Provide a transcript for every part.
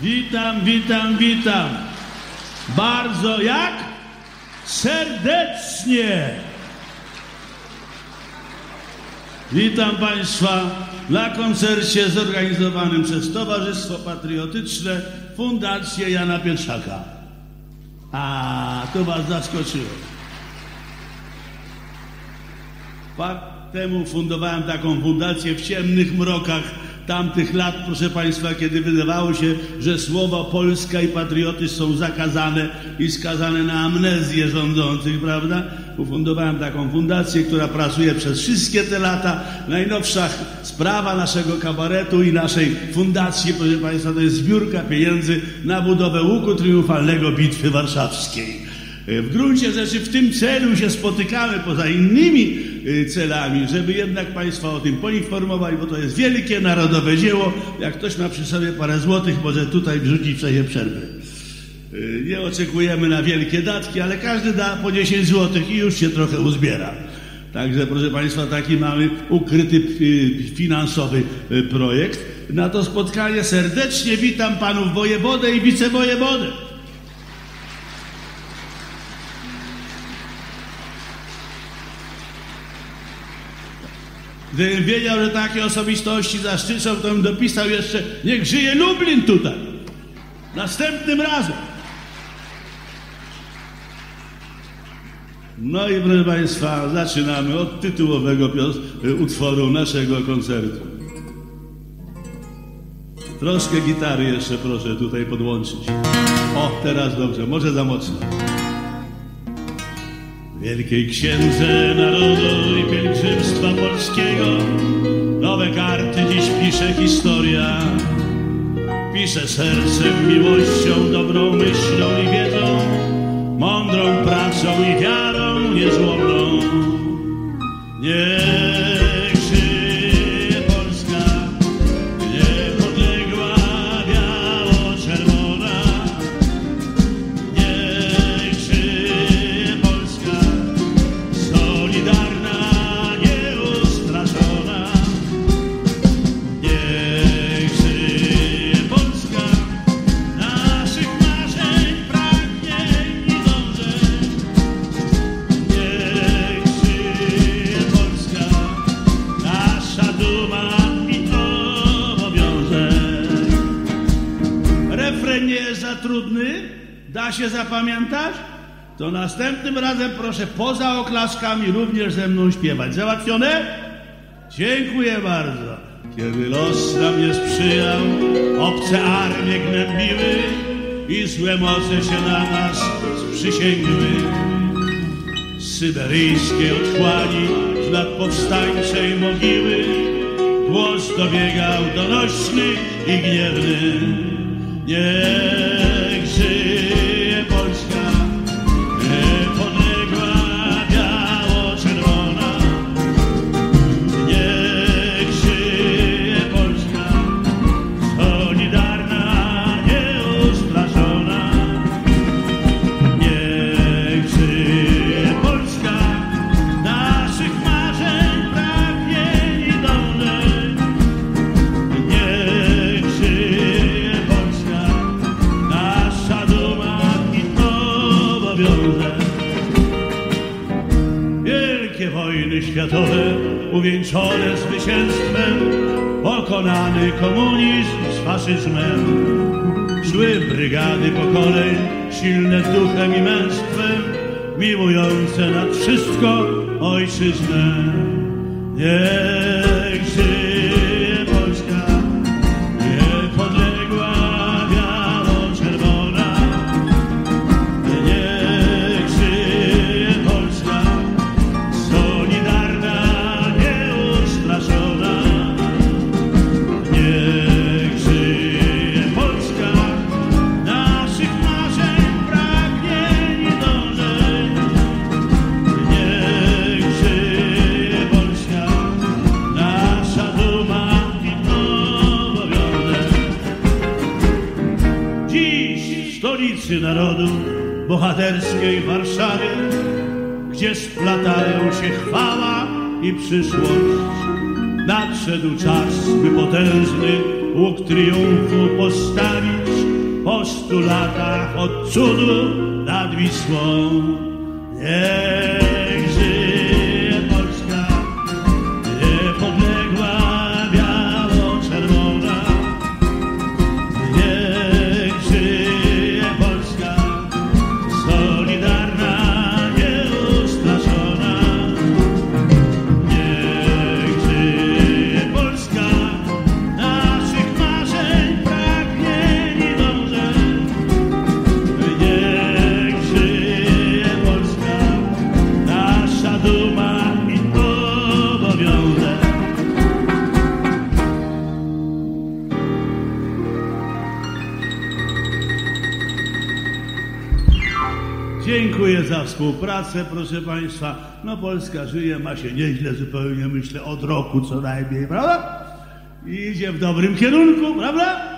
Witam. Bardzo, jak? Serdecznie. Witam Państwa na koncercie zorganizowanym przez Towarzystwo Patriotyczne Fundację Jana Pietrzaka. A, to Was zaskoczyło. Temu fundowałem taką fundację w ciemnych mrokach tamtych lat, proszę Państwa, kiedy wydawało się, że słowa Polska i patriotyzm są zakazane i skazane na amnezję rządzących, prawda? Ufundowałem taką fundację, która pracuje przez wszystkie te lata. Najnowsza sprawa naszego kabaretu i naszej fundacji, proszę Państwa, to jest zbiórka pieniędzy na budowę łuku triumfalnego Bitwy Warszawskiej. W gruncie rzeczy w tym celu się spotykamy, poza innymi celami, żeby jednak Państwa o tym poinformować, bo to jest wielkie narodowe dzieło. Jak ktoś ma przy sobie parę złotych, może tutaj wrzucić w czasie przerwy. Nie oczekujemy na wielkie datki, ale każdy da po 10 złotych i już się trochę uzbiera. Także, proszę Państwa, taki mamy ukryty finansowy projekt. Na to spotkanie serdecznie witam Panów wojewodę i wicewojewodę. Gdybym wiedział, że takie osobistości zaszczycą, to bym dopisał jeszcze: niech żyje Lublin tutaj. Następnym razem. No i proszę Państwa, zaczynamy od tytułowego utworu naszego koncertu. Troszkę gitary jeszcze proszę tutaj podłączyć. O, teraz dobrze, może za mocno. Wielkiej Księdze Narodu i Pielgrzymstwa Polskiego nowe karty dziś pisze historia. Pisze sercem, miłością, dobrą myślą i wiedzą, mądrą pracą i wiarą niezłomną. Niech żyje Polska, niepodległa, biało-czerwona. Niech żyje Polska, solidarna, nieustraszona. Niech żyje Polska, naszych marzeń, pragnień i dążeń. Niech żyje Polska, nasza duma i obowiązek. Refren nie jest za trudny? Da się zapamiętać? To następnym razem proszę poza oklaskami również ze mną śpiewać. Załatwione? Dziękuję bardzo. Kiedy los nam nie sprzyjał, obce armie gnębiły i złe moce się na nas sprzysięgły. Z syberyjskiej otchłani, z lat powstańczej mogiły, głos dobiegał donośny i gniewny. Niech żyje Polska, niepodległa, biało-czerwona. Niech żyje Polska, solidarna, nieustraszona. Niech żyje Polska, naszych marzeń, pragnień i dążeń. Niech żyje Polska, nasza duma i obowiązek. Wielkie wojny światowe uwieńczone zwycięstwem, pokonany komunizm z faszyzmem. Szły brygady pokoleń, silne duchem i męstwem, miłujące nad wszystko ojczyznę. Niech żyje Polska, niepodległa, biało-czerwona. Niech żyje Polska, solidarna, nieustraszona. Niech żyje Polska, naszych marzeń, pragnień i dążeń. Niech żyje Polska, nasza duma i obowiązek. Dziś w stolicy narodu, bohaterskiej Warszawie, gdzie splatają się chwała i przyszłość, nadszedł czas, by potężny łuk triumfu postawić po 100 latach od cudu nad Wisłą. Niech żyje Polska, niepodległa, biało-czerwona. Niech żyje Polska, solidarna, nieustraszona. Niech żyje Polska, naszych marzeń pragnień dążę. Niech żyje Polska, nasza duma i obowiązek. Dziękuję za współpracę, proszę Państwa. No Polska żyje, ma się nieźle zupełnie, myślę, od roku co najmniej, prawda? I idzie w dobrym kierunku, prawda?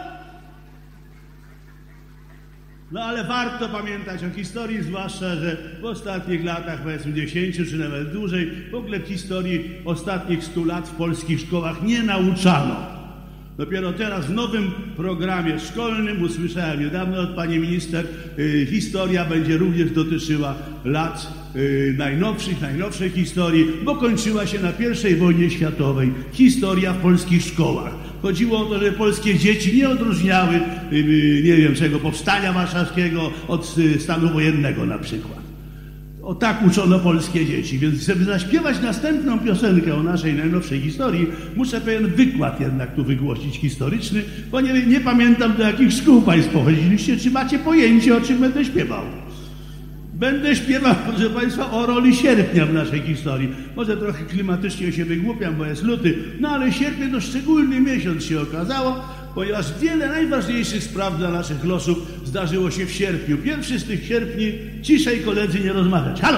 No ale warto pamiętać o historii, zwłaszcza, że w ostatnich latach, powiedzmy 10 czy nawet dłużej, w ogóle historii ostatnich 100 lat w polskich szkołach nie nauczano. Dopiero teraz w nowym programie szkolnym usłyszałem niedawno od pani minister, historia będzie również dotyczyła lat najnowszej historii, bo kończyła się na I wojnie światowej. Historia w polskich szkołach. Chodziło o to, że polskie dzieci nie odróżniały, nie wiem czego, powstania warszawskiego od stanu wojennego na przykład. O tak uczono polskie dzieci, więc żeby zaśpiewać następną piosenkę o naszej najnowszej historii, muszę pewien wykład jednak tu wygłosić historyczny, bo nie pamiętam, do jakich szkół Państwo chodziliście, czy macie pojęcie, o czym będę śpiewał. Będę śpiewał, proszę Państwa, o roli sierpnia w naszej historii. Może trochę klimatycznie się wygłupiam, bo jest luty, no ale sierpień to szczególny miesiąc się okazało, ponieważ wiele najważniejszych spraw dla naszych losów zdarzyło się w sierpniu. Pierwszy z tych sierpni, ciszej koledzy, nie rozmawiać. Halo!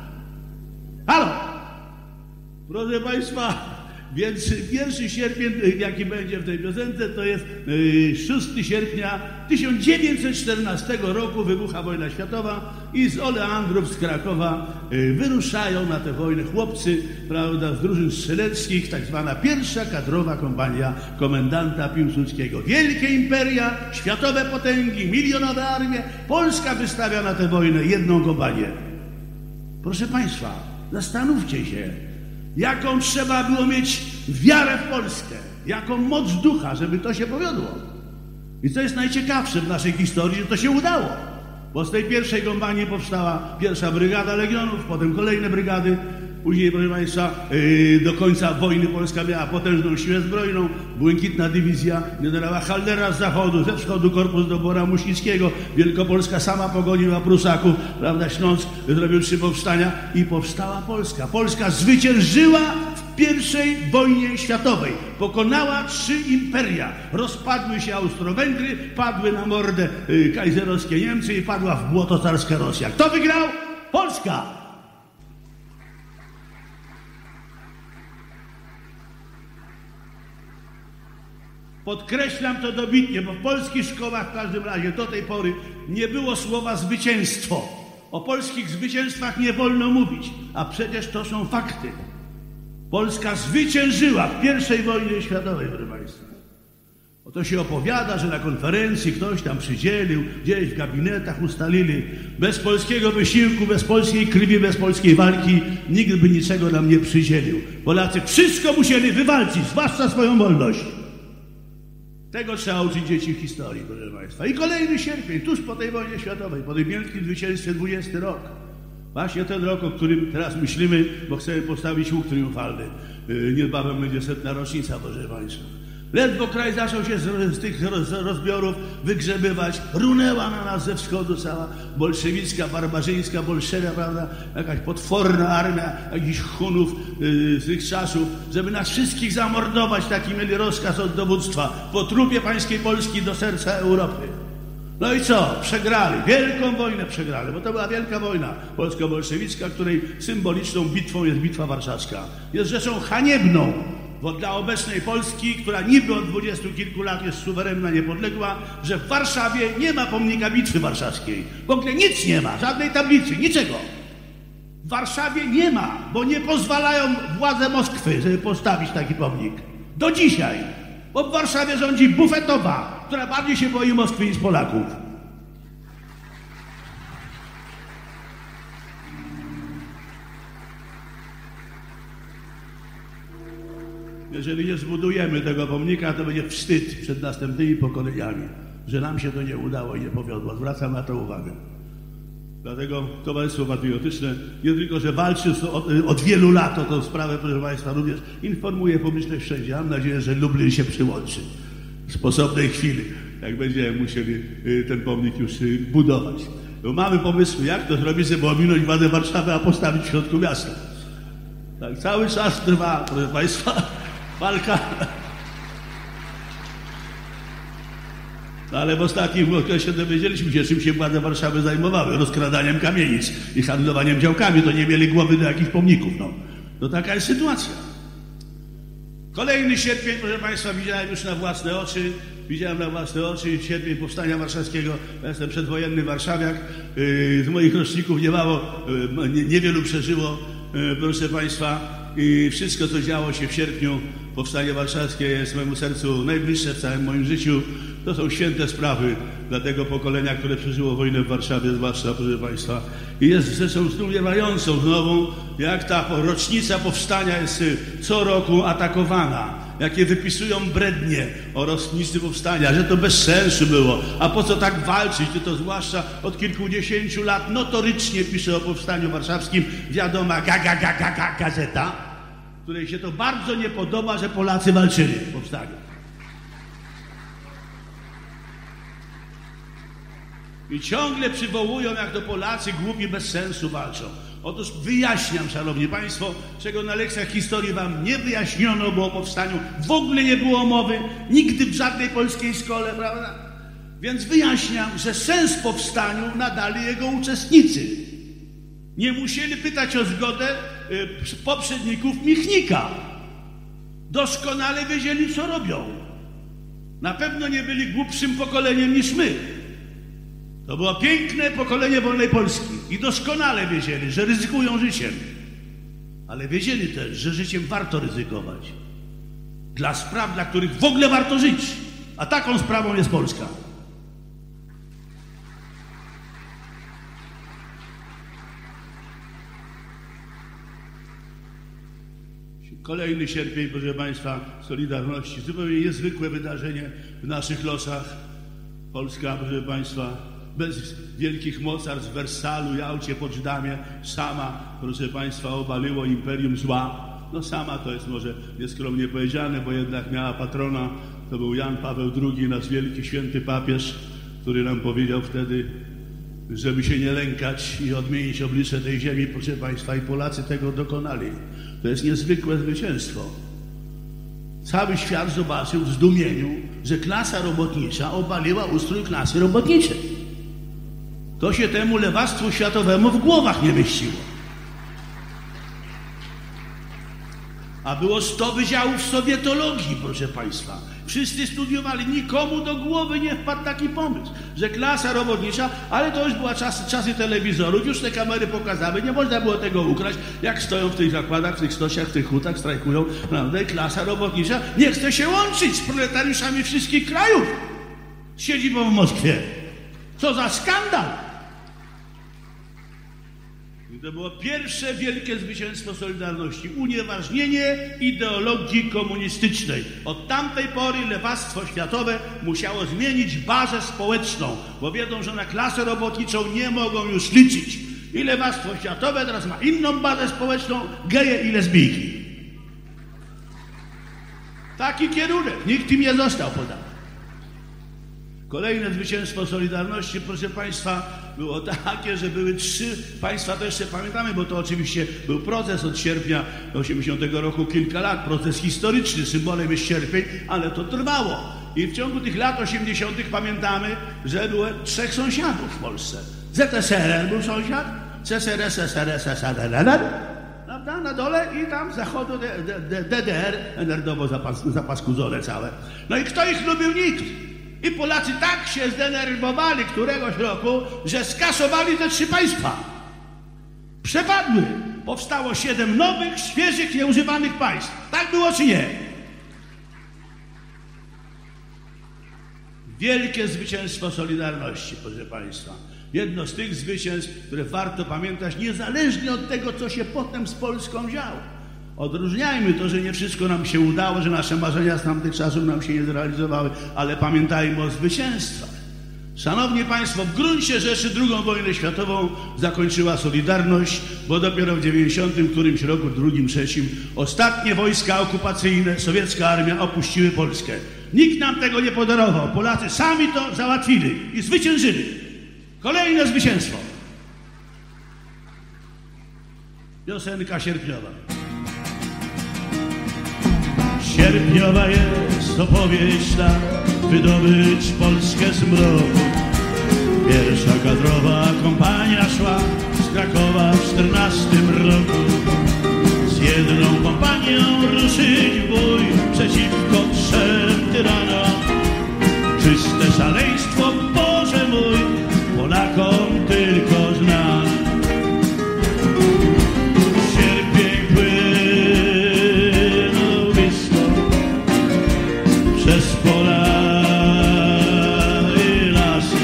Halo! Proszę Państwa, więc 1 sierpień, jaki będzie w tej piosence, to jest 6 sierpnia 1914 roku wybucha wojna światowa i z Oleandrów, z Krakowa wyruszają na tę wojnę chłopcy, prawda, z drużyn strzeleckich, tak zwana pierwsza kadrowa kompania komendanta Piłsudskiego. Wielkie imperia, światowe potęgi, milionowe armie. Polska wystawia na tę wojnę jedną kompanię. Proszę Państwa, zastanówcie się, jaką trzeba było mieć wiarę w Polskę, jaką moc ducha, żeby to się powiodło. I co jest najciekawsze w naszej historii, że to się udało. Bo z tej pierwszej kompanii powstała pierwsza brygada legionów, potem kolejne brygady. Później, proszę Państwa, do końca wojny Polska miała potężną siłę zbrojną. Błękitna dywizja generała Haldera z zachodu, ze wschodu korpus Dobora Muśnickiego. Wielkopolska sama pogoniła Prusaków, prawda, Śląsk zrobił 3 powstania i powstała Polska. Polska zwyciężyła w I wojnie światowej. Pokonała 3 imperia. Rozpadły się Austro-Węgry, padły na mordę kajzerowskie Niemcy i padła w błoto carska Rosja. Kto wygrał? Polska! Podkreślam to dobitnie, bo w polskich szkołach w każdym razie do tej pory nie było słowa zwycięstwo. O polskich zwycięstwach nie wolno mówić, a przecież to są fakty. Polska zwyciężyła w I wojnie światowej, proszę Państwa. O to się opowiada, że na konferencji ktoś tam przydzielił, gdzieś w gabinetach ustalili. Bez polskiego wysiłku, bez polskiej krwi, bez polskiej walki nikt by niczego nam nie przydzielił. Polacy wszystko musieli wywalczyć, zwłaszcza swoją wolność. Tego trzeba uczyć dzieci w historii, proszę Państwa. I kolejny sierpień, tuż po tej wojnie światowej, po tym wielkim zwycięstwie, 20 rok. Właśnie ten rok, o którym teraz myślimy, bo chcemy postawić łuk triumfalny. Niebawem będzie 100. rocznica, proszę Państwa. Ledwo kraj zaczął się z tych rozbiorów wygrzebywać. Runęła na nas ze wschodu cała bolszewicka, barbarzyńska bolszewia, prawda? Jakaś potworna armia, jakichś Hunów z tych czasów, żeby nas wszystkich zamordować. Taki mieli rozkaz od dowództwa. Po trupie pańskiej Polski do serca Europy. No i co? Przegrali. Wielką wojnę przegrali, bo to była wielka wojna polsko-bolszewicka, której symboliczną bitwą jest Bitwa Warszawska. Jest rzeczą haniebną, bo dla obecnej Polski, która niby od 20 kilku lat jest suwerenna, niepodległa, że w Warszawie nie ma pomnika Bitwy Warszawskiej. W ogóle nic nie ma, żadnej tablicy, niczego. W Warszawie nie ma, bo nie pozwalają władze Moskwy, żeby postawić taki pomnik. Do dzisiaj. Bo w Warszawie rządzi bufetowa, która bardziej się boi Moskwy niż Polaków. Jeżeli nie zbudujemy tego pomnika, to będzie wstyd przed następnymi pokoleniami, że nam się to nie udało i nie powiodło. Zwracam na to uwagę. Dlatego Towarzystwo Patriotyczne nie tylko, że walczy od wielu lat o tę sprawę, proszę Państwa, również informuje publiczność wszędzie. Mam nadzieję, że Lublin się przyłączy w sposobnej chwili, jak będziemy musieli ten pomnik już budować. Bo mamy pomysły, jak to zrobić, żeby ominąć wadę Warszawy, a postawić w środku miasta. Tak cały czas trwa, proszę Państwa, walka. No ale w ostatnim okresie dowiedzieliśmy się, czym się władze Warszawy zajmowały. Rozkradaniem kamienic i handlowaniem działkami. To nie mieli głowy do jakichś pomników. No taka jest sytuacja. Kolejny sierpień, proszę Państwa, widziałem już na własne oczy. Widziałem na własne oczy sierpień powstania warszawskiego. Ja jestem przedwojenny warszawiak. Z moich roczników niewielu przeżyło, proszę Państwa. I wszystko, co działo się w sierpniu, powstanie warszawskie jest mojemu sercu najbliższe w całym moim życiu. To są święte sprawy dla tego pokolenia, które przeżyło wojnę w Warszawie, zwłaszcza, proszę Państwa. I jest rzeczą zdumiewającą znowu, jak ta rocznica powstania jest co roku atakowana. Jakie wypisują brednie o rocznicy powstania, że to bez sensu było. A po co tak walczyć? To zwłaszcza od kilkudziesięciu lat notorycznie pisze o powstaniu warszawskim wiadoma gazeta, której się to bardzo nie podoba, że Polacy walczyli w powstaniu. I ciągle przywołują, jak to Polacy głupi bez sensu walczą. Otóż wyjaśniam, szanowni państwo, czego na lekcjach historii wam nie wyjaśniono, bo o powstaniu w ogóle nie było mowy, nigdy w żadnej polskiej szkole, prawda? Więc wyjaśniam, że sens powstaniu nadali jego uczestnicy. Nie musieli pytać o zgodę poprzedników Michnika. Doskonale wiedzieli, co robią. Na pewno nie byli głupszym pokoleniem niż my. To było piękne pokolenie wolnej Polski i doskonale wiedzieli, że ryzykują życiem. Ale wiedzieli też, że życiem warto ryzykować. Dla spraw, dla których w ogóle warto żyć. A taką sprawą jest Polska. Kolejny sierpień, proszę Państwa, Solidarności. Zupełnie niezwykłe wydarzenie w naszych losach. Polska, proszę Państwa, bez wielkich mocarstw w Wersalu, Jałcie, Poczdamie, sama, proszę Państwa, obaliło imperium zła. No sama to jest może nieskromnie powiedziane, bo jednak miała patrona, to był Jan Paweł II, nasz wielki, święty papież, który nam powiedział wtedy, żeby się nie lękać i odmienić oblicze tej ziemi, proszę Państwa, i Polacy tego dokonali. To jest niezwykłe zwycięstwo. Cały świat zobaczył w zdumieniu, że klasa robotnicza obaliła ustrój klasy robotniczej. To się temu lewactwu światowemu w głowach nie mieściło. A było 100 wydziałów sowietologii, proszę Państwa. Wszyscy studiowali, nikomu do głowy nie wpadł taki pomysł, że klasa robotnicza, ale to już były czasy telewizorów, już te kamery pokazały, nie można było tego ukraść, jak stoją w tych zakładach, w tych stosiach, w tych hutach, strajkują, prawda? I klasa robotnicza nie chce się łączyć z proletariuszami wszystkich krajów z siedzibą w Moskwie. Co za skandal! I to było pierwsze wielkie zwycięstwo Solidarności. Unieważnienie ideologii komunistycznej. Od tamtej pory lewactwo światowe musiało zmienić bazę społeczną, bo wiedzą, że na klasę robotniczą nie mogą już liczyć. I lewactwo światowe teraz ma inną bazę społeczną, geje i lesbijki. Taki kierunek. Nikt im nie został podany. Kolejne zwycięstwo Solidarności, proszę Państwa, było takie, że były 3, Państwa to jeszcze pamiętamy, bo to oczywiście był proces od sierpnia 80 roku, kilka lat, proces historyczny, symbolem jest sierpień, ale to trwało. I w ciągu tych lat 80 pamiętamy, że było 3 sąsiadów w Polsce. ZSRR był sąsiad, CSRS, SRSR, prawda, na dole i tam z zachodu DDR, NRD-owo zapaskudzone całe. No i kto ich lubił? Nikt. I Polacy tak się zdenerwowali któregoś roku, że skasowali te 3 państwa. Przepadły. Powstało 7 nowych, świeżych, nieużywanych państw. Tak było czy nie? Wielkie zwycięstwo Solidarności, proszę Państwa. Jedno z tych zwycięstw, które warto pamiętać, niezależnie od tego, co się potem z Polską działo. Odróżniajmy to, że nie wszystko nam się udało, że nasze marzenia z tamtych czasów nam się nie zrealizowały, ale pamiętajmy o zwycięstwach. Szanowni Państwo, w gruncie rzeczy II wojnę światową zakończyła Solidarność, bo dopiero w 90 którymś roku, drugim, trzecim, ostatnie wojska okupacyjne, sowiecka armia opuściły Polskę. Nikt nam tego nie podarował. Polacy sami to załatwili i zwyciężyli. Kolejne zwycięstwo. Piosenka sierpniowa. Sierpniowa jest opowieść ta, wydobyć Polskę z mroku. Pierwsza kadrowa kompania szła z Krakowa w 14 roku. Z jedną kompanią ruszyć w bój przeciwko 3 tyranom. Czyste szaleństwo, Boże mój, Polakom tylko znane. Sierpień płynął blisko przez pola i lasy.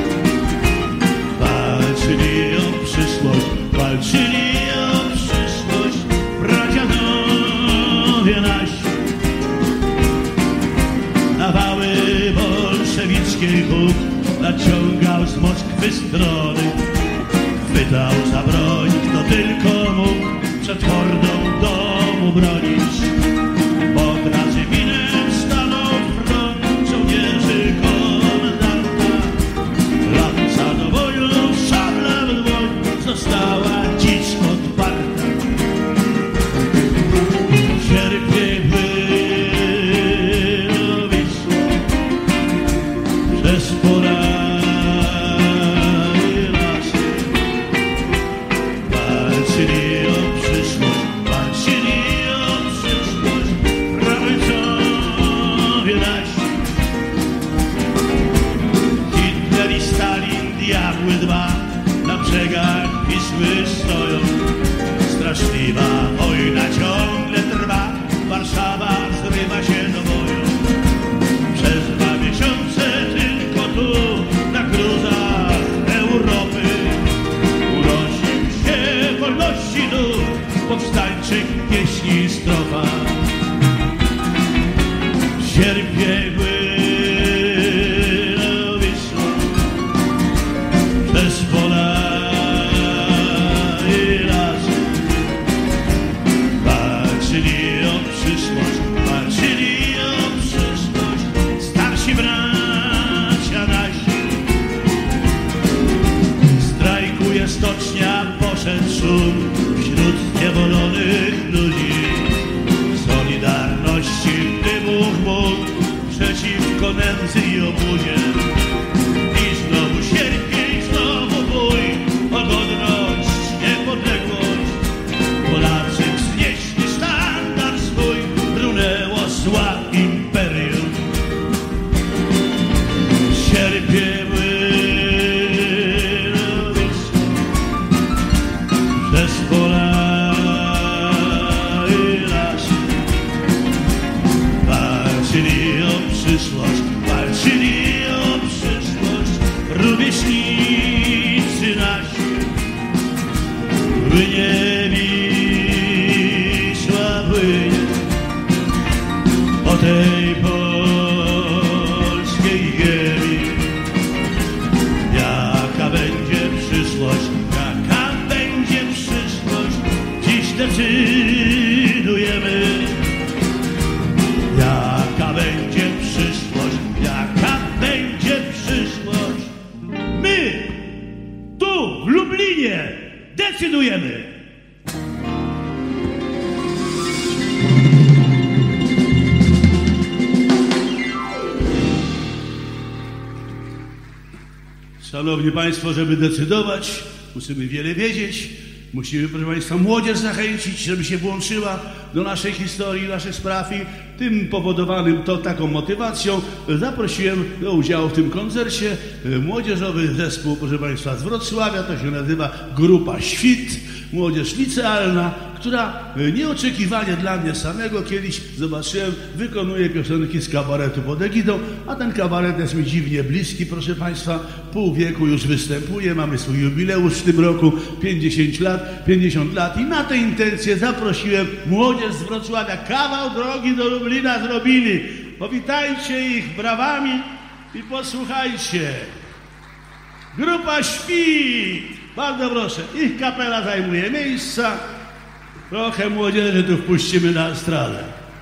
Walczyli o przyszłość, walczyli o przyszłość pradziadowie nasi. Na wały bolszewickiej huk naciągał z Moskwy strony. Chwytał za broń, kto tylko mógł przed hordą domu bronić. Pod Radzyminem stanął front żołnierzy komendanta. Lanca do boju, szabla w dłoń, została dziś odparta. Sierpień płynął Wisłą przez pola i lasy. Walczyli o przyszłość, walczyli o przyszłość prawicowie nasi. Hitler i Stalin, diabły dwa, na brzegach Wisły stoją. Straszliwa wojna ciągle trwa, Warszawa zrywa się do boju. Przez 2 miesiące tylko tu, na gruzach Europy, unosił się wolności duch powstańczych pieśni strofa. Sierpień płynął Wisłą przez pola i lasy. Walczyli o przyszłość, walczyli o przyszłość starsi bracia nasi. Strajkuje stocznia, poszedł szum wśród zniewolonych ludzi. Solidarności wybuch mógł przeciwko nędzy i obudzie. I znowu sierpień, znowu bój o godność, niepodległość. Polacy wznieśli sztandar swój, runęło zła imperium. Sierpień płynął Wisłą przez pola i lasy. Walczyli o przyszłość, walczyli o przyszłość rówieśnicy nasi. Płynie Wisła, płynie po tej polskiej ziemi. Jaka będzie przyszłość, jaka będzie przyszłość, dziś decydujemy. Jaka będzie przyszłość, jaka będzie przyszłość, my tu w Lublinie decydujemy. Szanowni Państwo, żeby decydować, musimy wiele wiedzieć. Musimy, proszę Państwa, młodzież zachęcić, żeby się włączyła do naszej historii, naszych spraw i tym powodowanym taką motywacją zaprosiłem do udziału w tym koncercie młodzieżowy zespół, proszę Państwa, z Wrocławia. To się nazywa Grupa Świt, młodzież licealna, która nieoczekiwanie dla mnie samego kiedyś zobaczyłem, wykonuje piosenki z kabaretu pod egidą, a ten kabaret jest mi dziwnie bliski, proszę Państwa. Pół wieku już występuje, mamy swój jubileusz w tym roku, 50 lat i na te intencje zaprosiłem młodzież z Wrocławia. Kawał drogi do Lublina zrobili. Powitajcie ich brawami i posłuchajcie. Grupa Świt. Bardzo proszę, ich kapela zajmuje miejsca. Trochę młodzieży tu wpuścimy na estradę.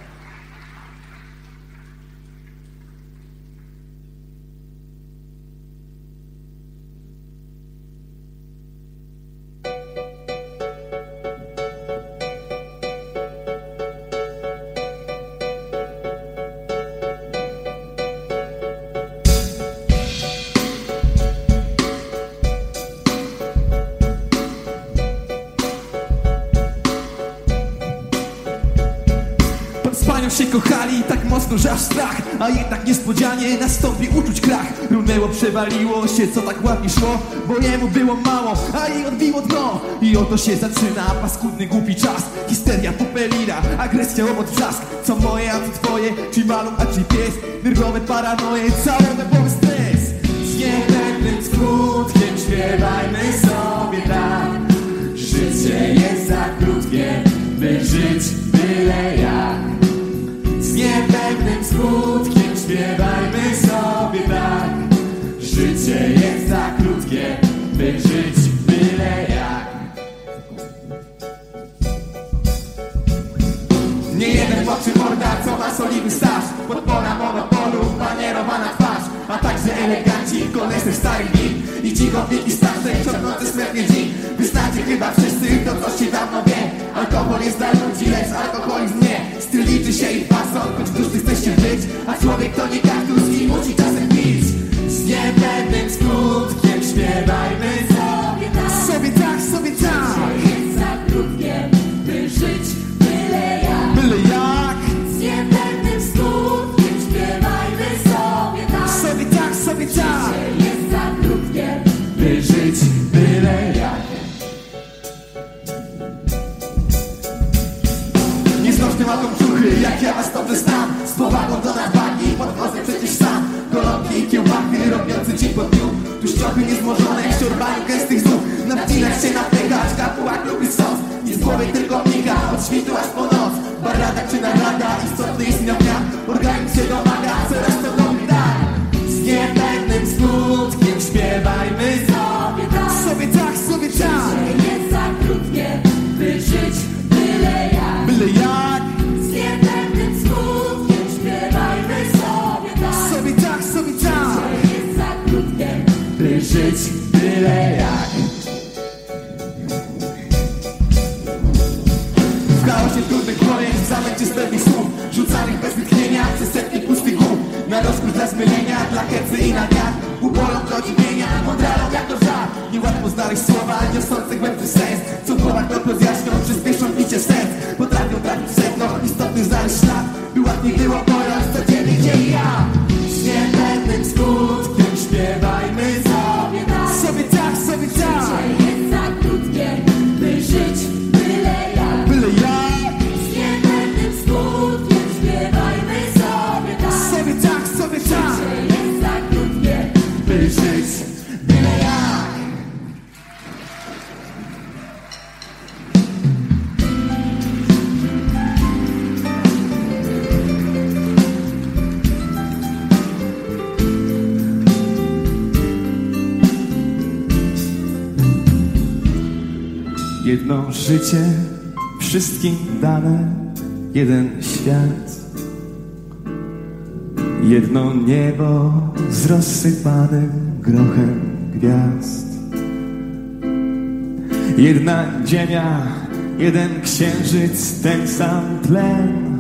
Się kochali tak mocno, że aż strach, a jednak niespodzianie nastąpi uczuć krach. Runęło, przewaliło się, co tak ładnie szło, bo jemu było mało, a jej odbiło dno. I oto się zaczyna paskudny, głupi czas. Histeria, popelina, agresja, łomot, wrzask. Co moje, a co twoje, czy maluch, a czy pies. Nerwowe paranoje, cały nerwowy stres. Z niepewnym skutkiem śpiewajmy sobie tak. Życie jest za krótkie, by żyć byle jak. Z niepewnym skutkiem śpiewajmy sobie tak. Życie jest za krótkie, by żyć byle jak. Nie jeden oczy morda, co ma solidny staż. Podpora monopolu, panierowana twarz. A także eleganci, koleser starych dni. I cichowiki starsze, ciągnące smętnie dni. Wyznacie chyba wszyscy, to co się dawno wie. Alkohol jest dla ludzi, lecz alkoholizm nie. Styl liczy się i fason, choć któż chcecie być. A człowiek to nie kaktus i musi czasem pić. Z niepewnym skutkiem śpiewajmy sobie tak. Sobie tak, sobie tak. Życie jest za krótkie, by żyć byle jak. Byle jak. Z niepewnym skutkiem śpiewajmy sobie tak. Sobie tak, sobie tak. Życie jest za krótkie, by żyć byle jak. Nieznośny ma brzuchy, jak ja was dobrze znam. Z powagą do nadwagi, podchodzę przecież sam. Golonki i kiełbachy, robiący dzień po dniu. Tuściochy niezmożone, w siorbaniu gęstych zup. Napcinać się, napychać, kapułak lubi sos. Nie z głowy tylko miga, od świtu aż po noc. Barada czy narada, istotny jest dnia. Organizm się domaga, coraz to robi tak. Z niepewnym skutkiem śpiewajmy sobie tak. Sobie tak, sobie tak. Życie jest za krótkie, by żyć byle jak. Byle jak. Z niepewnym skutkiem śpiewajmy sobie tak. Sobie tak, sobie tak. Życie jest za krótkie, by żyć byle jak. W chaosie trudnych pojęć, w zamęcie zbędnych słów, rzucanych bez wytchnienia przez setki pustych głów. Na rozkósz dla zmylenia, dla hecy i na wiatr. Ubolą rodzimienia, mądralą jak to żart. Niełatwo znaleźć słowa niosące głębszy sens. Co w głowach to rozjaśnią, przyspieszą bicie serc. Potrafią trafić sedno, istotny znaleźć ślad. By łatwiej było pojąć, co dziennie gdzie i ja. Z niepewnym skutkiem śpiewajmy sobie tak. Sobie tak, sobie tak. Życie jest za krótkie, by żyć byle jak. Byle jak. Z niepewnym skutkiem śpiewajmy sobie tak. Sobie tak, sobie tak. Życie jest za krótkie, by żyć byle jak. Jedno życie, wszystkim dane, jeden świat. Jedno niebo z rozsypanym grochem gwiazd. Jedna ziemia, jeden księżyc, ten sam tlen.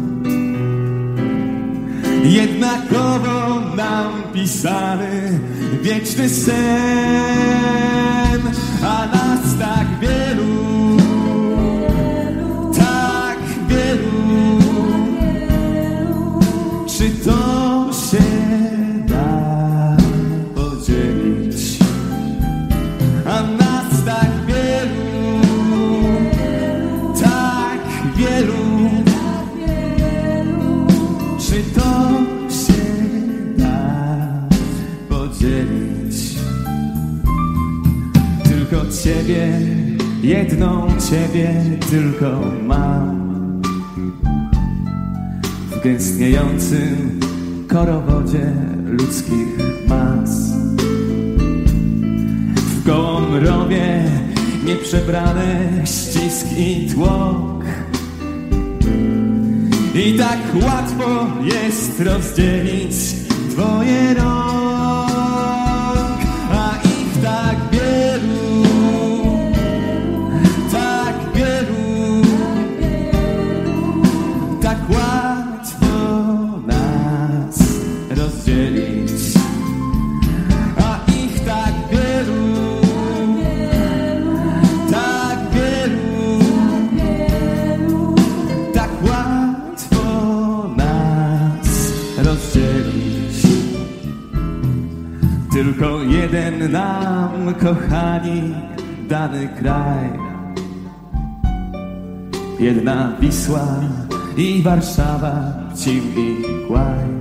Jednakowo nam pisany wieczny sen. A nas tak wielu, tak wielu. rozdzielić. Tylko ciebie, jedną ciebie tylko mam w gęstniejącym korowodzie ludzkich mas. W gołąmrowie nieprzebrany ścisk i tłok. I tak łatwo jest rozdzielić twoje rąk, a ich tak wielu, tak wielu, tak łatwo nas rozdzielić, a ich tak wielu, tak wielu, tak łatwo nas rozdzielić. Tylko jeden nam, kochani, dany kraj, jedna Wisła i Warszawa, Cim i Kłaj.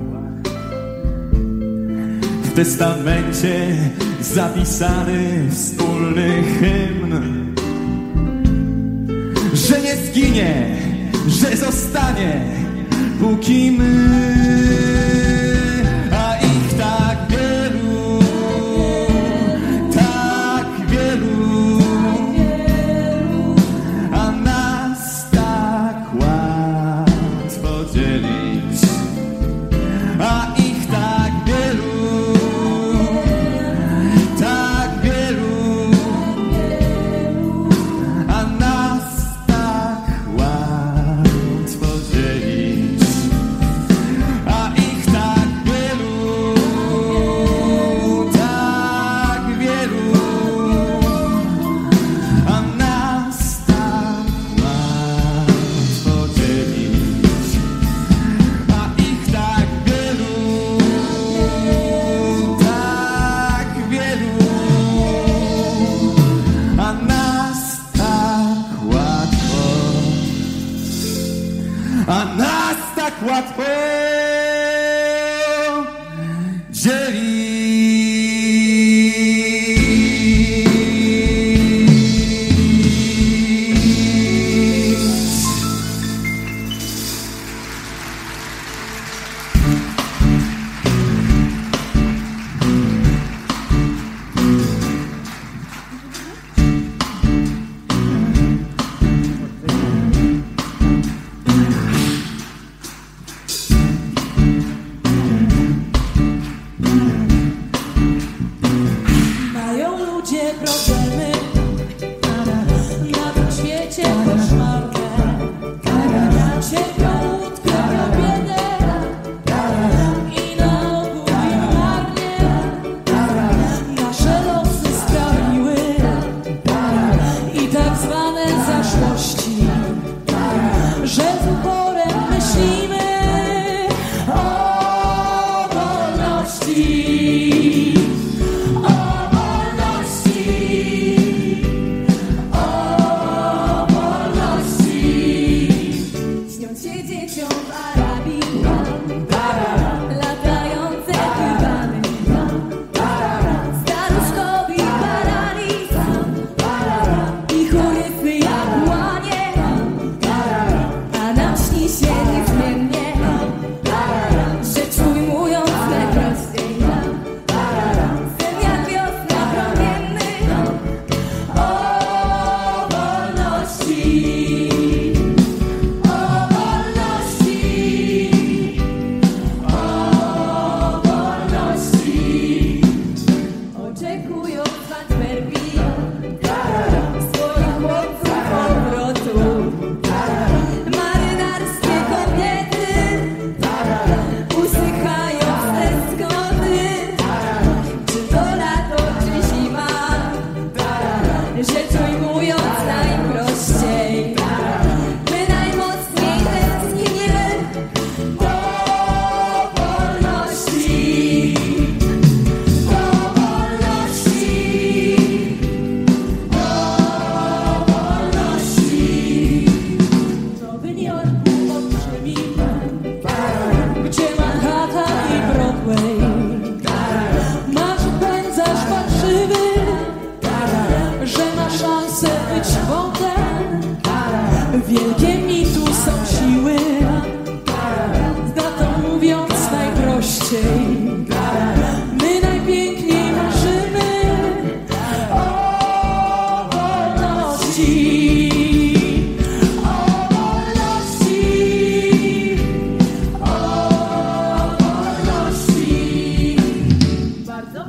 W testamencie zapisany wspólny hymn, że nie zginie, że zostanie, póki my. A ich tak wielu, tak wielu, a nas tak łatwo dzielić. A ich tak wielu, tak wielu, a nas tak łatwo dzielić. A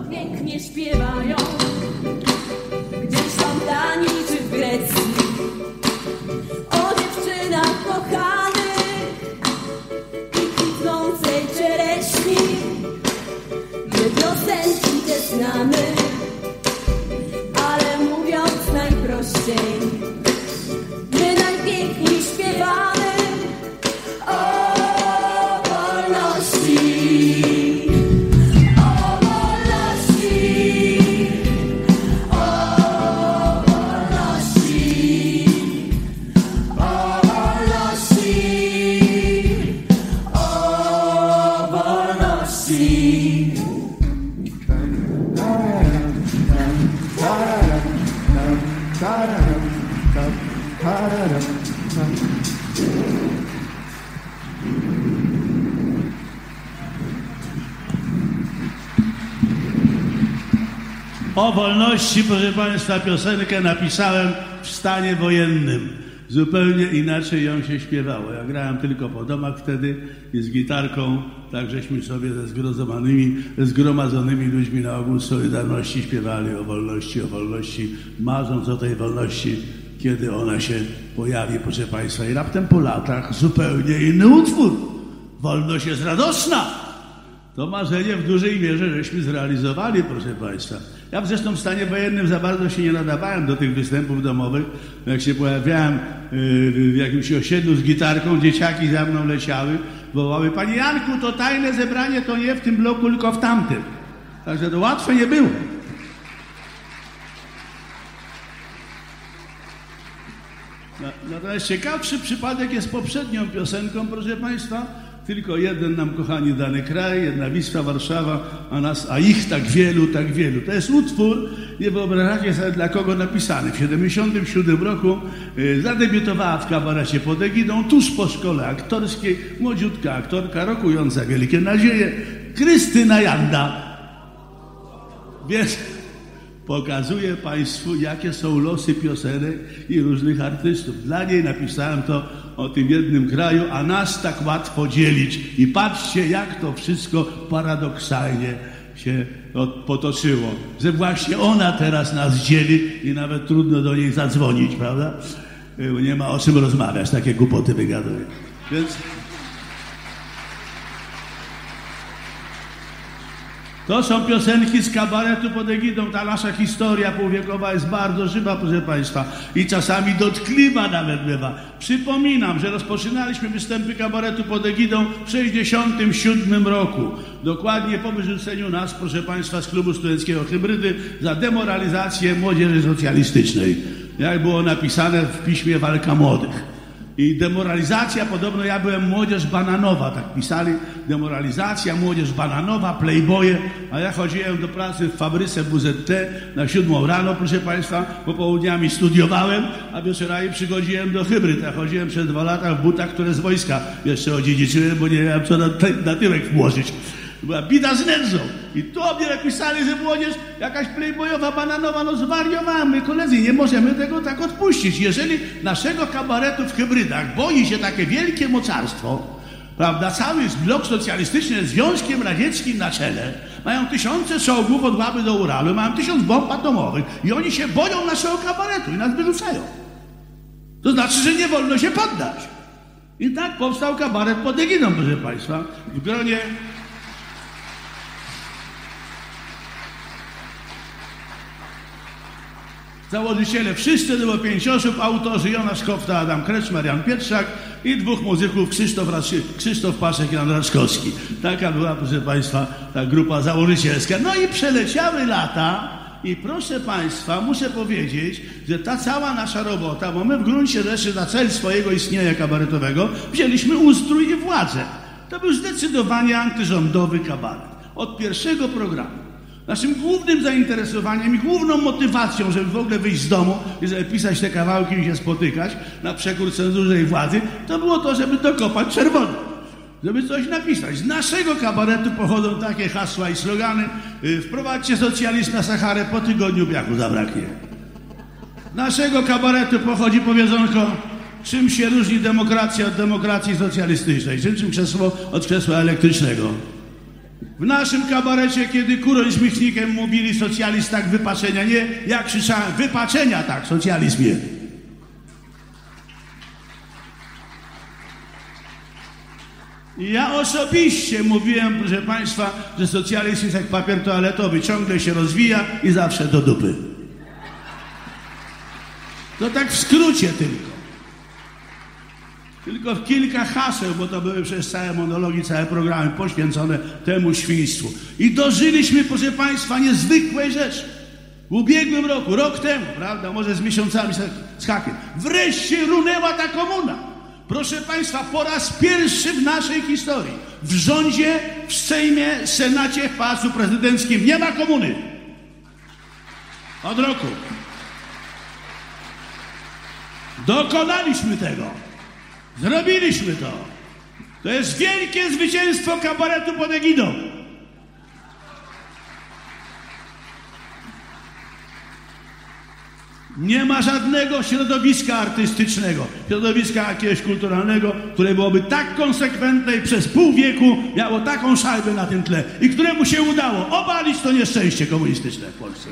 pięknie śpiewają, gdzieś tam w Danii czy w Grecji, o dziewczynach kochanych i kwitnącej czereśni. My piosenki te znamy, ale mówiąc najprościej, my najpiękniej śpiewamy o wolności. O wolności, proszę Państwa, piosenkę napisałem w stanie wojennym. Zupełnie inaczej ją się śpiewało. Ja grałem tylko po domach wtedy i z gitarką, tak żeśmy sobie ze zgromadzonymi ludźmi na ogół Solidarności śpiewali o wolności, marząc o tej wolności, kiedy ona się pojawi, proszę Państwa. I raptem po latach zupełnie inny utwór. Wolność jest radosna. To marzenie w dużej mierze żeśmy zrealizowali, proszę Państwa. Ja zresztą w stanie wojennym za bardzo się nie nadawałem do tych występów domowych. Jak się pojawiałem w jakimś osiedlu z gitarką, dzieciaki za mną leciały, wołały: Panie Janku, to tajne zebranie to nie w tym bloku, tylko w tamtym. Także to łatwe nie było. Natomiast ciekawszy przypadek jest poprzednią piosenką, proszę Państwa. Tylko jeden nam, kochani, dany kraj, jedna Wisła, Warszawa, a ich tak wielu, tak wielu. To jest utwór, nie wyobrażacie sobie dla kogo napisany. W 1977 roku zadebiutowała w kabarecie pod egidą, tuż po szkole aktorskiej, młodziutka aktorka, rokująca wielkie nadzieje, Krystyna Janda. Wiesz, pokazuję Państwu, jakie są losy piosenek i różnych artystów. Dla niej napisałem to o tym jednym kraju, a nas tak łatwo dzielić. I patrzcie, jak to wszystko paradoksalnie się potoczyło. Że właśnie ona teraz nas dzieli i nawet trudno do niej zadzwonić, prawda? Nie ma o czym rozmawiać, takie głupoty wygaduje. Więc... To są piosenki z kabaretu pod egidą. Ta nasza historia półwiekowa jest bardzo żywa, proszę Państwa. I czasami dotkliwa nawet bywa. Przypominam, że rozpoczynaliśmy występy kabaretu pod egidą w 1967 roku. Dokładnie po wyrzuceniu nas, proszę Państwa, z klubu studenckiego Hybrydy za demoralizację młodzieży socjalistycznej. Jak było napisane w piśmie Walka Młodych. I demoralizacja, podobno ja byłem młodzież bananowa, tak pisali, demoralizacja, młodzież bananowa, playboye, a ja chodziłem do pracy w fabryce WZT na 7 rano, proszę Państwa, popołudniami studiowałem, a wieczorami przychodziłem do Hybryd. Ja chodziłem przez 2 lata w butach, które z wojska jeszcze odziedziczyłem, bo nie miałem co na tyłek włożyć. Była bida z nędzą. I tu o mnie napisali, że młodzież jakaś playboyowa, bananowa, no zwariowałem. My koledzy, nie możemy tego tak odpuścić. Jeżeli naszego kabaretu w Hybrydach boi się takie wielkie mocarstwo, prawda, cały blok socjalistyczny z Związkiem Radzieckim na czele, mają 1000 czołgów od Łaby do Uralu, mają 1000 bomb atomowych i oni się boją naszego kabaretu i nas wyrzucają. To znaczy, że nie wolno się poddać. I tak powstał kabaret pod egidą, proszę Państwa, w gronie... Założyciele wszyscy, to było 5 osób, autorzy Jonasz Kofta, Adam Kreczmar, Jan Pietrzak i 2 muzyków, Krzysztof Paszek i Jan Raczkowski. Taka była, proszę Państwa, ta grupa założycielska. No i przeleciały lata i proszę Państwa, muszę powiedzieć, że ta cała nasza robota, bo my w gruncie rzeczy za cel swojego istnienia kabaretowego wzięliśmy ustrój i władzę. To był zdecydowanie antyrządowy kabaret. Od pierwszego programu. Naszym głównym zainteresowaniem i główną motywacją, żeby w ogóle wyjść z domu i żeby pisać te kawałki i się spotykać na przekór cenzurze i władzy, to było to, żeby dokopać czerwony. Żeby coś napisać. Z naszego kabaretu pochodzą takie hasła i slogany: wprowadźcie socjalizm na Saharę, po tygodniu piachu zabraknie. Z naszego kabaretu pochodzi powiedzonko: czym się różni demokracja od demokracji socjalistycznej? Czym krzesło od krzesła elektrycznego? W naszym kabarecie, kiedy Kuroń z Michnikiem mówili socjalizm tak, wypaczenia nie, ja krzyczałem wypaczenia tak, socjalizm nie. I ja osobiście mówiłem, proszę państwa, że socjalizm jest jak papier toaletowy, ciągle się rozwija i zawsze do dupy. To tak w skrócie tylko. Tylko w kilka haseł, bo to były przez całe monologi, całe programy poświęcone temu świństwu. I dożyliśmy, proszę państwa, niezwykłej rzeczy. W ubiegłym roku, rok temu, prawda, może z miesiącami z hakiem, wreszcie runęła ta komuna. Proszę państwa, po raz pierwszy w naszej historii w rządzie, w Sejmie, Senacie, w Pałacu Prezydenckim nie ma komuny. Od roku. Dokonaliśmy tego. Zrobiliśmy to. To jest wielkie zwycięstwo kabaretu pod egidą. Nie ma żadnego środowiska artystycznego, środowiska jakiegoś kulturalnego, które byłoby tak konsekwentne i przez pół wieku miało taką szajbę na tym tle i któremu się udało obalić to nieszczęście komunistyczne w Polsce.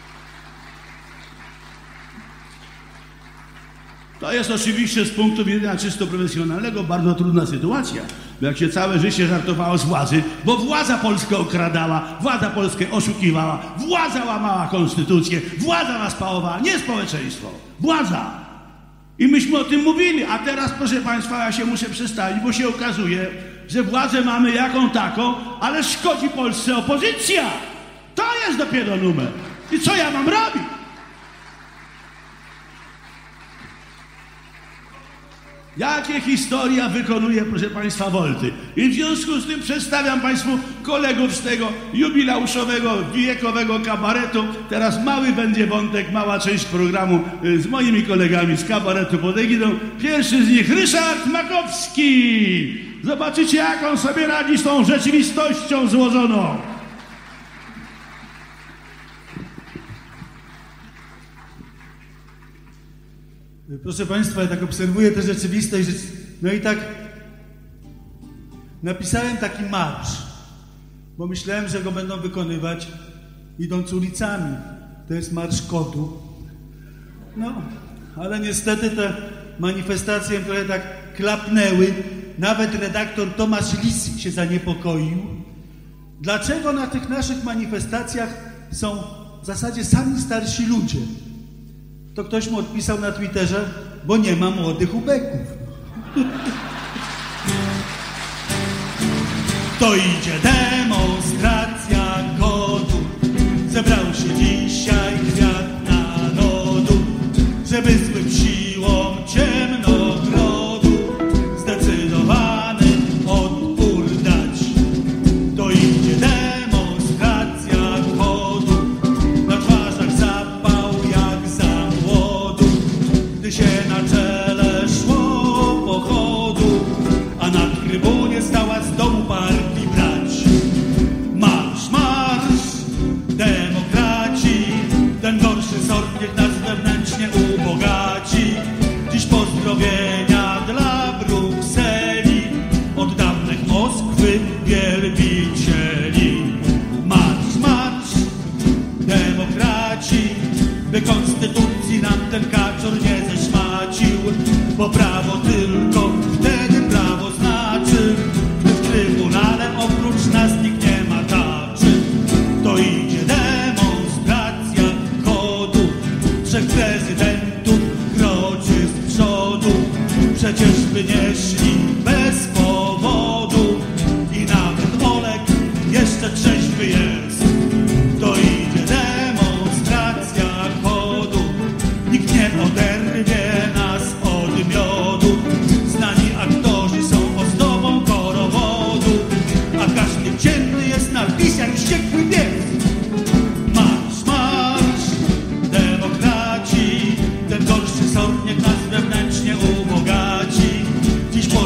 To jest oczywiście z punktu widzenia czysto profesjonalnego bardzo trudna sytuacja, bo jak się całe życie żartowało z władzy, bo władza Polskę okradała, władza Polskę oszukiwała, władza łamała konstytucję, władza nas pałowała, nie społeczeństwo, władza. I myśmy o tym mówili, a teraz, proszę państwa, ja się muszę przestawić, bo się okazuje, że władzę mamy jaką taką, ale szkodzi Polsce opozycja. To jest dopiero numer. I co ja mam robić? Jakie historia wykonuje, proszę państwa, wolty. I w związku z tym przedstawiam państwu kolegów z tego jubileuszowego, wiekowego kabaretu. Teraz mały będzie wątek, mała część programu z moimi kolegami z kabaretu pod egidą. Pierwszy z nich Ryszard Makowski. Zobaczycie, jak on sobie radzi z tą rzeczywistością złożoną. Proszę państwa, ja tak obserwuję tę rzeczywistość, no i tak napisałem taki marsz, bo myślałem, że go będą wykonywać idąc ulicami. To jest marsz kotu. No, ale niestety te manifestacje trochę tak klapnęły. Nawet redaktor Tomasz Lis się zaniepokoił. Dlaczego na tych naszych manifestacjach są w zasadzie sami starsi ludzie? To ktoś mu odpisał na Twitterze, bo nie ma młodych ubeków. To idzie demonstracja kotu, zebrał się dzisiaj kwiat narodu, żeby złym siłom ciemnogrodu zdecydowany odpór dać. To idzie demonstracja kotu, na twarzach zapał jak za młodu, gdy się na czele szło pochodu, a na trybunie stała z domu partii brać. Marsz, marsz, demokraci, ten gorszy sort niech nas wewnętrznie ubogaci. Dziś pozdrowienia dla Brukseli, od dawnych Moskwy wielbicieli. Marsz, marsz, demokraci, by konstytucji nam ten kaczor nie zeszmacił, bo prawo tylko wtedy prawo znaczy, gdy w trybunale oprócz nas nikt nie ma tarczy. To idzie demonstracja kodu, trzech prezydentów kroczy z przodu, przecież by nie szli bez powodu i nawet Olek jeszcze trzeźwy jest. To idzie demonstracja kodu, nikt nie oderwie nas od miodu. Znani aktorzy są ozdobą korowodu, a każdy dzienny jest na wpis jak wściekły pies. Marsz, marsz, demokraci, ten gorszy sort niech nas wewnętrznie ubogaci. Dziś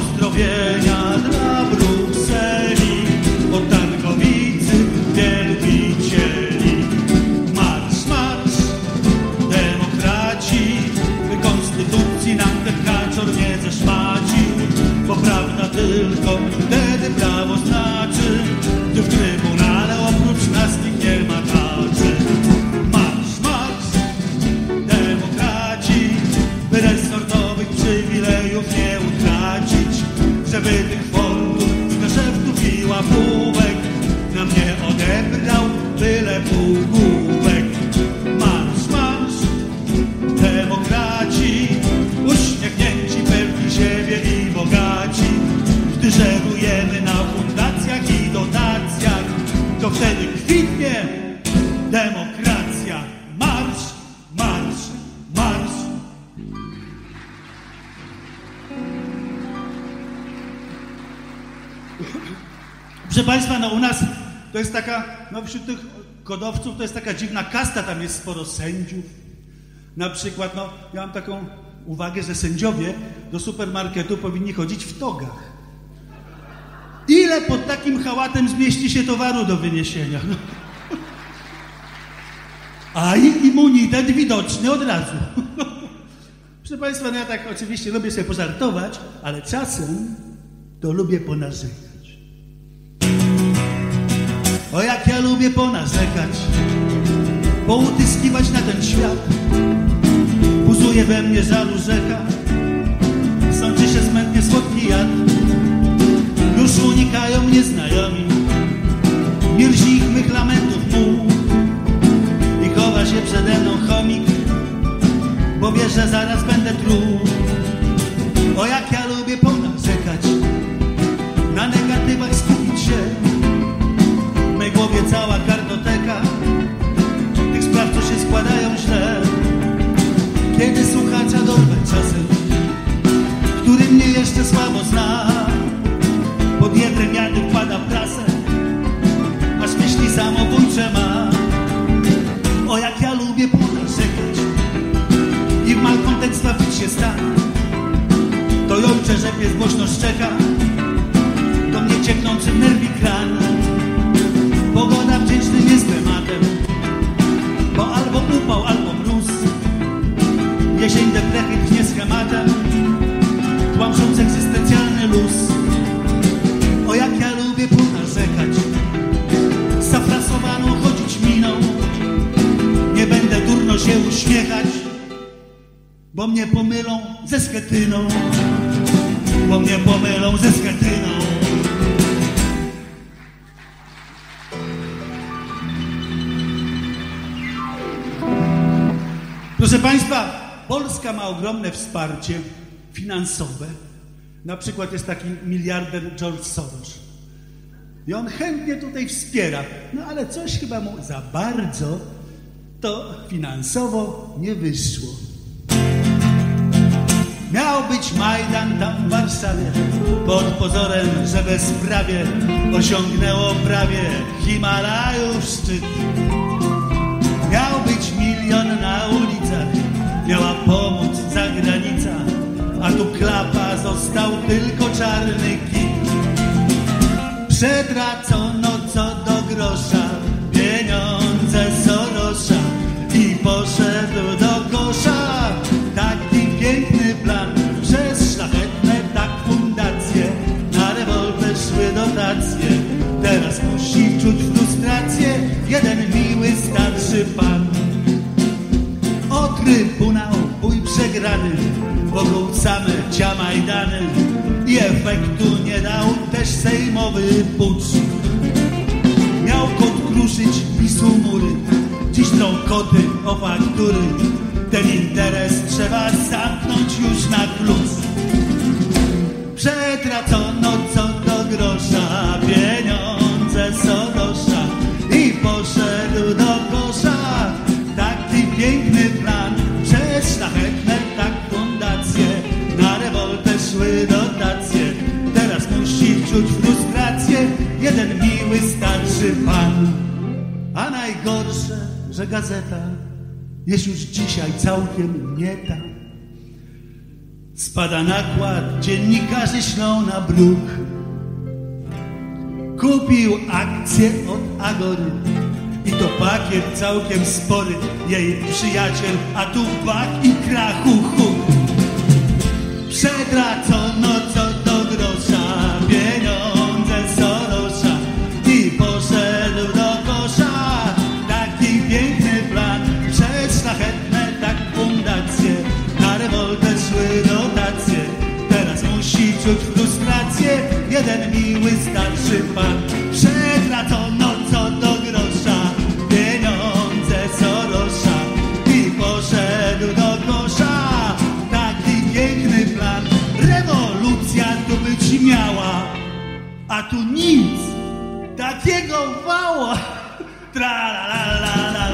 Demokracja, marsz, marsz, marsz. Proszę Państwa, no u nas to jest taka, no wśród tych kodowców to jest taka dziwna kasta, tam jest sporo sędziów. Na przykład, no ja mam taką uwagę, że sędziowie do supermarketu powinni chodzić w togach. Ile pod takim hałatem zmieści się towaru do wyniesienia? No. A i immunitet widoczny od razu. Proszę Państwa, no ja tak oczywiście lubię sobie pożartować, ale czasem to lubię ponarzekać. O jak ja lubię ponarzekać, poutyskiwać na ten świat. Buzuje we mnie żalu rzeka, sączy się smętnie słodki jad. Już unikają mnie znajomi, mierzi ich mych lamentów muł. I chowa się przede mną chomik, bo wie, że zaraz będę truł. O jak ja lubię ponarzekać, na negatywach skupić się. W mej głowie cała kartoteka tych spraw, co się składają źle. Kiedy słuchacza dorwę czasem, który mnie jeszcze słabo zna, pod jednym jady wpada w trasę, aż myśli samobójcze ma. O jak ja lubię ponarzekać i w malkontent stawić się stan. To ojcze rzepiec głośno szczeka, do mnie cieknący w nerwi kran. Pogoda wdzięcznym jest tematem, bo albo upał, albo mróz. Jesień deprechy tchnie schematem, tłamsząc egzystencjalny luz. O jak ja lubię ponarzekać, zafrasowaną chodzić miną. Nie będę durno się uśmiechać, bo mnie pomylą ze schetyną. Bo mnie pomylą ze schetyną. Proszę Państwa, Polska ma ogromne wsparcie finansowe. Na przykład jest taki miliarder George Soros. I on chętnie tutaj wspiera. No ale coś chyba mu za bardzo to finansowo nie wyszło. Miał być Majdan tam w Warszawie, pod pozorem, że bezprawie osiągnęło prawie Himalajów szczyt. Miał być 1 000 000 na ulicach, miała pomóc zagranica, a tu klapa, został tylko czarny kit. Przetracono co do grosza pieniądze Sorosza i poszedł do kosza. Taki piękny plan, przez szlachetne tak fundacje, na rewolwer szły dotacje. Teraz musi czuć frustrację jeden miły starszy pan. O trybunał bój przegrany, wokół same ciamajdany i efektu nie dał też sejmowy pucz. Miał kot kruszyć PiS-u mury, dziś trą koty o faktury. Ten interes trzeba zamknąć już na klucz. Przetracono co do grosza pieniądze Sorosza i poszedł do kosza. Taki piękny plan, przez szlachetne tak fundacje, na rewoltę szły dotacje. Teraz musi czuć frustrację jeden miły starszy pan. A najgorsze, że gazeta jest już dzisiaj całkiem nie ta. Spada nakład, dziennikarze ślą na bruk. Kupił akcję od Agory i to pakiet całkiem spory. Jej przyjaciel, a tu bak i krachu huk. Przetracono co do grosza pieniądze Sorosza i poszedł do kosza. Taki piękny plan, przez szlachetne tak fundacje, na rewoltę szły dotacje. Teraz musi czuć frustrację jeden miły starszy pan. Przetracono co do grosza pieniądze Sorosza i poszedł do kosza. Taki piękny plan, rewolucja tu być miała, a tu nic, takiego wała. Tra la la la la.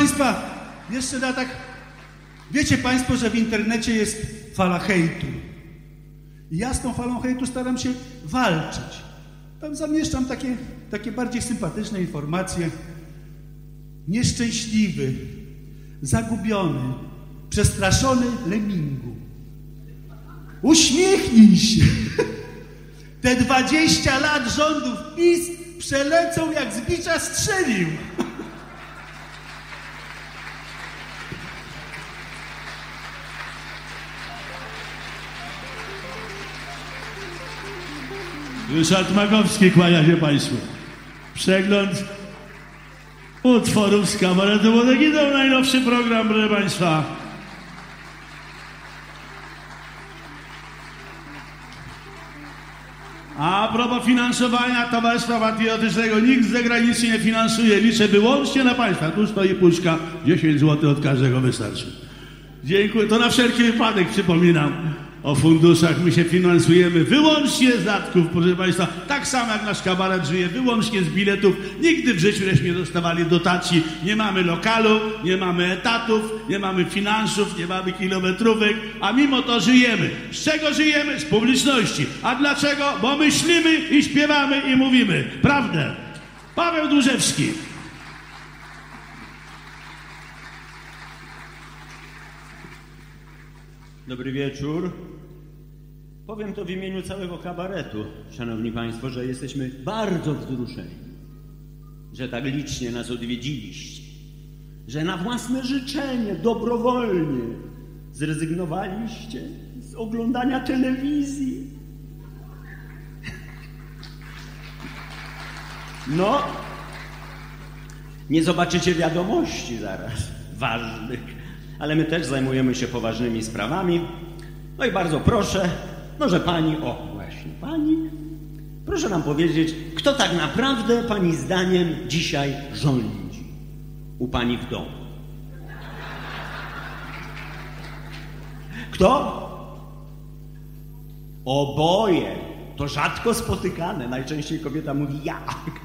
Państwa, jeszcze na tak... Wiecie Państwo, że w internecie jest fala hejtu. I ja z tą falą hejtu staram się walczyć. Tam zamieszczam takie bardziej sympatyczne informacje. Nieszczęśliwy, zagubiony, przestraszony lemingu. Uśmiechnij się! Te 20 lat rządów PiS przelecą jak z bicza strzelił. Ryszard Makowski, kłania się Państwu. Przegląd utworów z kabaretu Bodegidą, najnowszy program, proszę Państwa. A propos finansowania Towarzystwa Patriotycznego, nikt z zagranicy nie finansuje, liczę wyłącznie na Państwa. Tu stoi puszka, 10 zł od każdego wystarczy. Dziękuję, to na wszelki wypadek przypominam. O funduszach my się finansujemy wyłącznie z datków, proszę Państwa. Tak samo jak nasz kabaret żyje wyłącznie z biletów. Nigdy w życiu żeśmy nie dostawali dotacji. Nie mamy lokalu, nie mamy etatów, nie mamy finansów, nie mamy kilometrówek, a mimo to żyjemy. Z czego żyjemy? Z publiczności. A dlaczego? Bo myślimy i śpiewamy i mówimy prawdę. Paweł Dłużewski. Dobry wieczór. Powiem to w imieniu całego kabaretu, szanowni państwo, że jesteśmy bardzo wzruszeni, że tak licznie nas odwiedziliście, że na własne życzenie, dobrowolnie zrezygnowaliście z oglądania telewizji. No, nie zobaczycie wiadomości zaraz, ważnych, ale my też zajmujemy się poważnymi sprawami. No i bardzo proszę, może pani, o właśnie pani, proszę nam powiedzieć, kto tak naprawdę pani zdaniem dzisiaj rządzi u pani w domu? Kto? Oboje. To rzadko spotykane. Najczęściej kobieta mówi ja.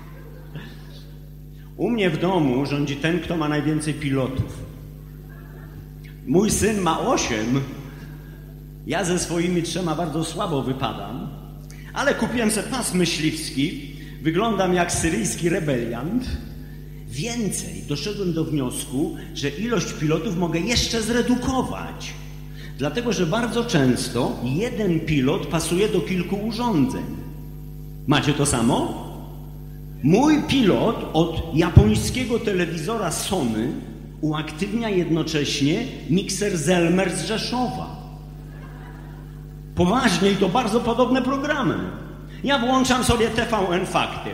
U mnie w domu rządzi ten, kto ma najwięcej pilotów. Mój syn ma 8. Ja ze swoimi 3 bardzo słabo wypadam, ale kupiłem sobie pas myśliwski. Wyglądam jak syryjski rebeliant. Więcej, doszedłem do wniosku, że ilość pilotów mogę jeszcze zredukować. Dlatego, że bardzo często jeden pilot pasuje do kilku urządzeń. Macie to samo? Mój pilot od japońskiego telewizora Sony uaktywnia jednocześnie mikser Zelmer z Rzeszowa. Poważnie, i to bardzo podobne programy. Ja włączam sobie TVN Fakty.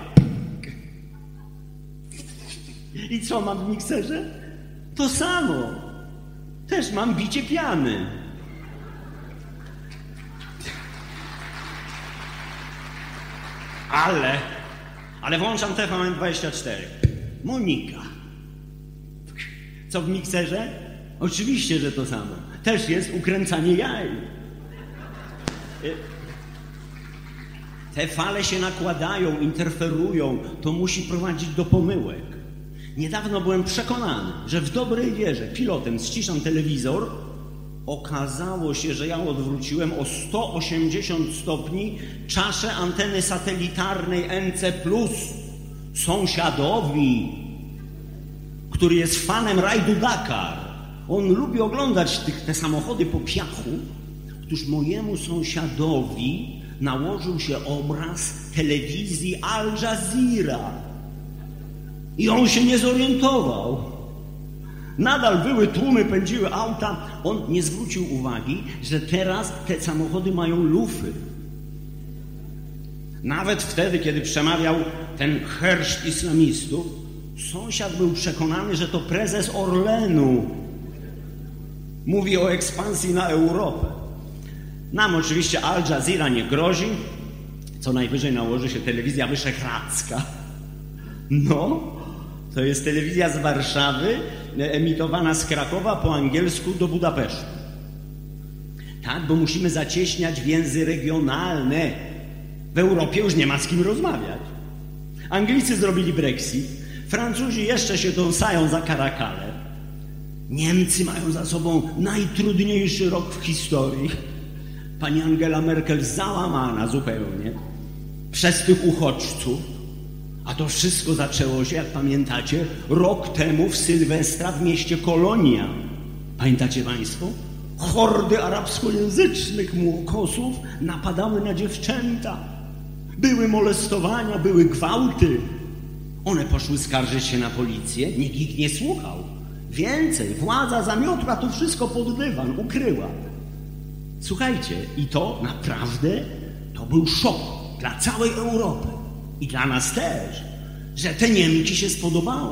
I co mam w mikserze? To samo. Też mam bicie piany. Ale włączam TVN24. Monika. Co w mikserze? Oczywiście, że to samo. Też jest ukręcanie jaj. Te fale się nakładają, interferują. To musi prowadzić do pomyłek. Niedawno byłem przekonany, że w dobrej wierze pilotem ściszam telewizor. Okazało się, że ja odwróciłem o 180 stopni czaszę anteny satelitarnej NC+. Sąsiadowi, który jest fanem rajdu Dakar. On lubi oglądać te samochody po piachu. Otóż mojemu sąsiadowi nałożył się obraz telewizji Al Jazeera. I on się nie zorientował. Nadal były tłumy, pędziły auta. On nie zwrócił uwagi, że teraz te samochody mają lufy. Nawet wtedy, kiedy przemawiał ten herszt islamistów, sąsiad był przekonany, że to prezes Orlenu mówi o ekspansji na Europę. Nam oczywiście Al Jazeera nie grozi, co najwyżej nałoży się telewizja wyszehradzka. No, to jest telewizja z Warszawy, emitowana z Krakowa po angielsku do Budapesztu. Tak, bo musimy zacieśniać więzy regionalne. W Europie już nie ma z kim rozmawiać. Anglicy zrobili Brexit, Francuzi jeszcze się dąsają za Caracale. Niemcy mają za sobą najtrudniejszy rok w historii. Pani Angela Merkel załamana zupełnie przez tych uchodźców. A to wszystko zaczęło się, jak pamiętacie, rok temu w Sylwestra w mieście Kolonia. Pamiętacie państwo? Hordy arabskojęzycznych młokosów napadały na dziewczęta. Były molestowania, były gwałty. One poszły skarżyć się na policję, nikt nie słuchał. Więcej, władza zamiotła to wszystko pod dywan, ukryła. Słuchajcie, i to naprawdę, to był szok dla całej Europy. I dla nas też, że te Niemki się spodobały.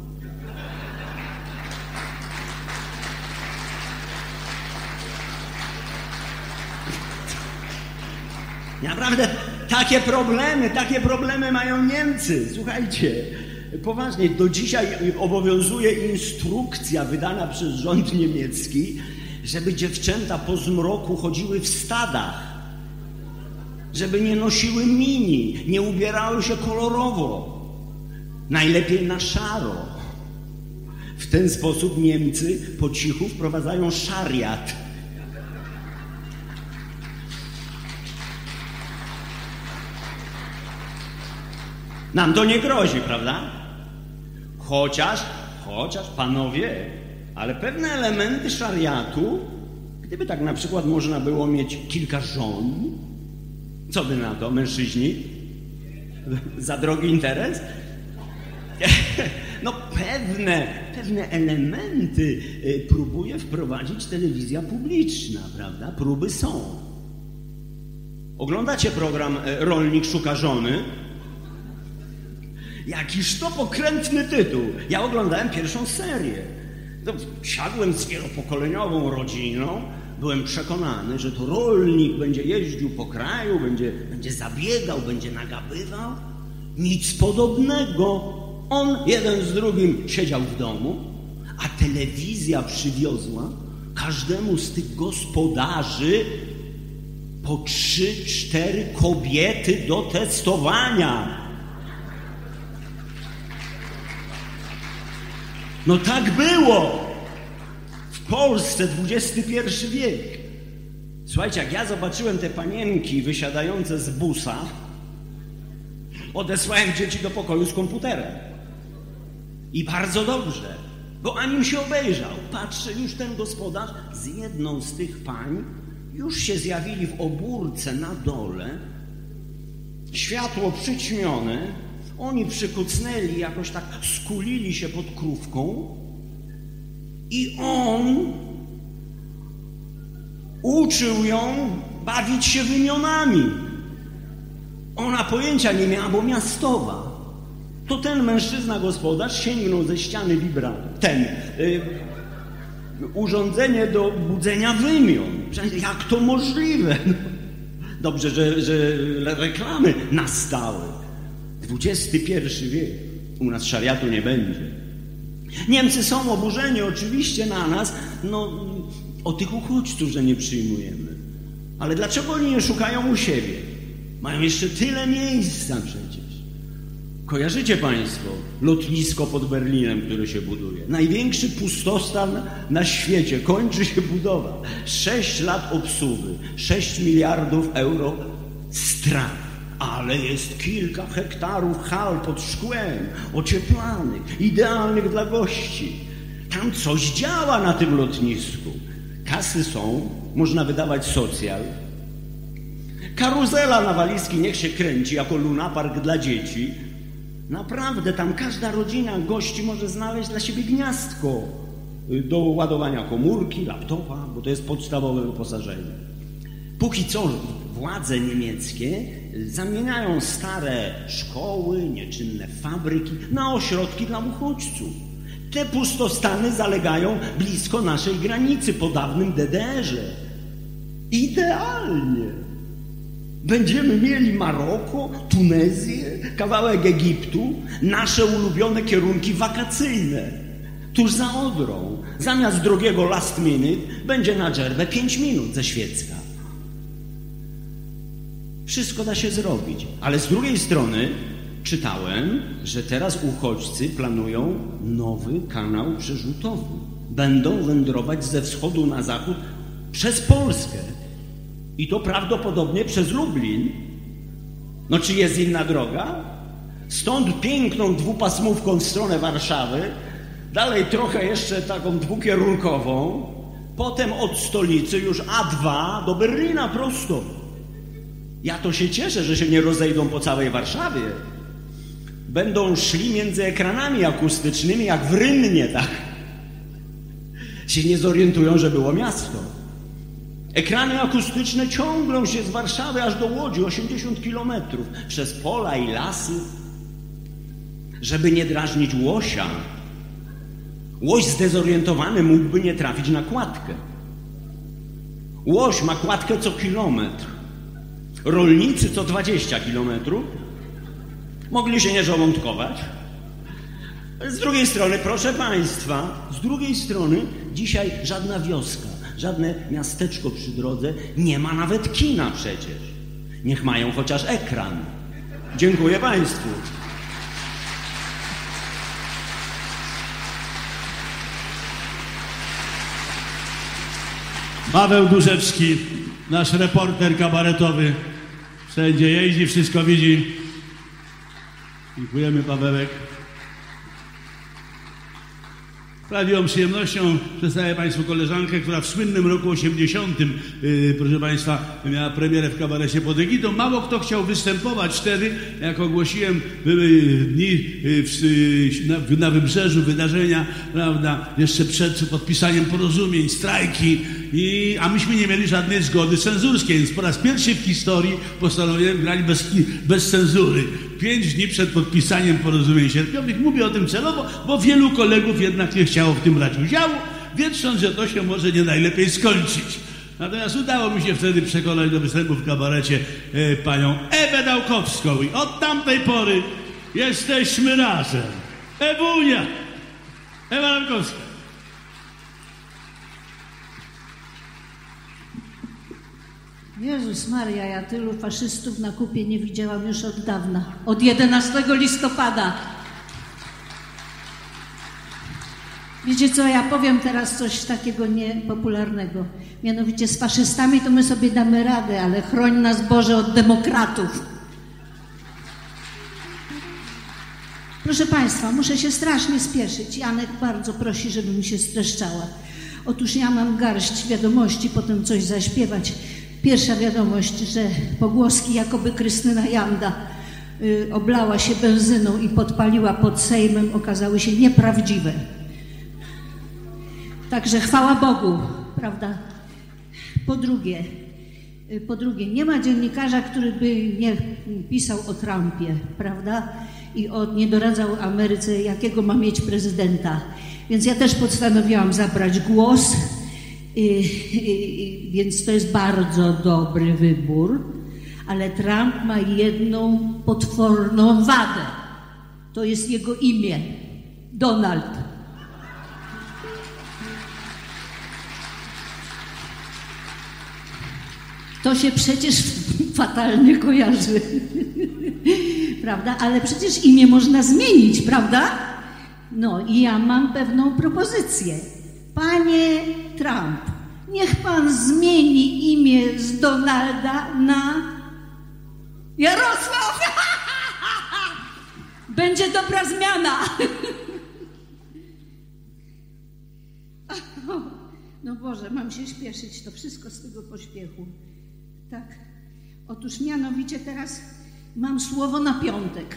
Naprawdę takie problemy mają Niemcy. Słuchajcie, poważnie, do dzisiaj obowiązuje instrukcja wydana przez rząd niemiecki, żeby dziewczęta po zmroku chodziły w stadach, żeby nie nosiły mini, nie ubierały się kolorowo, najlepiej na szaro. W ten sposób Niemcy po cichu wprowadzają szariat. Nam to nie grozi, prawda? Chociaż, panowie, ale pewne elementy szariatu, gdyby tak na przykład można było mieć kilka żon, co by na to, mężczyźni? Za drogi interes? No pewne elementy próbuje wprowadzić telewizja publiczna, prawda? Próby są. Oglądacie program Rolnik szuka żony? Jakiż to pokrętny tytuł. Ja oglądałem pierwszą serię. Siadłem z wielopokoleniową rodziną. Byłem przekonany, że to rolnik będzie jeździł po kraju, będzie zabiegał, będzie nagabywał. Nic podobnego. On jeden z drugim siedział w domu, a telewizja przywiozła każdemu z tych gospodarzy po 3-4 kobiety do testowania. No tak było. W Polsce XXI wiek. Słuchajcie, jak ja zobaczyłem te panienki wysiadające z busa, odesłałem dzieci do pokoju z komputerem. I bardzo dobrze, bo anim się obejrzał. Patrzę, już ten gospodarz z jedną z tych pań już się zjawili w obórce na dole. Światło przyćmione. Oni przykucnęli, jakoś tak skulili się pod krówką i on uczył ją bawić się wymionami. Ona pojęcia nie miała, bo miastowa. To ten mężczyzna gospodarz sięgnął ze ściany urządzenie do budzenia wymion. Jak to możliwe? Dobrze, że reklamy nastały. XXI wiek. U nas szariatu nie będzie. Niemcy są oburzeni oczywiście na nas, o tych uchodźców, że nie przyjmujemy. Ale dlaczego oni nie szukają u siebie? Mają jeszcze tyle miejsca przecież. Kojarzycie państwo lotnisko pod Berlinem, które się buduje? Największy pustostan na świecie. Kończy się budowa. 6 lat obsługi. 6 miliardów euro strat. Ale jest kilka hektarów hal pod szkłem, ocieplanych, idealnych dla gości. Tam coś działa na tym lotnisku. Kasy są, można wydawać socjal. Karuzela na walizki niech się kręci jako lunapark dla dzieci. Naprawdę, tam każda rodzina gości może znaleźć dla siebie gniazdko do ładowania komórki, laptopa, bo to jest podstawowe wyposażenie. Póki co władze niemieckie zamieniają stare szkoły, nieczynne fabryki na ośrodki dla uchodźców. Te pustostany zalegają blisko naszej granicy po dawnym DDR-ze. Idealnie! Będziemy mieli Maroko, Tunezję, kawałek Egiptu, nasze ulubione kierunki wakacyjne. Tuż za Odrą, zamiast drogiego last minute, będzie na dżerbę 5 minut ze Świecka. Wszystko da się zrobić, ale z drugiej strony czytałem, że teraz uchodźcy planują nowy kanał przerzutowy będą wędrować ze wschodu na zachód przez Polskę. I to prawdopodobnie przez Lublin. No czy jest inna droga? Stąd piękną dwupasmówką w stronę Warszawy, dalej trochę jeszcze taką dwukierunkową, potem od stolicy już A2 do Berlina prosto. Ja to się cieszę, że się nie rozejdą po całej Warszawie. Będą szli między ekranami akustycznymi jak w Rynnie, tak? Się nie zorientują, że było miasto. Ekrany akustyczne ciągną się z Warszawy aż do Łodzi, 80 kilometrów, przez pola i lasy, żeby nie drażnić łosia. Łoś zdezorientowany mógłby nie trafić na kładkę. Łoś ma kładkę co kilometr. Rolnicy co 20 kilometrów. Mogli się nie żołądkować. Z drugiej strony, proszę Państwa, z drugiej strony dzisiaj żadna wioska, żadne miasteczko przy drodze nie ma nawet kina przecież. Niech mają chociaż ekran. Dziękuję Państwu. Paweł Duszewski, nasz reporter kabaretowy, wszędzie jeździ, wszystko widzi. Dziękujemy, Pawełek. Prawdziwą przyjemnością przedstawię Państwu koleżankę, która w słynnym roku 80, proszę Państwa, miała premierę w kabarecie pod egidą. Mało kto chciał występować wtedy, jak ogłosiłem, były dni na Wybrzeżu, wydarzenia, prawda, jeszcze przed podpisaniem porozumień, strajki, a myśmy nie mieli żadnej zgody cenzurskiej, więc po raz pierwszy w historii postanowiłem grać bez cenzury. 5 dni przed podpisaniem porozumień sierpniowych. Mówię o tym celowo, bo wielu kolegów jednak nie chciało w tym brać udziału, wiedząc, że to się może nie najlepiej skończyć. Natomiast udało mi się wtedy przekonać do występu w kabarecie panią Ewę Dałkowską i od tamtej pory jesteśmy razem. Ewunia! Ewa Dałkowska. Jezus Maria, ja tylu faszystów na kupie nie widziałam już od dawna. Od 11 listopada. Wiecie co, ja powiem teraz coś takiego niepopularnego. Mianowicie z faszystami to my sobie damy radę, ale chroń nas Boże od demokratów. Proszę Państwa, muszę się strasznie spieszyć. Janek bardzo prosi, żebym się streszczała. Otóż ja mam garść wiadomości, potem coś zaśpiewać. Pierwsza wiadomość, że pogłoski jakoby Krystyna Janda oblała się benzyną i podpaliła pod Sejmem, okazały się nieprawdziwe. Także chwała Bogu, prawda? Po drugie, nie ma dziennikarza, który by nie pisał o Trumpie, prawda? I nie doradzał Ameryce, jakiego ma mieć prezydenta. Więc ja też postanowiłam zabrać głos. Więc to jest bardzo dobry wybór, ale Trump ma jedną potworną wadę. To jest jego imię. Donald. To się przecież fatalnie kojarzy. Prawda? Ale przecież imię można zmienić, prawda? No i ja mam pewną propozycję. Panie Trump, niech pan zmieni imię z Donalda na Jarosław. Będzie dobra zmiana. No Boże, mam się śpieszyć, to wszystko z tego pośpiechu. Tak. Otóż mianowicie teraz mam słowo na piątek.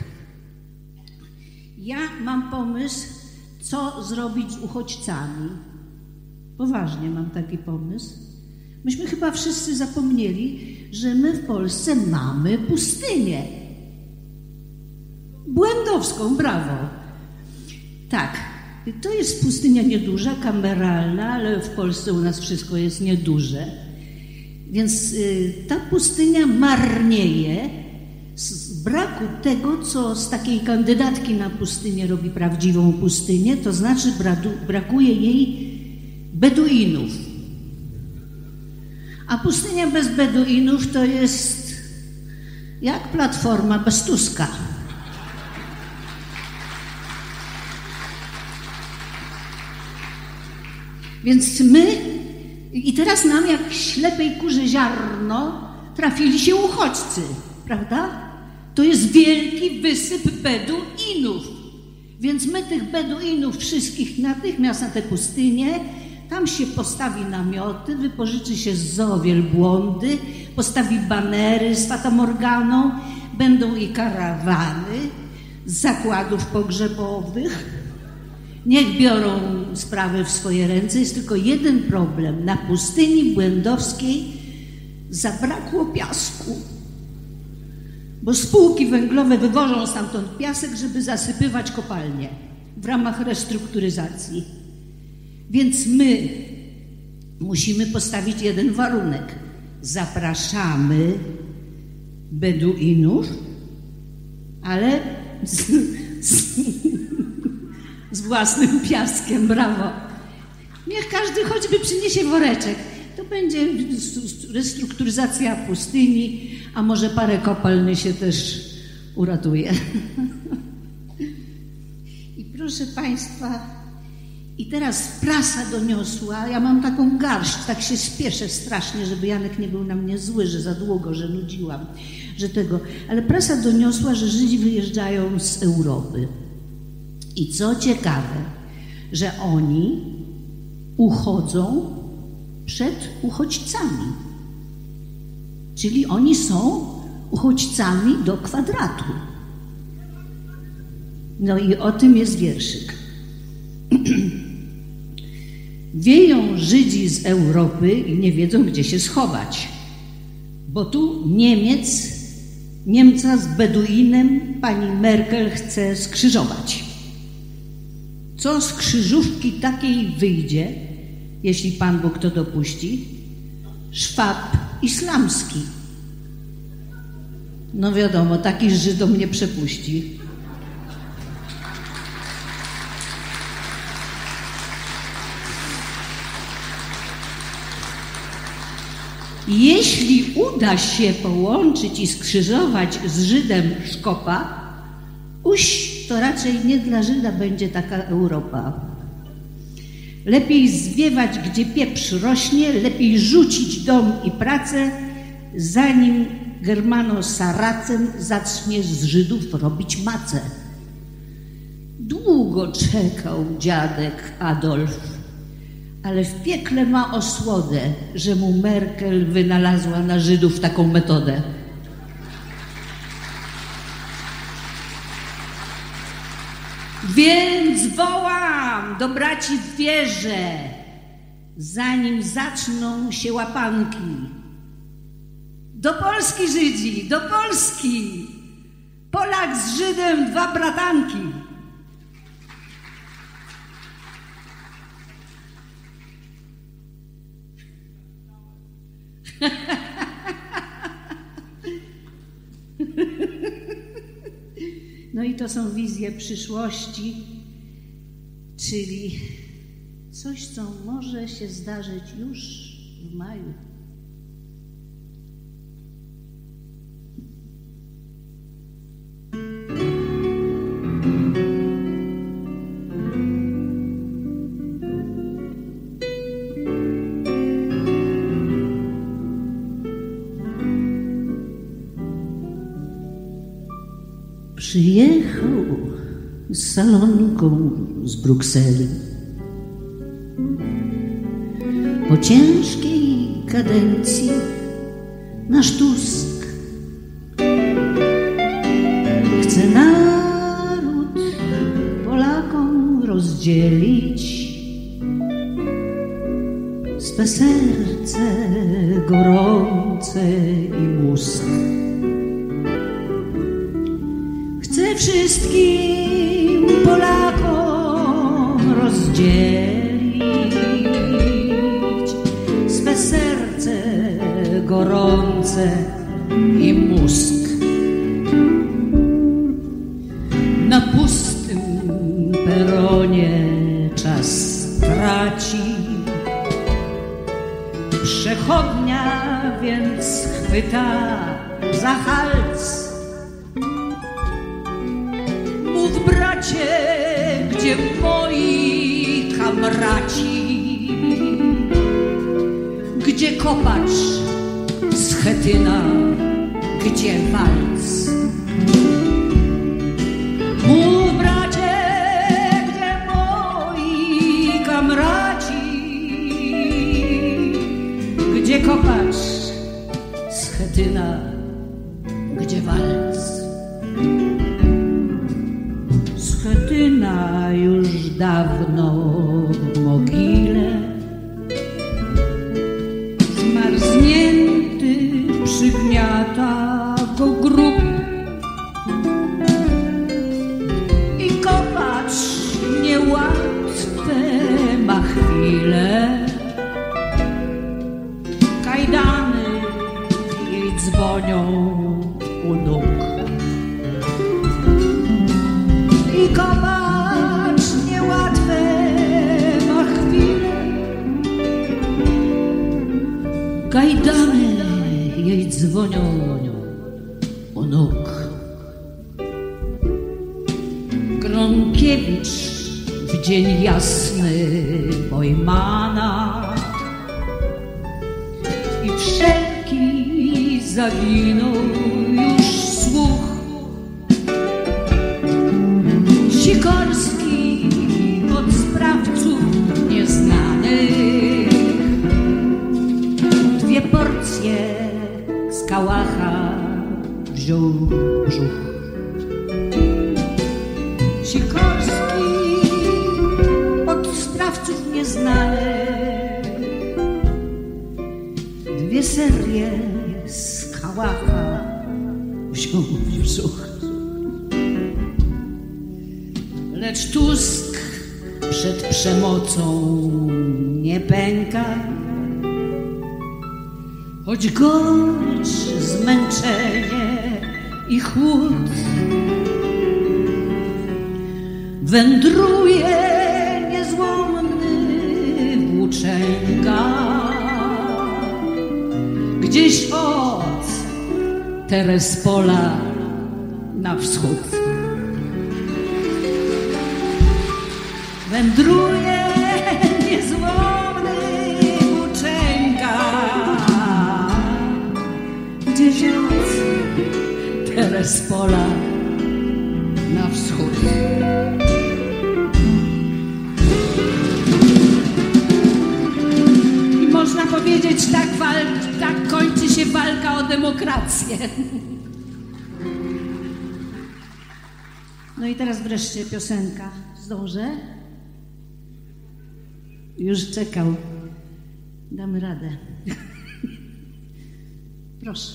Ja mam pomysł, co zrobić z uchodźcami. Poważnie mam taki pomysł. Myśmy chyba wszyscy zapomnieli, że my w Polsce mamy pustynię. Błędowską, brawo. Tak, to jest pustynia nieduża, kameralna, ale w Polsce u nas wszystko jest nieduże. Więc ta pustynia marnieje z braku tego, co z takiej kandydatki na pustynię robi prawdziwą pustynię, to znaczy brakuje jej Beduinów. A pustynia bez Beduinów to jest jak Platforma bez Tuska. Więc my, i teraz nam jak ślepej kurze ziarno trafili się uchodźcy, prawda? To jest wielki wysyp Beduinów. Więc my tych Beduinów wszystkich natychmiast na tę pustynię, tam się postawi namioty, wypożyczy się z zoo wielbłądy, postawi banery z fatamorganą, będą i karawany z zakładów pogrzebowych. Niech biorą sprawy w swoje ręce. Jest tylko jeden problem. Na pustyni błędowskiej zabrakło piasku. Bo spółki węglowe wywożą stamtąd piasek, żeby zasypywać kopalnie w ramach restrukturyzacji. Więc my musimy postawić jeden warunek. Zapraszamy Beduinów, ale z własnym piaskiem, brawo. Niech każdy choćby przyniesie woreczek. To będzie restrukturyzacja pustyni, a może parę kopalń się też uratuje. I proszę Państwa, i teraz prasa doniosła, ja mam taką garść, tak się spieszę strasznie, żeby Janek nie był na mnie zły, że za długo, że nudziłam, że tego. Ale prasa doniosła, że Żydzi wyjeżdżają z Europy. I co ciekawe, że oni uchodzą przed uchodźcami. Czyli oni są uchodźcami do kwadratu. No i o tym jest wierszyk. Wieją Żydzi z Europy i nie wiedzą, gdzie się schować. Bo tu Niemca z Beduinem pani Merkel chce skrzyżować. Co z krzyżówki takiej wyjdzie, jeśli Pan Bóg to dopuści? Szwab islamski. No wiadomo, taki Żydom nie przepuści. Jeśli uda się połączyć i skrzyżować z Żydem Szkopa, to raczej nie dla Żyda będzie taka Europa. Lepiej zwiewać, gdzie pieprz rośnie, lepiej rzucić dom i pracę, zanim Germano-Saracen zacznie z Żydów robić macę. Długo czekał dziadek Adolf, ale w piekle ma osłodę, że mu Merkel wynalazła na Żydów taką metodę. Więc wołam do braci w wierze, zanim zaczną się łapanki. Do Polski, Żydzi, do Polski! Polak z Żydem, dwa bratanki. No i to są wizje przyszłości, czyli coś, co może się zdarzyć już w maju. Przyjechał z salonką z Brukseli. Po ciężkiej kadencji nasz Tusk chce naród Polakom rozdzielić. Swe serce gorące i mózg. Chcę wszystkim Polakom rozdzielić swe serce gorące i mózg. Na pustym peronie czas traci przechodnia, więc chwyta za hals. Bracie, gdzie moi kamraci? Gdzie kopacz, Schetyna, gdzie walc? Mów, bracie, gdzie moi kamraci? Gdzie kopacz, Schetyna, gdzie walc? Schetyna już dawno w mogile, zmarznięty przygniata go grób. I kopacz niełatwe ma chwile, kajdany jej dzwonią u nóg. I kopacz niełatwe ma chwile, kajdany jej dzwonią u nóg. Gronkiewicz w dzień jasny Bojmana i wszelki zaginął już słuch. Sikorski od sprawców nieznanych 2 porcje z kałacha wziął w brzuch. Sikorski od sprawców nieznanych 2 serie z kałacha wziął w brzuch. Lecz Tusk przed przemocą nie pęka, choć gorcz, zmęczenie i chłód. Wędruje niezłomny włóczęga gdzieś od Terespola na wschód. Wędruje niezłomny włóczęga gdzieś od Terespola na wschód. I można powiedzieć, tak kończy się walka o demokrację. No i teraz wreszcie piosenka. Zdążę? Już czekał. Damy radę. Proszę.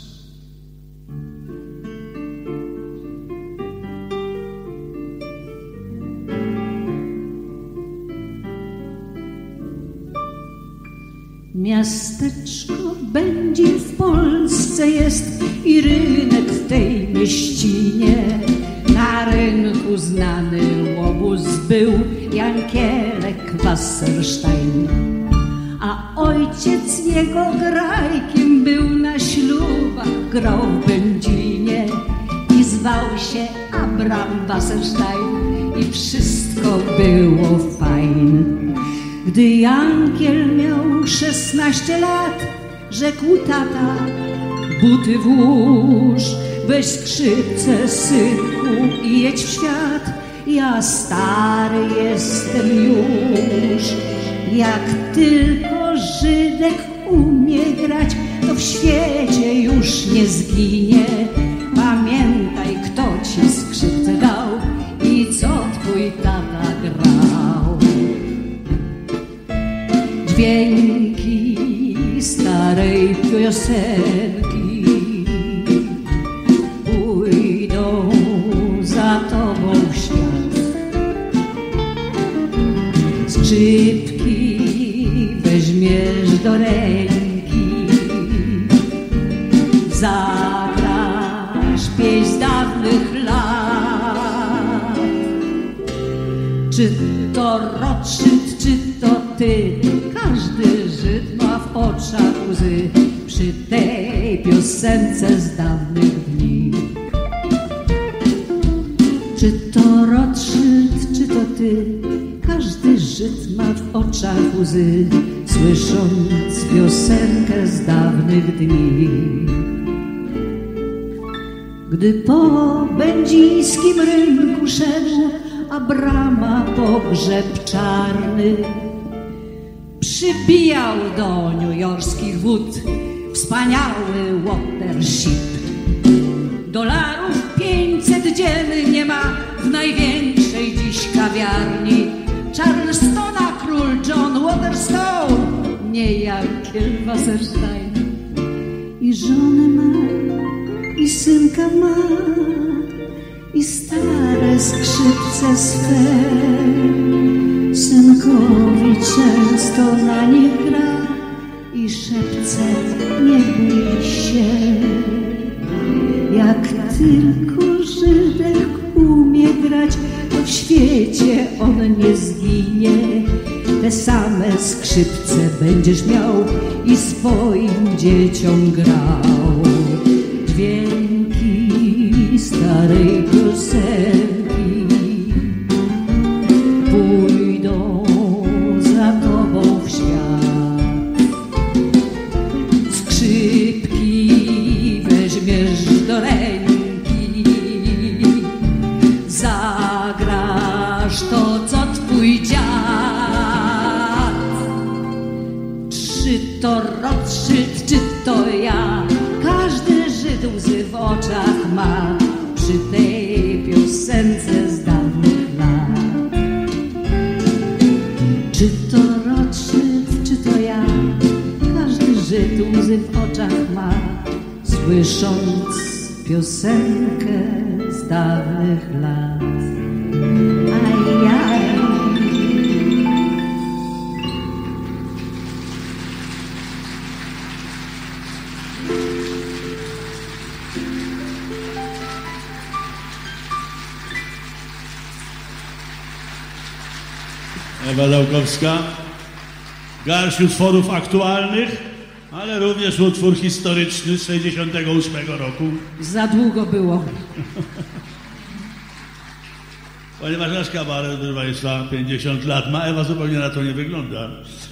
Miasteczko będzie w Polsce jest i rynek w tej mieścinie. Na rynku znany łobuz był Jankielek Wasserstein, a ojciec jego grajkiem był na ślubach, grał w Będzinie i zwał się Abram Wasserstein i wszystko było fajne. Gdy Jankiel miał 16 lat, rzekł tata, buty włóż, weź skrzypce, synku, i jedź w świat. Ja stary jestem już, jak tylko Żydek umie grać, to w świecie już nie zginie. Pamiętaj, kto ci skrzypce dał i co twój tata grał. Dźwięki starej piosenki pójdą za tobą w świat. Skrzypki weźmiesz do ręki, zagrasz pieśń z dawnych lat. Czy to Rothschild, czy to ty, każdy Żyd ma w oczach łzy przy tej piosence z dawnych dni. Czy to Rothschild, czy to ty, każdy Żyd ma w oczach łzy słysząc piosenkę z dawnych dni. Gdy po będzińskim rynku szedł Abrama pogrzeb czarny, przybijał do newyorskich wód wspaniały watership. Dolarów 500 dziennie nie ma w największej dziś kawiarni Charlestona król John Waterstone, nie Jankiel Wasserstein. I żonę ma, i synka ma, i stare skrzypce swe. Synkowi często na nich gra i szepce: nie bój się. Jak tylko Żydek umie grać, to w świecie on nie zginie. Te same skrzypce będziesz miał i swoim dzieciom grał. Dźwięki starej piosenki pójdą za tobą w świat. Skrzypki weźmiesz do ręki, zagrasz to, co twój dziad. Czy to Rothschild, czy to ja, każdy Żyd łzy w oczach ma przy tej piosence z dawnych lat. Czy to Rothschild, czy to ja, każdy Żyd łzy w oczach ma, słysząc piosenkę z dawnych lat. Ajaj. Ewa Dałkowska. Garść utworów aktualnych, ale również utwór historyczny z 1968 roku. Za długo było. Ponieważ nasz kabaret, proszę Państwa, 50 lat ma, Ewa zupełnie na to nie wygląda.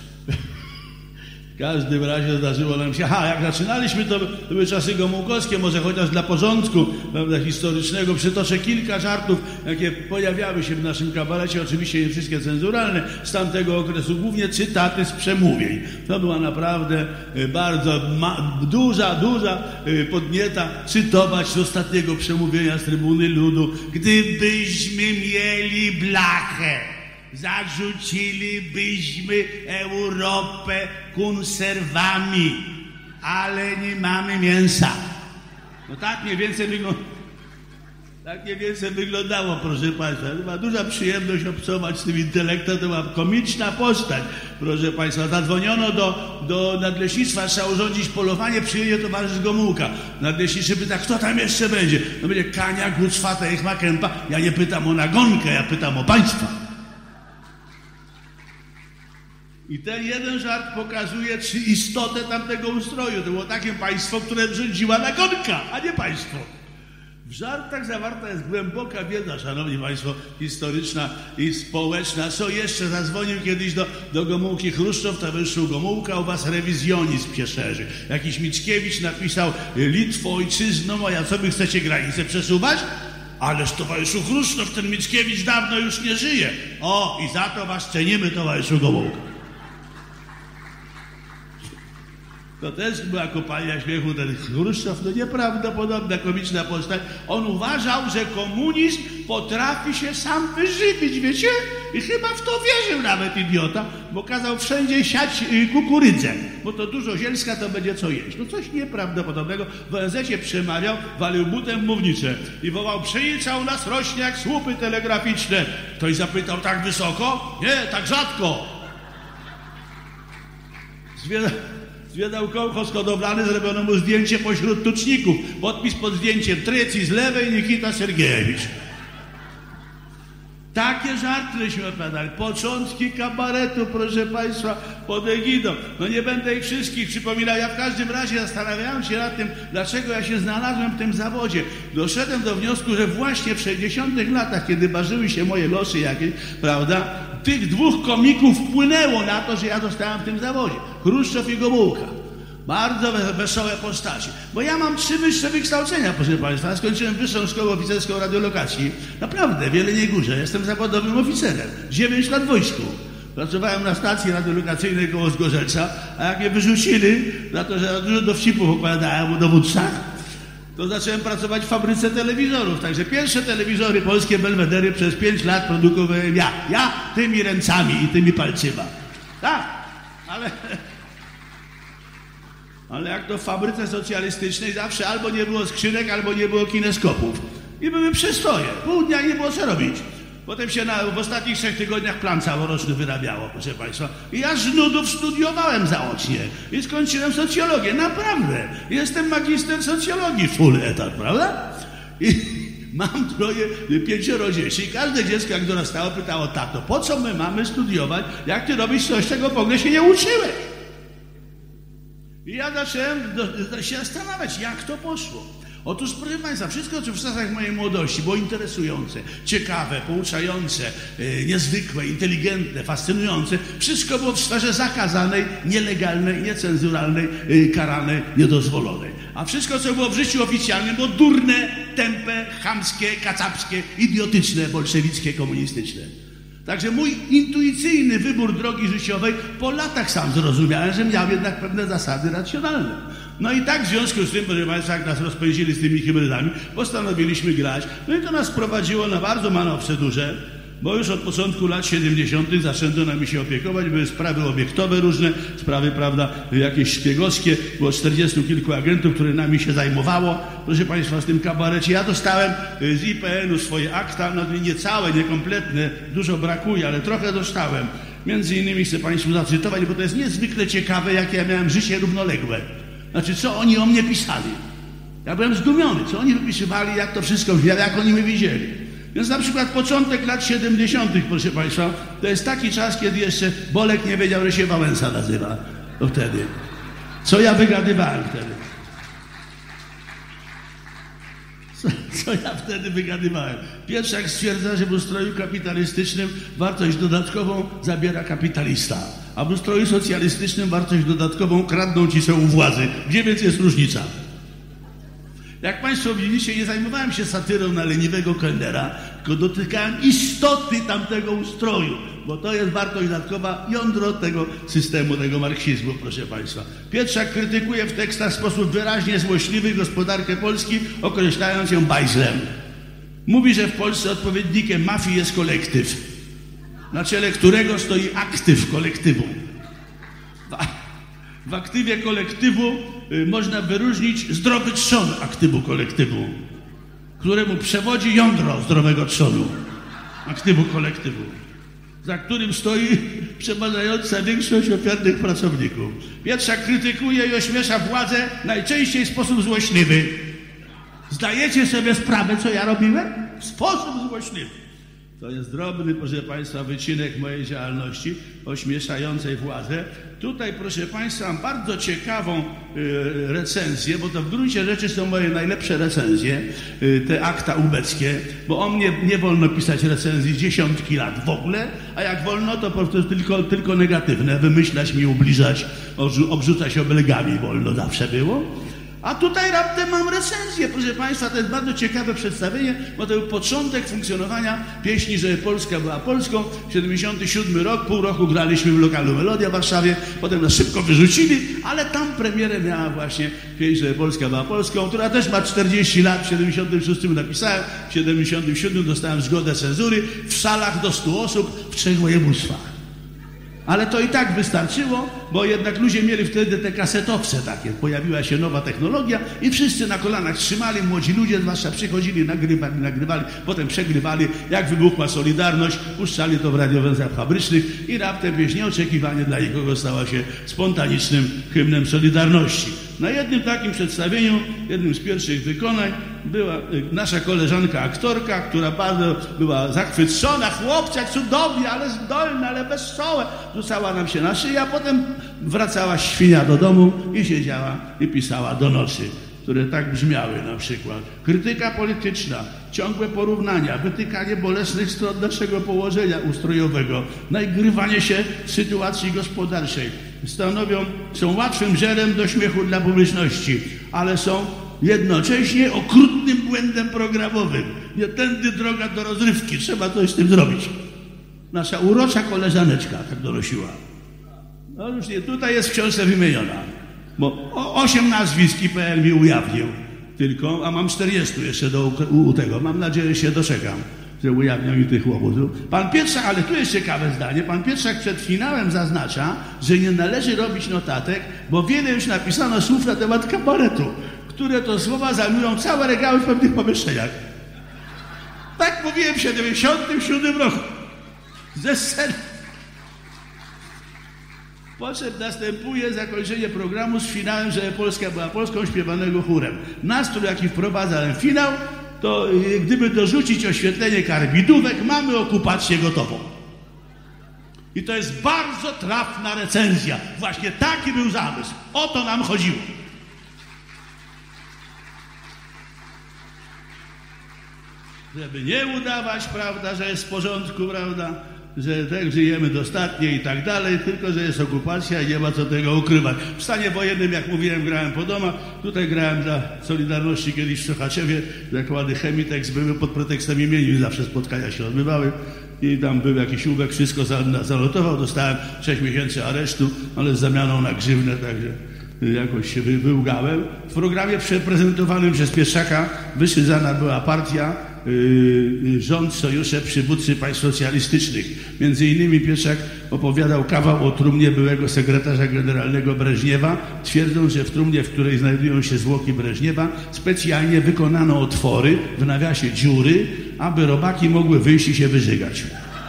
W każdym razie zdarzyło nam się, jak zaczynaliśmy, to były czasy gomułkowskie, może chociaż dla porządku, prawda, historycznego, przytoczę kilka żartów, jakie pojawiały się w naszym kabarecie, oczywiście nie wszystkie cenzuralne, z tamtego okresu, głównie cytaty z przemówień. To była naprawdę bardzo duża podnieta cytować z ostatniego przemówienia z Trybuny Ludu. Gdybyśmy mieli blachę, zarzucilibyśmy Europę konserwami, ale nie mamy mięsa. No tak mniej więcej wyglądało, proszę Państwa. To była duża przyjemność obcować z tym intelektem, to była komiczna postać, proszę Państwa. Zadzwoniono do nadleśnictwa, trzeba urządzić polowanie, przyjedzie towarzysz Gomułka. Nadleśniczy pyta, kto tam jeszcze będzie? No będzie Kania, Gucwata, Echma, Kępa. Ja nie pytam o nagonkę, ja pytam o państwa. I ten jeden żart pokazuje istotę tamtego ustroju. To było takie państwo, które rządziła nagonka, a nie państwo. W żartach zawarta jest głęboka wiedza, szanowni państwo, historyczna i społeczna. Co jeszcze? Zadzwonił kiedyś do Gomułki Chruszczow, towarzyszu Gomułka, u was rewizjonizm się szerzy. Jakiś Mickiewicz napisał: Litwo, ojczyzno moja, co wy chcecie granicę przesuwać? Ależ towarzyszu Chruszczow, ten Mickiewicz dawno już nie żyje. O, i za to was cenimy, towarzyszu Gomułka. To też była kopalnia śmiechu, ten Chruszczow, no nieprawdopodobna, komiczna postać. On uważał, że komunizm potrafi się sam wyżywić, wiecie? I chyba w to wierzył nawet idiota, bo kazał wszędzie siać kukurydzę, bo to dużo zielska, to będzie co jeść. No coś nieprawdopodobnego. W ONZ-cie przemawiał, walił butem w mównicę i wołał: pszenica u nas rośnie jak słupy telegraficzne. Ktoś zapytał: tak wysoko? Nie, tak rzadko. Zwiadał kołchoz hodowlany, zrobiono mu zdjęcie pośród tuczników. Podpis pod zdjęciem: Treci z lewej, Nikita Sergiejewicz. Takie żarty żeśmy opowiadali. Początki kabaretu, proszę Państwa, pod egidą. No nie będę ich wszystkich przypominał. Ja w każdym razie zastanawiałem się nad tym, dlaczego ja się znalazłem w tym zawodzie. Doszedłem do wniosku, że właśnie w 60 latach, kiedy ważyły się moje losy jakieś, prawda, tych dwóch komików wpłynęło na to, że ja zostałem w tym zawodzie. Chruszczow i Gomułka. Bardzo wesołe postacie. Bo ja mam 3 wyższe wykształcenia, proszę Państwa. Ja skończyłem Wyższą Szkołę Oficerską Radiolokacji. Naprawdę, w Jeleniej Górze. Jestem zawodowym oficerem. 9 lat w wojsku. Pracowałem na stacji radiolokacyjnej koło Zgorzelca, a jak mnie wyrzucili za to, że ja dużo dowcipów opowiadałem o dowódcach, to zacząłem pracować w fabryce telewizorów. Także pierwsze telewizory polskie Belwedery przez 5 lat produkowałem ja. Ja tymi ręcami i tymi palcyma. Tak, ale jak to w fabryce socjalistycznej zawsze albo nie było skrzynek, albo nie było kineskopów. I były przestoje. Pół dnia nie było co robić. Potem się w ostatnich 3 tygodniach plan całoroczny wyrabiało, proszę Państwa. I ja z nudów studiowałem zaocznie. I skończyłem socjologię. Naprawdę. Jestem magister socjologii, full etat, prawda? I mam 5 dzieci. I każde dziecko, jak dorastało, pytało: tato, po co my mamy studiować, jak ty robisz coś, czego w ogóle się nie uczyłeś? I ja zacząłem się zastanawiać, jak to poszło. Otóż, proszę Państwa, wszystko, co w czasach mojej młodości było interesujące, ciekawe, pouczające, niezwykłe, inteligentne, fascynujące, wszystko było w sferze zakazanej, nielegalnej, niecenzuralnej, karanej, niedozwolonej. A wszystko, co było w życiu oficjalnym, było durne, tępe, chamskie, kacapskie, idiotyczne, bolszewickie, komunistyczne. Także mój intuicyjny wybór drogi życiowej po latach sam zrozumiałem, że miał jednak pewne zasady racjonalne. No i tak w związku z tym, proszę Państwa, jak nas rozpędzili z tymi hybrydami, postanowiliśmy grać. No i to nas prowadziło na bardzo manowce duże, bo już od początku lat 70. zaczęto nami się opiekować, były sprawy obiektowe różne, sprawy, prawda, jakieś szpiegowskie, było 40 kilku agentów, które nami się zajmowało, proszę Państwa, w tym kabarecie. Ja dostałem z IPN-u swoje akta, no nie całe, niekompletne, dużo brakuje, ale trochę dostałem. Między innymi chcę Państwu zacytować, bo to jest niezwykle ciekawe, jakie ja miałem życie równoległe. Znaczy, co oni o mnie pisali. Ja byłem zdumiony, co oni wypisywali, jak to wszystko, jak oni mnie widzieli. Więc na przykład początek lat 70., proszę Państwa, to jest taki czas, kiedy jeszcze Bolek nie wiedział, że się Wałęsa nazywa. To wtedy. Co ja wygadywałem wtedy? Co ja wtedy wygadywałem? Pierwszak stwierdza, że w ustroju kapitalistycznym wartość dodatkową zabiera kapitalista, a w ustroju socjalistycznym wartość dodatkową kradną ci są u władzy. Gdzie więc jest różnica? Jak Państwo widzicie, nie zajmowałem się satyrą na leniwego kelnera, tylko dotykałem istoty tamtego ustroju, bo to jest wartość dodatkowa, jądro tego systemu, tego marksizmu, proszę Państwa. Pietrzak krytykuje w tekstach w sposób wyraźnie złośliwy gospodarkę Polski, określając ją bajzlem. Mówi, że w Polsce odpowiednikiem mafii jest kolektyw, na czele którego stoi aktyw kolektywu. W aktywie kolektywu można wyróżnić zdrowy trzon aktywu kolektywu, któremu przewodzi jądro zdrowego trzonu aktywu kolektywu, za którym stoi przeważająca większość ofiarnych pracowników. Pietrzak krytykuje i ośmiesza władzę najczęściej w sposób złośliwy. Zdajecie sobie sprawę, co ja robiłem? W sposób złośliwy. To jest drobny, proszę Państwa, wycinek mojej działalności ośmieszającej władzę. Tutaj, proszę Państwa, mam bardzo ciekawą recenzję, bo to w gruncie rzeczy są moje najlepsze recenzje, te akta ubeckie, bo o mnie nie wolno pisać recenzji dziesiątki lat w ogóle, a jak wolno, to po prostu tylko negatywne, wymyślać mi, ubliżać, obrzucać obelgami wolno zawsze było. A tutaj raptem mam recenzję, proszę Państwa, to jest bardzo ciekawe przedstawienie, bo to był początek funkcjonowania pieśni, że Polska była Polską. 77 rok, pół roku graliśmy w lokalu Melodia w Warszawie, potem nas szybko wyrzucili, ale tam premierę miała właśnie pieśń, że Polska była Polską, która też ma 40 lat, w 76 napisałem, w 77 dostałem zgodę cenzury, w salach do 100 osób w 3 województwach. Ale to i tak wystarczyło, bo jednak ludzie mieli wtedy te kasetowce takie. Pojawiła się nowa technologia i wszyscy na kolanach trzymali, młodzi ludzie zwłaszcza przychodzili, nagrywali, potem przegrywali. Jak wybuchła Solidarność, puszczali to w radiowęzach fabrycznych i raptem pieśń nieoczekiwanie dla nikogo stała się spontanicznym hymnem Solidarności. Na jednym takim przedstawieniu, jednym z pierwszych wykonań, była nasza koleżanka aktorka, która bardzo była zachwycona, chłopcze, cudownie, ale zdolne, ale wesołe. Rzucała nam się na szyję, a potem wracała świnia do domu i siedziała i pisała do nocy. które tak brzmiały na przykład. Krytyka polityczna, ciągłe porównania, wytykanie bolesnych stron naszego położenia ustrojowego, nagrywanie się sytuacji gospodarczej są łatwym żerem do śmiechu dla publiczności, ale są jednocześnie okrutnym błędem programowym. Nie tędy droga do rozrywki, trzeba coś z tym zrobić. Nasza urocza koleżaneczka tak donosiła. No już nie, tutaj jest w książce wymieniona, bo 8 nazwisk IPN mi ujawnił tylko, a mam 40 jeszcze u tego. Mam nadzieję, że się doczekam, że ujawnią mi tych łobuzów. Pan Pietrzak, ale tu jest ciekawe zdanie, pan Pietrzak przed finałem zaznacza, że nie należy robić notatek, bo wiele już napisano słów na temat kabaretu, które to słowa zajmują całe regały w pewnych pomieszczeniach. Tak mówiłem w 1977 roku. Ze sceny. Potem następuje zakończenie programu z finałem, że Polska była Polską śpiewanego chórem. Nastrój, jaki wprowadza ten finał, to gdyby dorzucić oświetlenie karbidówek, mamy okupację gotową. I to jest bardzo trafna recenzja. Właśnie taki był zamysł. O to nam chodziło. Żeby nie udawać, prawda, że jest w porządku, prawda, że tak żyjemy dostatnie i tak dalej, tylko że jest okupacja i nie ma co tego ukrywać. W stanie wojennym, jak mówiłem, grałem po domach. Tutaj grałem dla Solidarności kiedyś w Sochaczewie. Zakłady Chemitex były pod pretekstem imienin, zawsze spotkania się odbywały. I tam był jakiś ubek, wszystko zanotował. Dostałem 6 miesięcy aresztu, ale z zamianą na grzywnę, także jakoś się wyłgałem. W programie przeprezentowanym przez Pietrzaka wyszydzana była partia, rząd, sojusze, przywódcy państw socjalistycznych. Między innymi Pietrzak opowiadał kawał o trumnie byłego sekretarza generalnego Breżniewa, twierdząc, że w trumnie, w której znajdują się zwłoki Breżniewa, specjalnie wykonano otwory, w nawiasie dziury, aby robaki mogły wyjść i się wyżygać.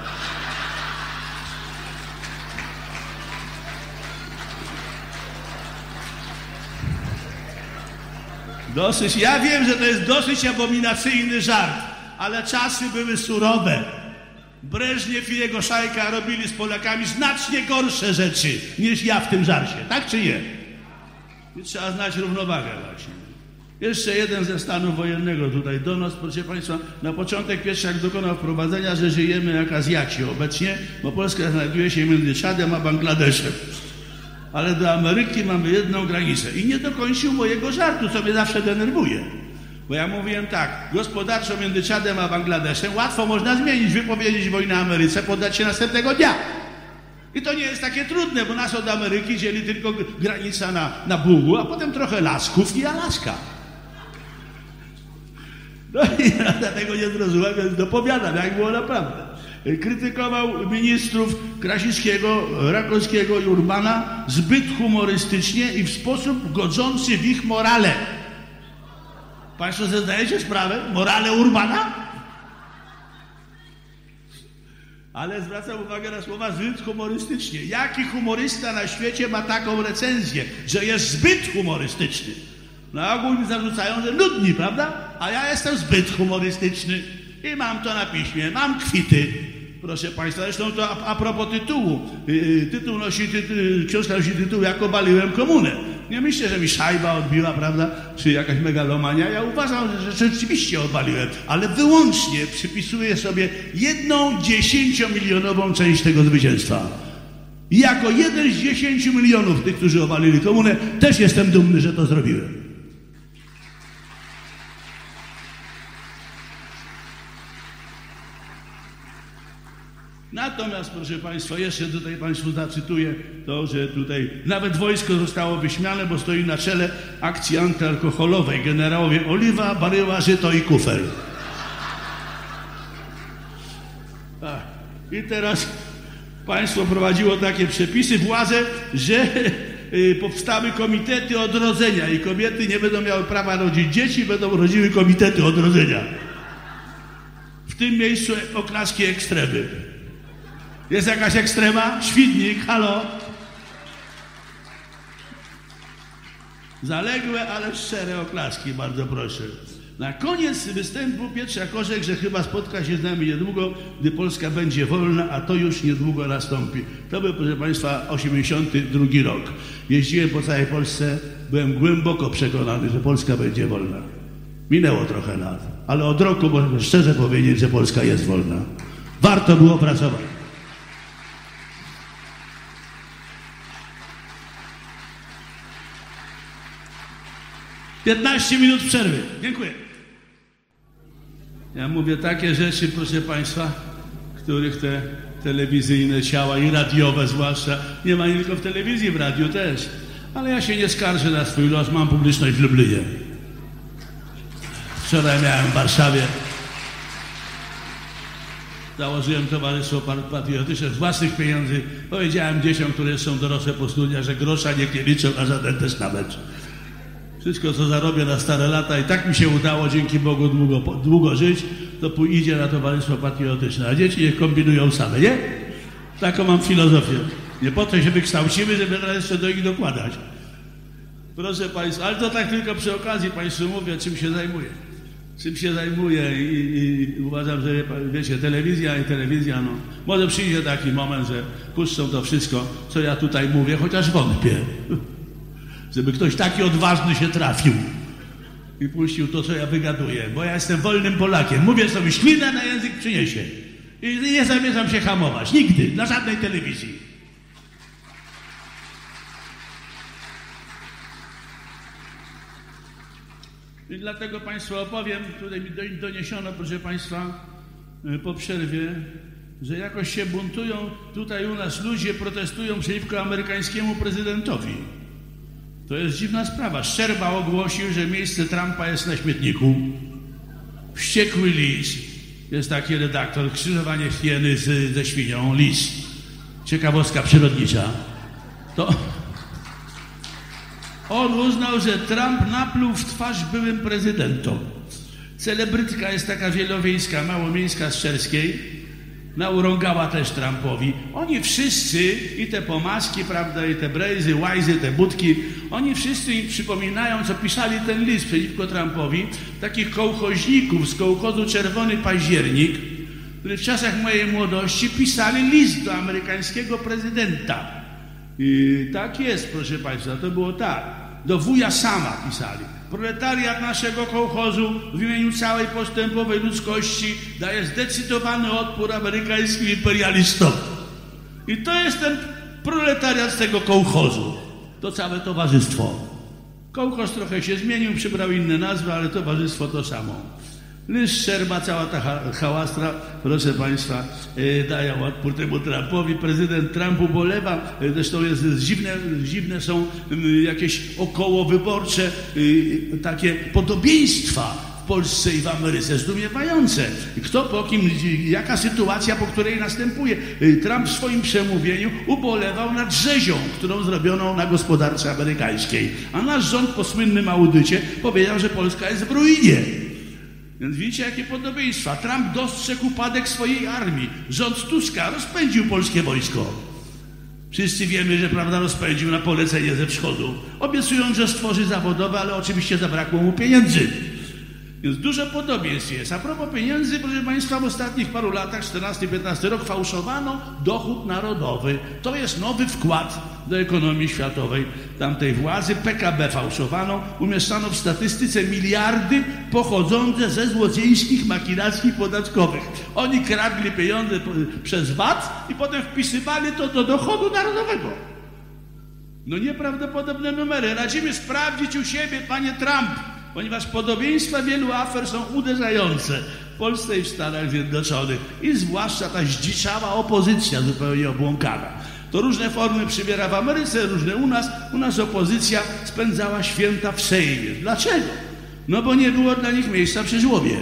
Dosyć, ja wiem, że to jest dosyć abominacyjny żart, ale czasy były surowe. Breżniew i jego szajka robili z Polakami znacznie gorsze rzeczy niż ja w tym żarcie, tak czy nie? I trzeba znać równowagę właśnie. Jeszcze jeden ze stanu wojennego tutaj donos, proszę Państwa. Na początek Pietrzak dokonał wprowadzenia, że żyjemy jak Azjaci obecnie, bo Polska znajduje się między Czadem a Bangladeszem. Ale do Ameryki mamy jedną granicę. I nie dokończył mojego żartu, co mnie zawsze denerwuje. Bo ja mówiłem tak, gospodarczo między Czadem a Bangladeszem łatwo można zmienić, wypowiedzieć wojnę Ameryce, poddać się następnego dnia. I to nie jest takie trudne, bo nas od Ameryki dzieli tylko granica na Bugu, a potem trochę lasków i Alaska. No i ja tego nie zrozumiałem, więc dopowiadam, jak było naprawdę. Krytykował ministrów Krasickiego, Rakowskiego i Urbana zbyt humorystycznie i w sposób godzący w ich morale. Państwo sobie zdajecie sprawę? Morale Urbana? Ale zwracam uwagę na słowa zbyt humorystycznie. Jaki humorysta na świecie ma taką recenzję, że jest zbyt humorystyczny? Na ogół mi zarzucają, że nudni, prawda? A ja jestem zbyt humorystyczny i mam to na piśmie, mam kwity. Proszę Państwa, zresztą to a propos tytułu. Książka nosi tytuł Jak obaliłem komunę. Nie myślę, że mi szajba odbiła, prawda, czy jakaś megalomania. Ja uważam, że rzeczywiście obaliłem, ale wyłącznie przypisuję sobie 1/10-milionową część tego zwycięstwa. I jako 1 z 10 milionów tych, którzy obalili komunę, też jestem dumny, że to zrobiłem. Natomiast, proszę Państwa, jeszcze tutaj Państwu zacytuję to, że tutaj nawet wojsko zostało wyśmiane, bo stoi na czele akcji antyalkoholowej generałowie Oliwa, Baryła, Żyto i Kufel. I teraz państwo prowadziło takie przepisy, władze, że powstały komitety odrodzenia i kobiety nie będą miały prawa rodzić dzieci, będą rodziły komitety odrodzenia. W tym miejscu oklaski ekstremy. Jest jakaś ekstrema? Świdnik, halo? Zaległe, ale szczere oklaski, bardzo proszę. Na koniec występu Pietrza Korzek, że chyba spotka się z nami niedługo, gdy Polska będzie wolna, a to już niedługo nastąpi. To był, proszę Państwa, 82 rok. Jeździłem po całej Polsce, byłem głęboko przekonany, że Polska będzie wolna. Minęło trochę lat, ale od roku można szczerze powiedzieć, że Polska jest wolna. Warto było pracować. „15 minut przerwy. Dziękuję. Ja mówię takie rzeczy, proszę Państwa, których te telewizyjne ciała i radiowe zwłaszcza, nie ma nie tylko w telewizji, w radiu też. Ale ja się nie skarżę na swój los, mam publiczność w Lublinie. Wczoraj miałem w Warszawie, założyłem Towarzystwo Patriotyczne z własnych pieniędzy. Powiedziałem dzieciom, które są dorosłe po studiach, że grosza niech nie liczą, a żaden testament. Wszystko, co zarobię na stare lata i tak mi się udało, dzięki Bogu, długo żyć, to idzie na Towarzystwo Patriotyczne. A dzieci niech kombinują same, nie? Taką mam filozofię. Nie po to się wykształcimy, żeby teraz jeszcze do nich dokładać. Proszę Państwa, ale to tak tylko przy okazji Państwu mówię, czym się zajmuję. Czym się zajmuję i uważam, że wiecie, telewizja, no. Może przyjdzie taki moment, że puszczą to wszystko, co ja tutaj mówię, chociaż wątpię. Żeby ktoś taki odważny się trafił i puścił to, co ja wygaduję, bo ja jestem wolnym Polakiem. Mówię sobie, ślinę na język przyniesie. I nie zamierzam się hamować. Nigdy. Na żadnej telewizji. I dlatego Państwu opowiem, tutaj mi doniesiono, proszę Państwa, po przerwie, że jakoś się buntują tutaj u nas ludzie, protestują przeciwko amerykańskiemu prezydentowi. To jest dziwna sprawa. Szczerba ogłosił, że miejsce Trumpa jest na śmietniku. Wściekły lis. Jest taki redaktor, krzyżowanie hieny ze świnią. Lis. Ciekawostka przyrodnicza. To on uznał, że Trump napluł w twarz byłym prezydentom. Celebrytka jest taka wielowiejska, małomiejska z Czerskiej. Naurągała też Trumpowi. Oni wszyscy, i te pomaski, prawda, i te brejzy, łajzy, te budki, oni wszyscy im przypominają, co pisali ten list przeciwko Trumpowi, takich kołchoźników z kołchozu Czerwony Październik, którzy w czasach mojej młodości pisali list do amerykańskiego prezydenta. I tak jest, proszę Państwa, to było tak. Do wuja Sama pisali. Proletariat naszego kołchozu w imieniu całej postępowej ludzkości daje zdecydowany odpór amerykańskim imperialistom. I to jest ten proletariat z tego kołchozu. To całe towarzystwo. Kołchoz trochę się zmienił, przybrał inne nazwy, ale towarzystwo to samo. Lys Szczerba, cała ta hałastra, proszę Państwa, dają odpór temu Trumpowi. Prezydent Trump ubolewa, zresztą jest dziwne są jakieś okołowyborcze takie podobieństwa w Polsce i w Ameryce, zdumiewające. Kto po kim, jaka sytuacja, po której następuje. Trump w swoim przemówieniu ubolewał nad rzezią, którą zrobiono na gospodarce amerykańskiej. A nasz rząd po słynnym audycie powiedział, że Polska jest w ruinie. Więc widzicie, jakie podobieństwa. Trump dostrzegł upadek swojej armii. Rząd Tuska rozpędził polskie wojsko. Wszyscy wiemy, że prawda rozpędził na polecenie ze wschodu. Obiecując, że stworzy zawodowe, ale oczywiście zabrakło mu pieniędzy. Więc dużo podobieństw jest. A propos pieniędzy, proszę Państwa, w ostatnich paru latach, 14-15 rok, fałszowano dochód narodowy. To jest nowy wkład do ekonomii światowej tamtej władzy. PKB fałszowano, umieszczano w statystyce miliardy pochodzące ze złodziejskich machinacji podatkowych. Oni kradli pieniądze przez VAT i potem wpisywali to do dochodu narodowego. No nieprawdopodobne numery. Radzimy sprawdzić u siebie, panie Trump, ponieważ podobieństwa wielu afer są uderzające w Polsce i w Stanach Zjednoczonych. I zwłaszcza ta zdziczała opozycja zupełnie obłąkana. To różne formy przybiera w Ameryce, różne u nas. U nas opozycja spędzała święta w Sejmie. Dlaczego? No bo nie było dla nich miejsca przy żłobie.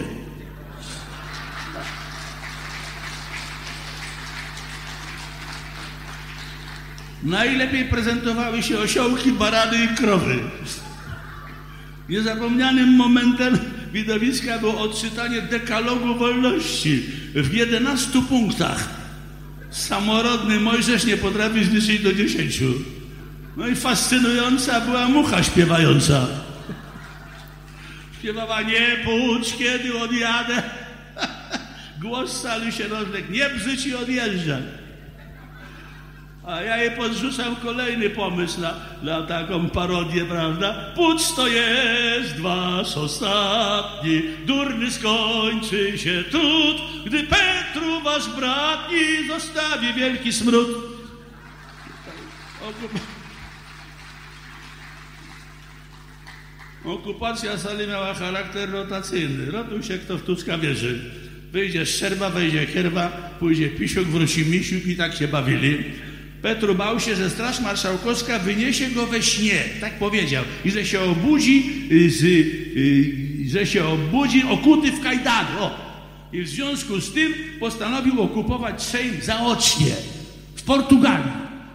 Najlepiej prezentowały się osiołki, barany i krowy. Niezapomnianym momentem widowiska było odczytanie dekalogu wolności w 11 punktach. Samorodny Mojżesz nie potrafi zliczyć do 10. No i fascynująca była mucha śpiewająca. Śpiewała: nie pucz, kiedy odjadę. Głos z sali się rozległ: nie bzyć i odjeżdżam. A ja jej podrzucam kolejny pomysł na taką parodię, prawda? Pucz to jest wasz ostatni, durny skończy się trud, gdy Petru wasz brat i zostawi wielki smród. Okupacja sali miała charakter rotacyjny. Rotuj się, kto w Tucka wierzy. Wyjdzie Szczerba, wejdzie Kierba, pójdzie Pisiuk, wróci Misiuk i tak się bawili. Petru bał się, że Straż Marszałkowska wyniesie go we śnie, tak powiedział, i że się obudzi okuty w kajdany. I w związku z tym postanowił okupować Sejm zaocznie w Portugalii.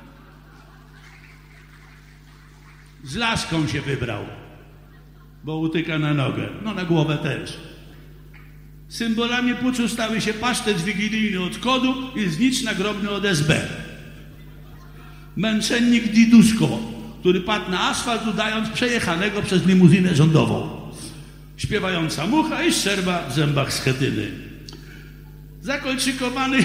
Z laską się wybrał, bo utyka na nogę, no na głowę też. Symbolami puczu stały się pasztet wigilijny od KOD-u i znicz nagrobny od SB. Męczennik Diduszko, który padł na asfalt, udając przejechanego przez limuzynę rządową. Śpiewająca mucha i Szczerba w zębach schetyny. Zakolczykowany...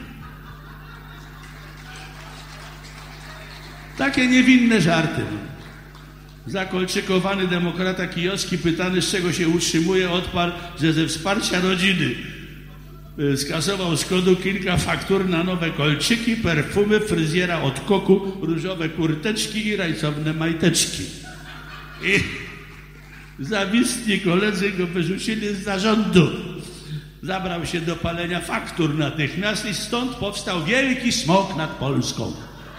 Takie niewinne żarty. Zakolczykowany demokrata Kijowski, pytany, z czego się utrzymuje, odparł, że ze wsparcia rodziny. Skasował z KOD-u kilka faktur na nowe kolczyki, perfumy, fryzjera od koku, różowe kurteczki i rajcowne majteczki. I zawistni koledzy go wyrzucili z zarządu. Zabrał się do palenia faktur natychmiast i stąd powstał wielki smog nad Polską.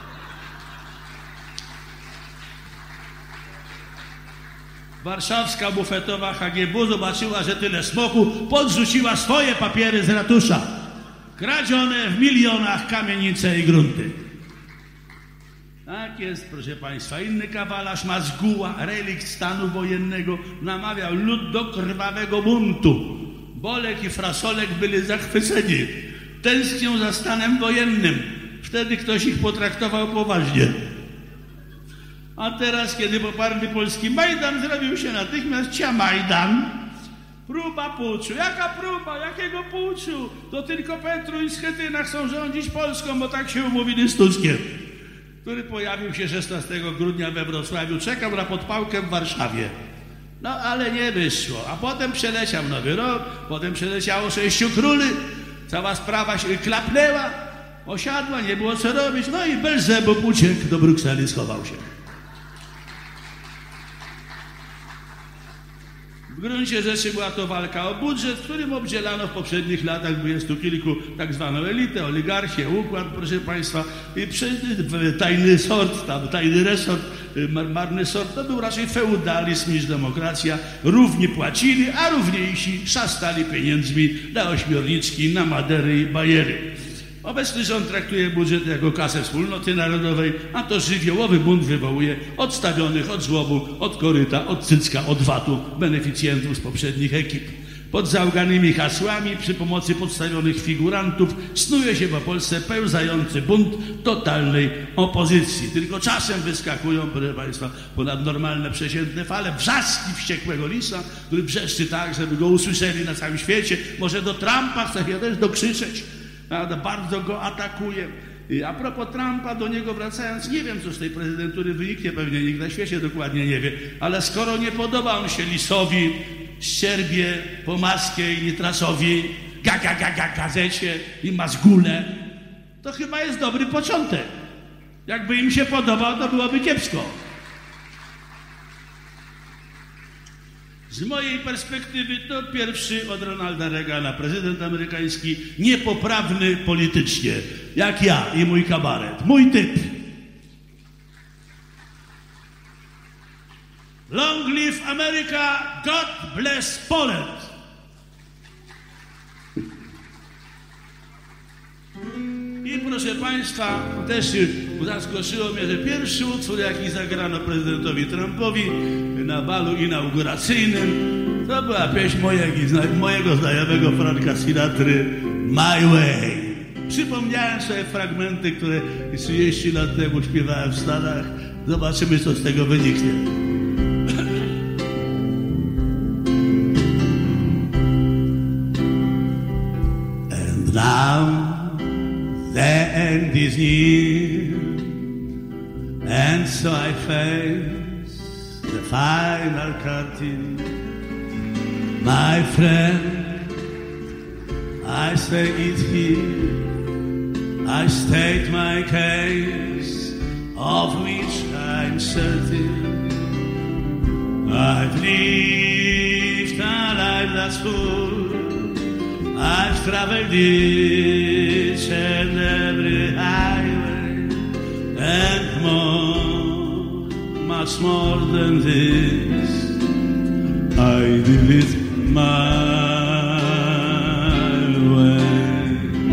Warszawska bufetowa HGB zobaczyła, że tyle smoku, podrzuciła swoje papiery z ratusza. Kradzione w milionach kamienice i grunty. Tak jest, proszę Państwa. Inny kawalarz Mazguła, relikt stanu wojennego, namawiał lud do krwawego buntu. Bolek i Frasolek byli zachwyceni. Tęsknią za stanem wojennym. Wtedy ktoś ich potraktował poważnie. A teraz, kiedy poparli polski Majdan, zrobił się natychmiast Ciamajdan. Próba puczu. Jaka próba? Jakiego puczu? To tylko Petru i Schetyna chcą rządzić Polską, bo tak się umówili z Tuckiem, który pojawił się 16 grudnia we Wrocławiu. Czekał na podpałkę w Warszawie. No, ale nie wyszło. A potem przeleciał Nowy Rok, potem przeleciało 6 króli. Cała sprawa się klapnęła, osiadła, nie było co robić. No i Belzebub uciekł do Brukseli, schował się. W gruncie rzeczy była to walka o budżet, którym obdzielano w poprzednich latach 20 kilku tak zwaną elitę, oligarchię, układ, proszę Państwa, i tajny sort, tajny resort, marny sort, to był raczej feudalizm niż demokracja. Równi płacili, a równiejsi szastali pieniędzmi na ośmiorniczki, na Madery i bajery. Obecny rząd traktuje budżet jako kasę wspólnoty narodowej, a to żywiołowy bunt wywołuje odstawionych od żłobu, od koryta, od cycka, od VAT-u beneficjentów z poprzednich ekip. Pod załganymi hasłami, przy pomocy podstawionych figurantów, snuje się po Polsce pełzający bunt totalnej opozycji. Tylko czasem wyskakują, proszę Państwa, ponadnormalne, przeciętne fale, wrzaski wściekłego lisa, który wrzeszczy tak, żeby go usłyszeli na całym świecie. Może do Trumpa chce się też dokrzyczeć. Bardzo go atakuje. A propos Trumpa, do niego wracając, nie wiem, co z tej prezydentury wyniknie, pewnie nikt na świecie dokładnie nie wie, ale skoro nie podoba on się Lisowi, Szczerbie, Pomaskiej, Nitrasowi, Gazecie i Mazgule, to chyba jest dobry początek. Jakby im się podobał, to byłoby kiepsko. Z mojej perspektywy to pierwszy od Ronalda Reagana prezydent amerykański, niepoprawny politycznie, jak ja i mój kabaret. Mój typ. Long live America, God bless Poland. I proszę Państwa, też zaskoczyło mnie, że pierwszy utwór, jaki zagrano prezydentowi Trumpowi na balu inauguracyjnym, to była pieśń mojego znajomego Franka Sinatry, My Way. Przypomniałem sobie fragmenty, które 30 lat temu śpiewałem w Stanach. Zobaczymy, co z tego wyniknie. Now the end is near, and so I face the final curtain. My friend, I say it here, I state my case, of which I'm certain. I've lived a life that's full, I've traveled each and every highway, and more, much more than this, I did it my way.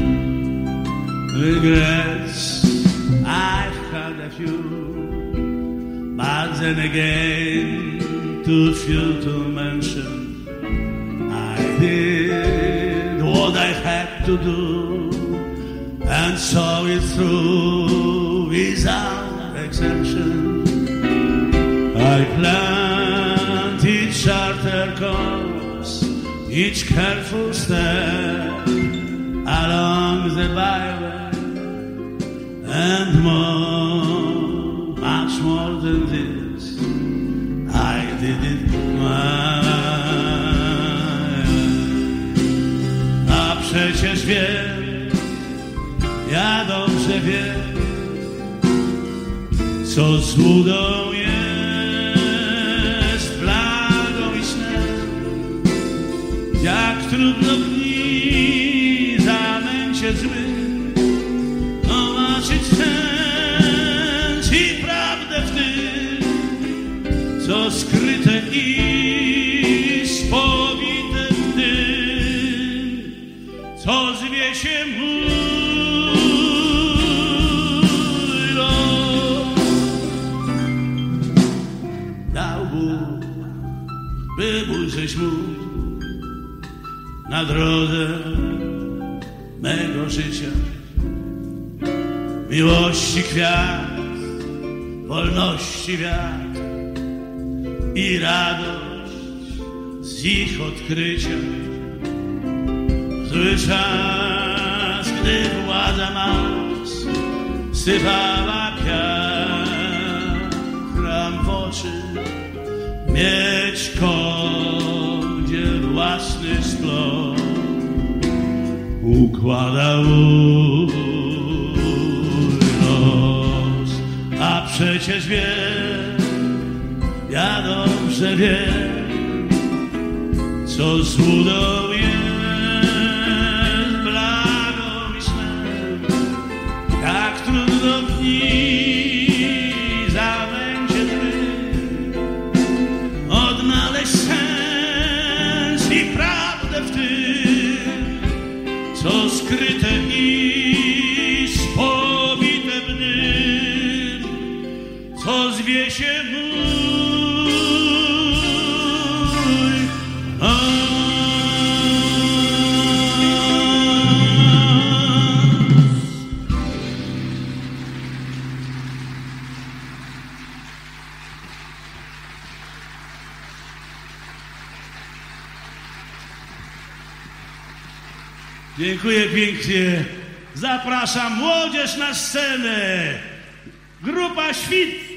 Regrets, I've had a few, but then again, too few to mention. I did what I had to do, and saw it through without exemption. I planned each charter course, each careful step along the byway, and more, much more than this, I did it my way. A przecież wiem, ja dobrze wiem, co złudą jest, plagą i snem, jak trudno dni zamęcie złym, zobaczyć sens i prawdę w tym, co skryte i spowite w tym, co zwie się mój los. Dał Bóg, by ujrzeć mógł na drodze mego życia miłości kwiat, wolności wiatr i radość z ich odkrycia. Zły czas, gdy władza mas sypała piach nam w oczy, mieć kądziel własny splot układał los. A przecież wiem, ja dobrze wiem, co złudą jest, blagą i snem, jak trudno dni zamęcie dym, odnaleźć sens i prawdę w tym, co skryte i spowite w nim, co zwie się mój. Dziękuję pięknie. Zapraszam młodzież na scenę. Grupa Świt.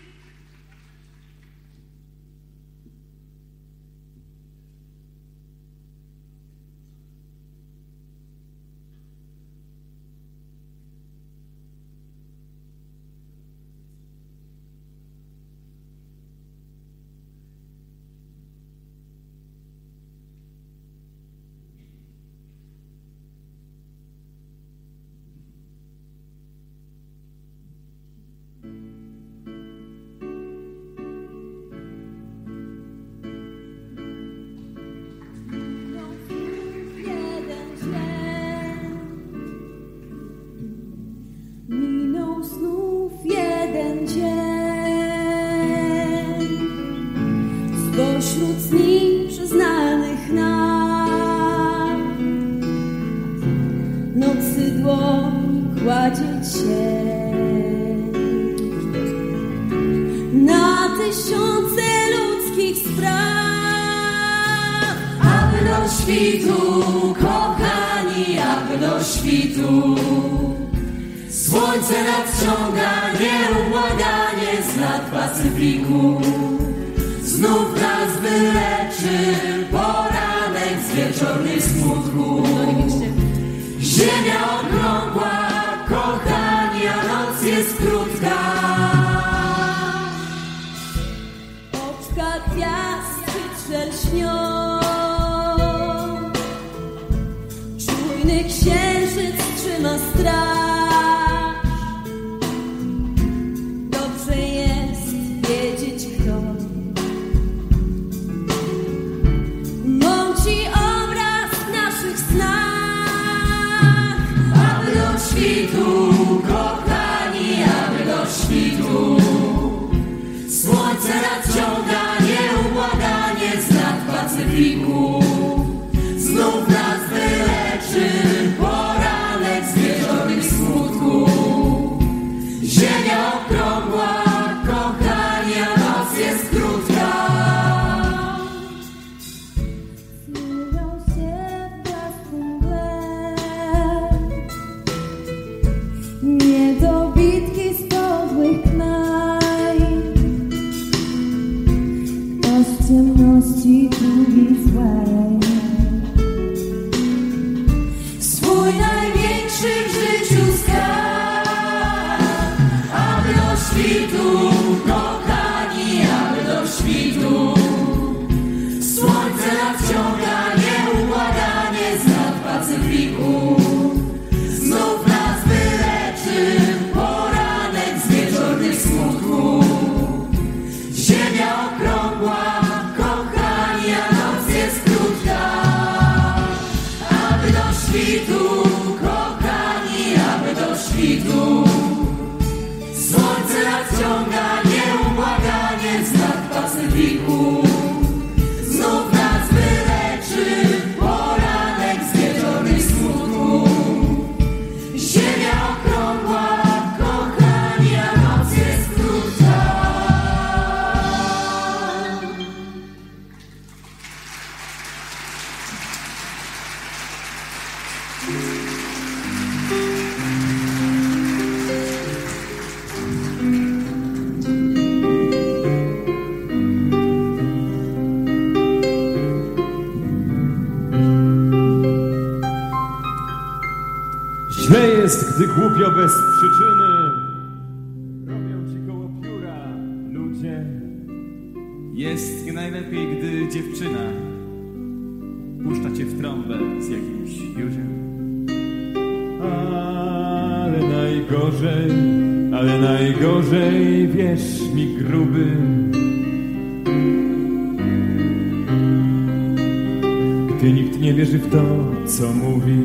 Pośród dni przyznanych nam nocy dłoń kładzie cień na tysiące ludzkich spraw, aby do świtu, kochani, aby do świtu. Słońce nadciąga nieubłaganie z nad Pacyfiku. Znów nas wyleczy poranek z wieczornych smutków. Ziemia okrągła, kochani, a noc jest krótka. Oczka gwiazd chytrze lśnią, czujny księżyc trzyma straż. Dobrze jest wiedzieć, kto mąci obraz w naszych snach. Aby do świtu, kochani, aby do świtu. Słońce nadciąga nieubłaganie z nad Pacyfiku. Znów nas wyleczy poranek z wieczornych smutków. Ziemia okrągła, kochani, a noc jest krótka. Zmywał się w blasku mgle, niedobitki z podłych knajp. Ktoś w ciemności drugi złej, Swój największy w życiu skarb. Aby do świtu, kochani, aby do świtu. Słońce nadciąga nieubłaganie z nad Pacyfiku. Znów nas wyleczy poranek z wieczornych smutków. Ziemia okrągła, kochani, a noc jest krótka. Aby do świtu, kochani, aby do świtu. Słońce nadciąga nieubłaganie z nad Pacyfiku. Znów nas wyleczy poranek z wieczornych smutków. Ziemia okrągła, kochani, a noc jest krótka. Źle jest, gdy głupio bez przyczyny robią ci koło pióra ludzie. Jest najlepiej, gdy dziewczyna puszcza cię w trąbę z jakimś józiem. Ale najgorzej, wierz mi gruby, gdy nikt nie wierzy w to, co mówi.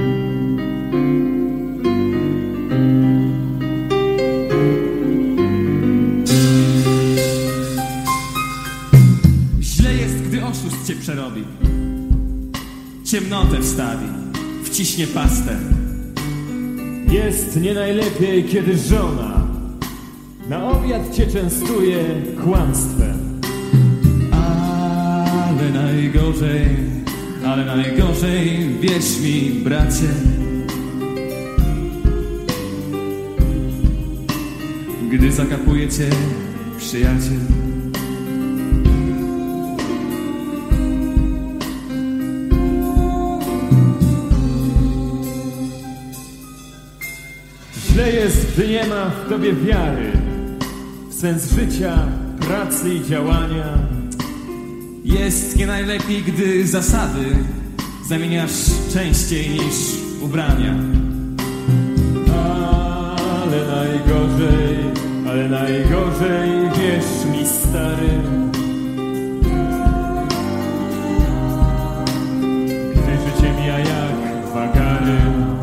Źle jest, gdy oszust cię przerobi, ciemnotę wstawi, wciśnie pastę. Jest nie najlepiej, kiedy żona na obiad cię częstuje kłamstwem. Ale najgorzej, wierz mi, bracie, gdy zakapuje cię przyjaciel. Źle jest, gdy nie ma w tobie wiary w sens życia, pracy i działania. Jest nie najlepiej, gdy zasady zamieniasz częściej niż ubrania. Ale najgorzej, wierz mi, stary, gdy życie mija jak wagary.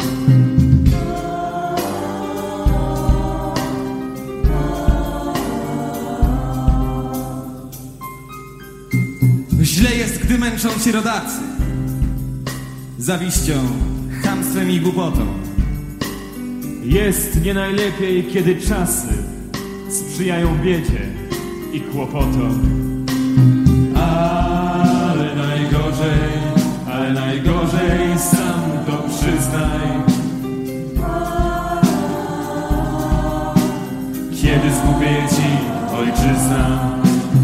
Źle jest, gdy męczą cię rodacy zawiścią, chamstwem i głupotą. Jest nie najlepiej, kiedy czasy sprzyjają biedzie i kłopotom. Ale najgorzej, sam to przyznaj, kiedy zgubię ci ojczyzna.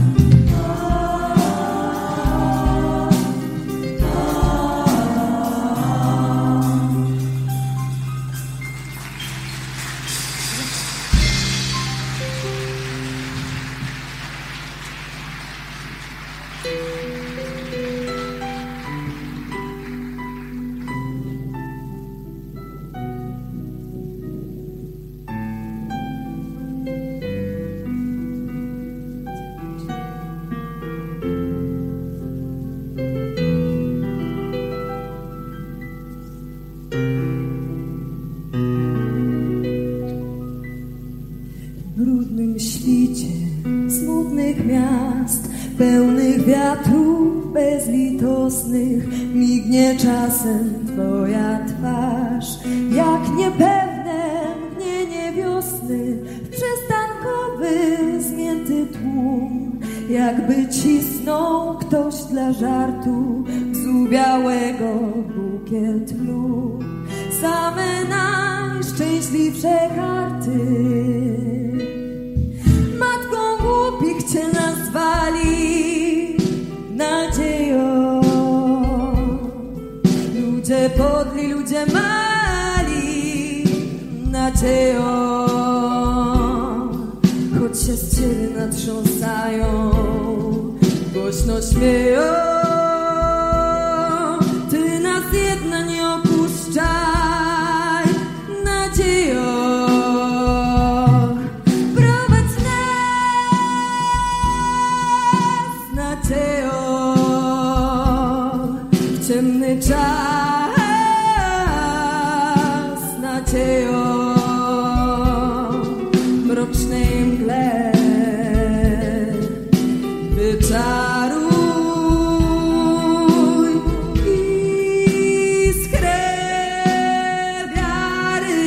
W brudnym świcie smutnych miast, pełnych wiatrów bezlitosnych, mignie czasem twoja twarz, jak niepewne mgnienie wiosny w przystankowy zmięty tłum, jakby cisnął ktoś dla żartu wzubiałego bukiet lub same najszczęśliwsze karty. Matką głupich cię nazwali nadzieją. Ludzie podli, ludzie mali nadzieją. Choć się z ciebie natrząsają, głośno śmieją. Ty nas jedna nie opuszczaj nadzieją. Prowadź nas nadzieją w ciemny czas, nadzieją w mrocznej mgle. Wyczaruj iskrę wiary.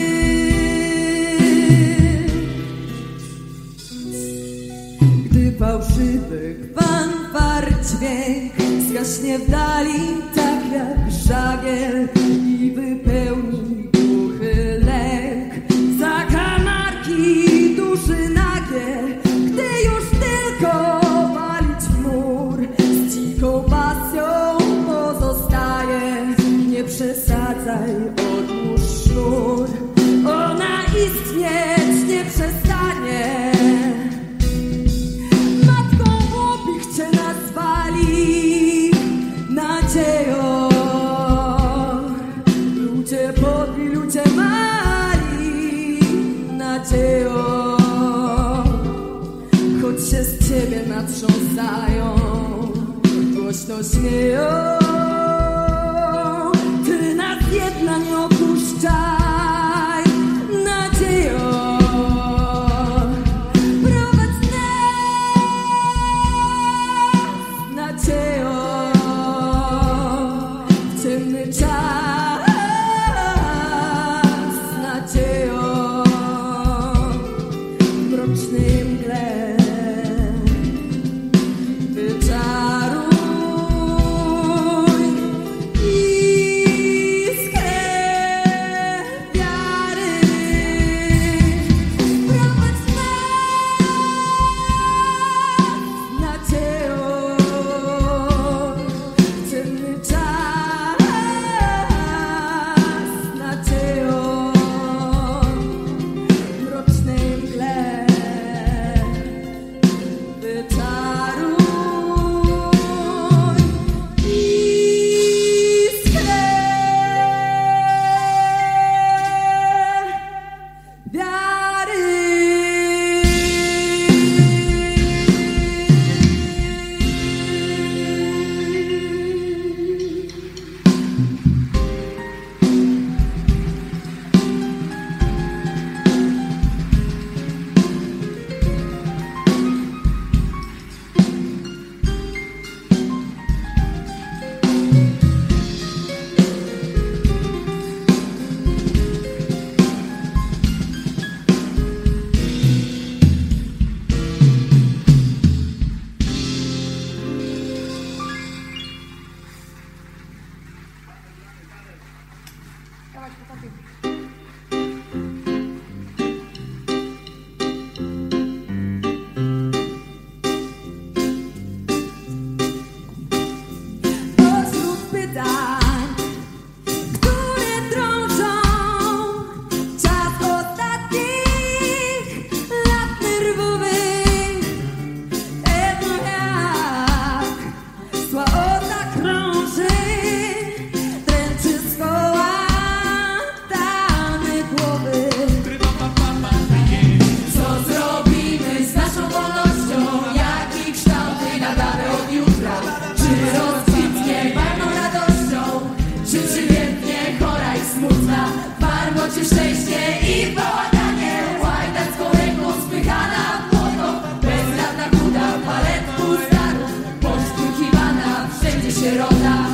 Gdy fałszywy fanfar dźwięk zgaśnie w dali, tak jak żagiel, i wypełni duchy lęk. Zakamarki duszy nagie, gdy już tylko walić w mur, z dziką pasją pozostaje. Nie przesadzaj, odłóż sznur, ona istnieć nie przestanie. Matką głupich cię nazwali nadzieją. Ludzie podli, ludzie mali nadzieją. Choć się z ciebie natrząsają, głośno śmieją. Ty nas jedna nie opuszczaj nadzieją. Prowadź nas nadzieją w ciemny czas, nadzieją w mrocznej mgle. Wyczaruj iskrę wiary. Prowadź nas nadzieją w ciemny czas, nadzieją w mrocznej mgle. Wyczaruj iskrę wiary. Krzyczy biednie, chora i smutna, w marnocie szczęście i bałaganie. Łajdacką ręką spychana w błoto, bezradna chuda, paletku starów, poszturchiwana, wszędzie sierota.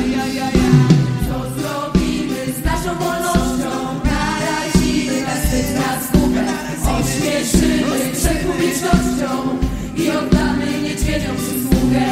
Co zrobimy z naszą wolnością? Narazimy na wstyd, na zgubę, ośmieszymy przed publicznością i oddamy niedźwiedziom przysługę.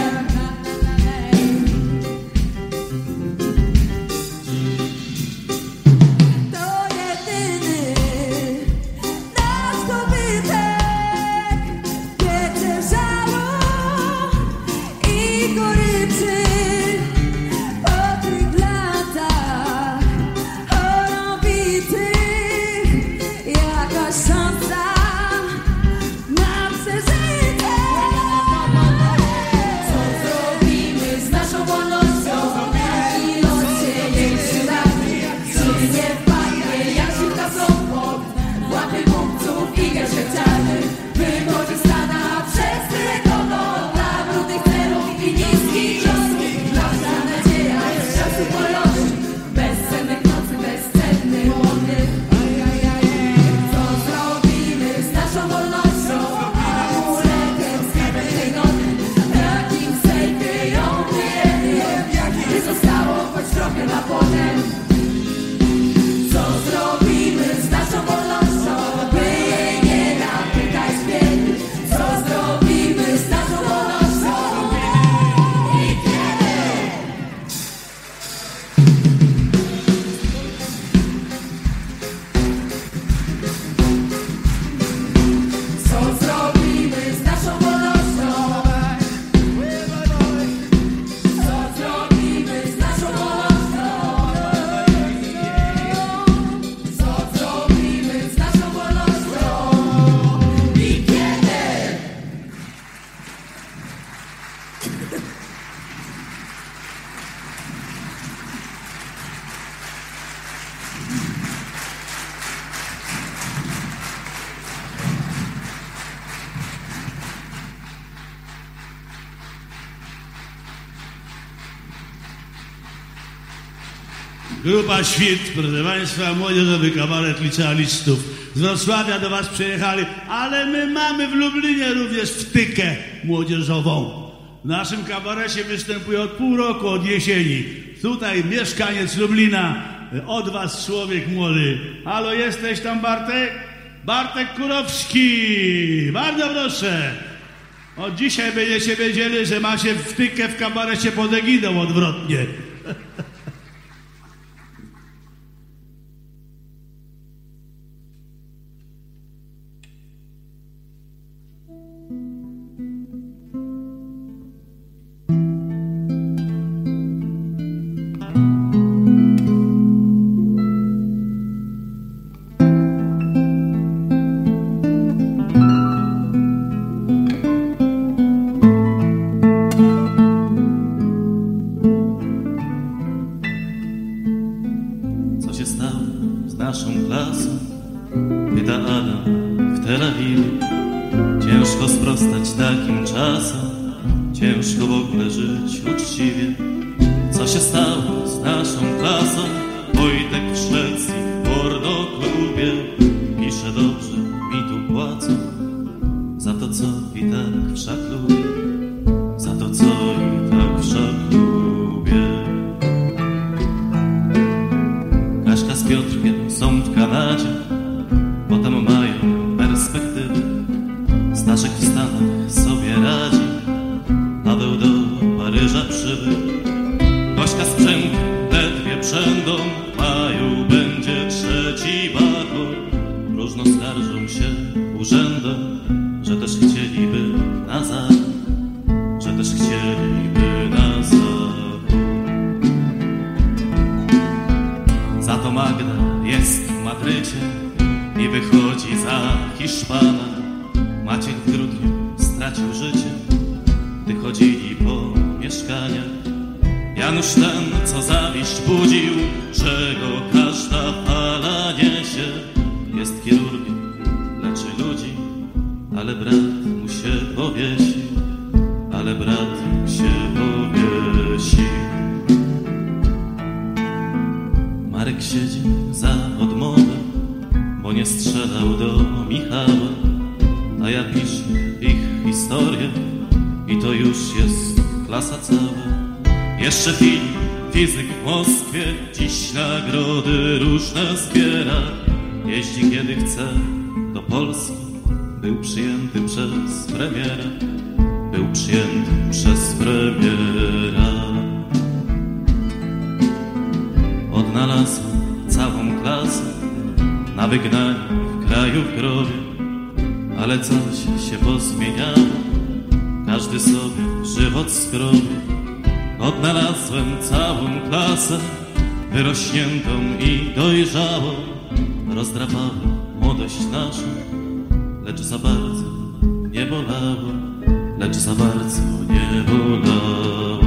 Grupa Świt, proszę Państwa, młodzieżowy kabaret licealistów z Wrocławia do Was przyjechali, ale my mamy w Lublinie również wtykę młodzieżową. W naszym kabarecie występuje od pół roku, od jesieni. Tutaj mieszkaniec Lublina, od Was człowiek młody. Halo, jesteś tam, Bartek? Bartek Kurowski, bardzo proszę. Od dzisiaj będziecie wiedzieli, że macie wtykę w kabarecie pod egidą odwrotnie. Janusz ten, co zawiść budził, czego każda fala niesie. Jest chirurgiem, leczy ludzi, ale brat mu się powiesi, ale brat mu się powiesi. Marek siedzi za odmowę, bo nie strzelał do Michała, a ja piszę ich historię i to już jest klasa cała. Jeszcze Filip, fizyk w Moskwie, dziś nagrody różne zbiera. Jeździ kiedy chce do Polski, był przyjęty przez premiera. Był przyjęty przez premiera. Odnalazłem całą klasę na wygnaniu w kraju w grobie, ale coś się pozmieniało, każdy sobie żywot skrobi. Odnalazłem całą klasę wyrośniętą i dojrzałą, rozdrapałem młodość naszą, lecz za bardzo nie bolało, lecz za bardzo nie bolało.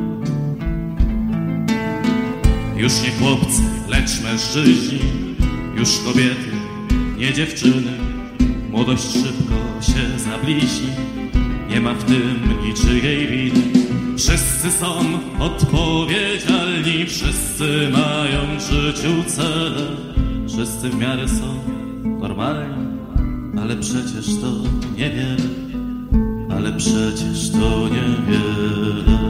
Już nie chłopcy, lecz mężczyźni, już kobiety, nie dziewczyny. Młodość szybko się zabliźni, nie ma w tym niczyjej winy. Wszyscy są odpowiedzialni, wszyscy mają w życiu cele. Wszyscy w miarę są normalni, ale przecież to niewiele, ale przecież to niewiele.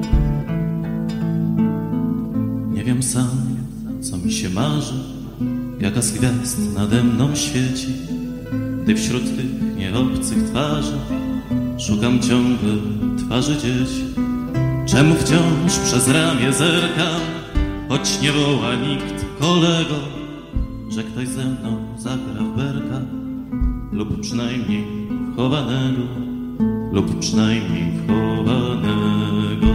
Nie wiem sam, co mi się marzy, jaka z gwiazd nade mną świeci, gdy wśród tych nieobcych twarzy szukam ciągle twarzy dzieci. Czemu wciąż przez ramię zerkam, choć nie woła nikt kolego, że ktoś ze mną zagra w berka, lub przynajmniej chowanego, lub przynajmniej chowanego.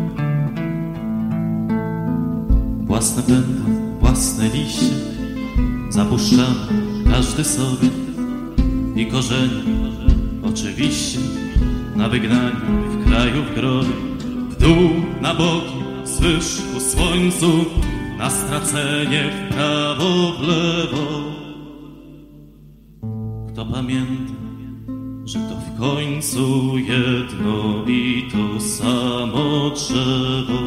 Własne będą, własne liście, zapuszczamy każdy sobie i korzeni oczywiście na wygnaniu w kraju w grobie. W dół, na boki, zwyż ku słońcu, na stracenie w prawo, w lewo. Kto pamięta, że to w końcu jedno i to samo drzewo.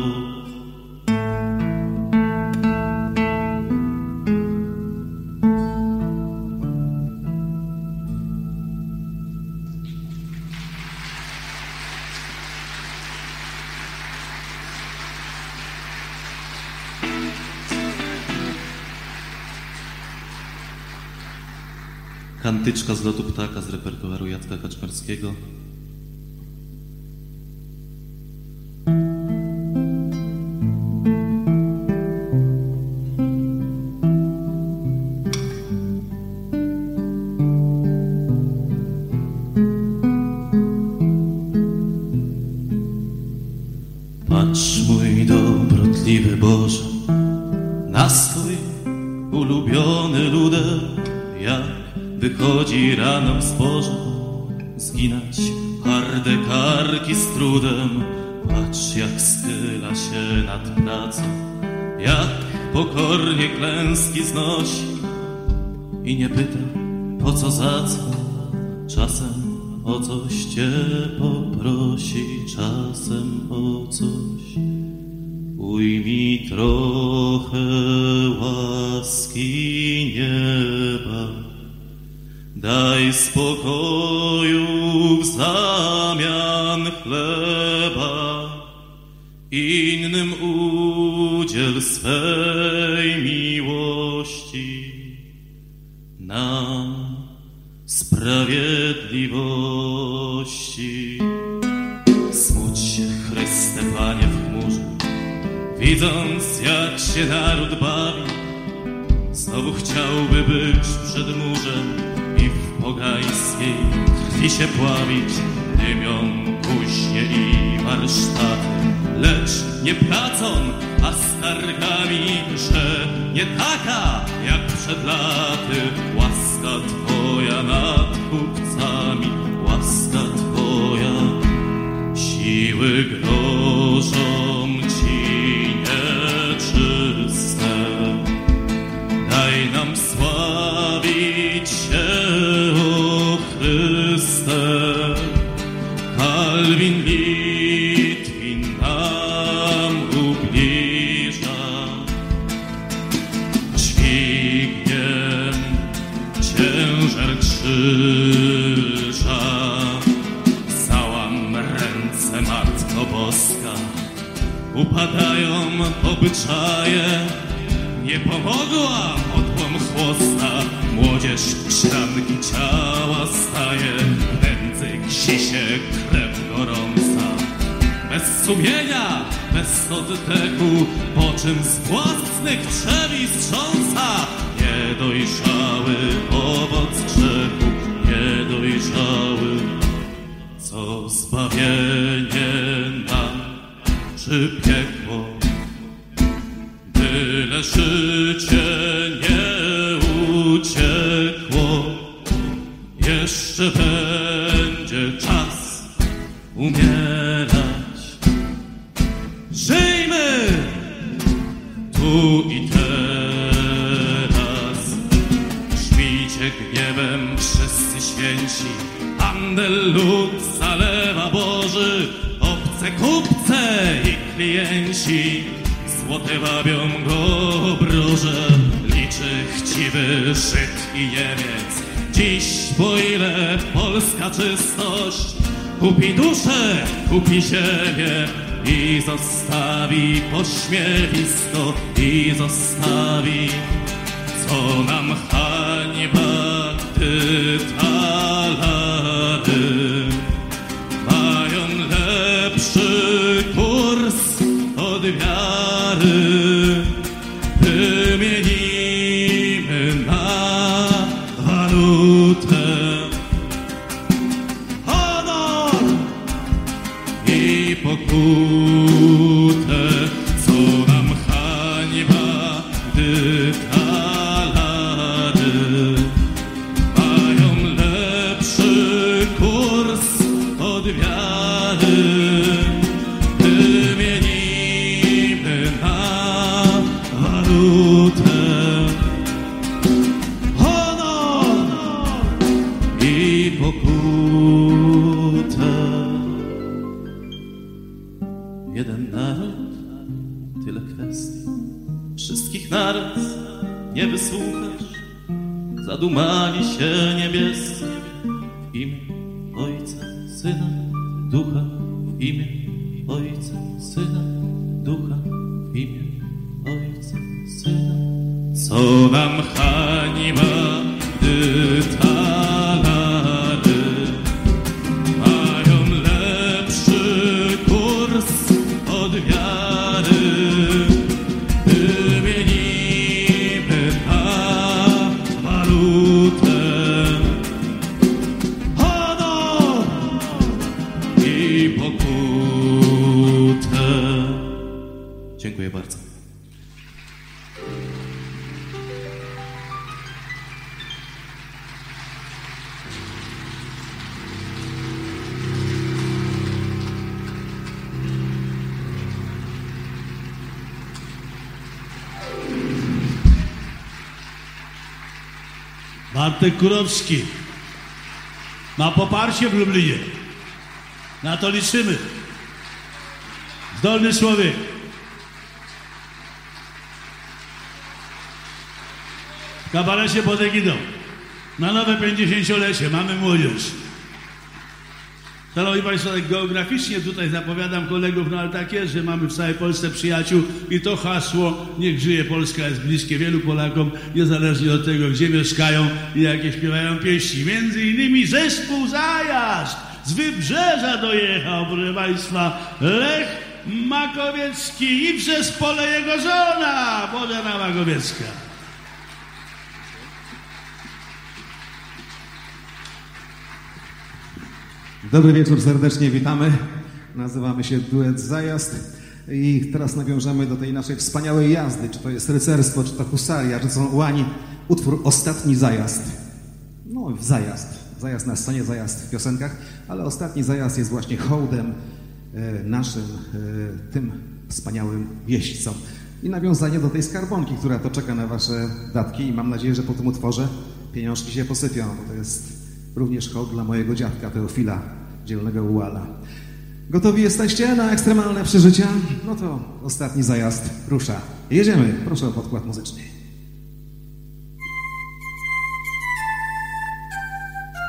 Kantyczka z lotu ptaka z repertuaru Jacka Kaczmarskiego. Patrz, mój dobrotliwy Boże, na swój ulubiony ludek, jak wychodzi rano w zboże, zginać harde karki z trudem. Patrz, jak schyla się nad pracą, jak pokornie klęski znosi i nie pyta, po co, za co. Czasem o coś cię poprosi, czasem o coś. Ujmij trochę łaski nieba, daj spokoju w zamian chleba, innym udziel swej miłości, nam sprawiedliwości. Smuć się, Chryste, Panie, w chmurze, widząc, jak się naród bawi. Znowu chciałby być przed murzem i w pogańskiej krwi się pławić. Dymią kuźnie i warsztaty, lecz nie pracą, a skargami, że nie taka jak przed laty. Łaska Twoja nad kupcami, łaska Twoja, siły grożą Ci nieczyste. Daj nam sławić się, o Chryste. Kalwin Litwin nam ubliża, krzyża. Całam ręce, Matko Boska, upadają obyczaje. Nie pomogła odłam chłosta, młodzież szranki ciała staje. W nędzy ksi się krew gorąca, bez sumienia, bez oddechu, po czym z własnych trzewi strząsa. Niedojrzały owoc grzechu, niedojrzały. Co zbawienie nam, czy piekło? Byle życie nie uciekło. Jeszcze będzie czas umierać. Żyjmy tu i teraz. Grzmijcie gniewem wszyscy święci. Handel lud zalewa Boży. Obce kupce i klienci złote wabią go obroże. Liczy chciwy Żyd i Niemiec. Dziś po ile polska czystość kupi duszę, kupi ziemię i zostawi pośmiewisko, i zostawi. Co nam hańba, gdy talary mają lepszy kurs od wiary. Wymienimy na walutę honor i pokutę. Co nam hańba, gdy talary mają lepszy kurs od wiary. Wymienimy na walutę honor i pokutę. Jeden naród, tyle kwestii, wszystkich naraz nie wysłuchasz. Zadumali się niebiescy w imię Ojca, Syna, Ducha, w imię Ojca, Syna, Ducha, w imię Ojca, Syna. Co nam hańba, gdy talary mają lepszy kurs od wiary. Wymienimy na walutę honor i pokutę. Dziękuję bardzo. Bartek Kurowski ma poparcie w Lublinie. Na to liczymy. Zdolny człowiek. W kabarecie pod egidą. Na nowe 50-lecie mamy młodzież. Szanowni Państwo, tak geograficznie tutaj zapowiadam kolegów, no ale tak jest, że mamy w całej Polsce przyjaciół i to hasło "Niech żyje Polska" jest bliskie wielu Polakom, niezależnie od tego, gdzie mieszkają i jakie śpiewają pieśni. Między innymi zespół Zajazd z Wybrzeża dojechał, proszę Państwa, Lech Makowiecki i w zespole jego żona, Bożena Makowiecka. Dobry wieczór, serdecznie witamy. Nazywamy się Duet Zajazd i teraz nawiążemy do tej naszej wspaniałej jazdy. Czy to jest rycerstwo, czy to husaria, czy to są ułani. Utwór Ostatni Zajazd. No, zajazd. Zajazd na scenie, zajazd w piosenkach, ale ostatni zajazd jest właśnie hołdem naszym, tym wspaniałym jeźdźcom. I nawiązanie do tej skarbonki, która to czeka na wasze datki i mam nadzieję, że po tym utworze pieniążki się posypią, bo to jest również hołd dla mojego dziadka Teofila, dzielnego Ułala. Gotowi jesteście na ekstremalne przeżycia? No to ostatni zajazd rusza. Jedziemy. Proszę o podkład muzyczny.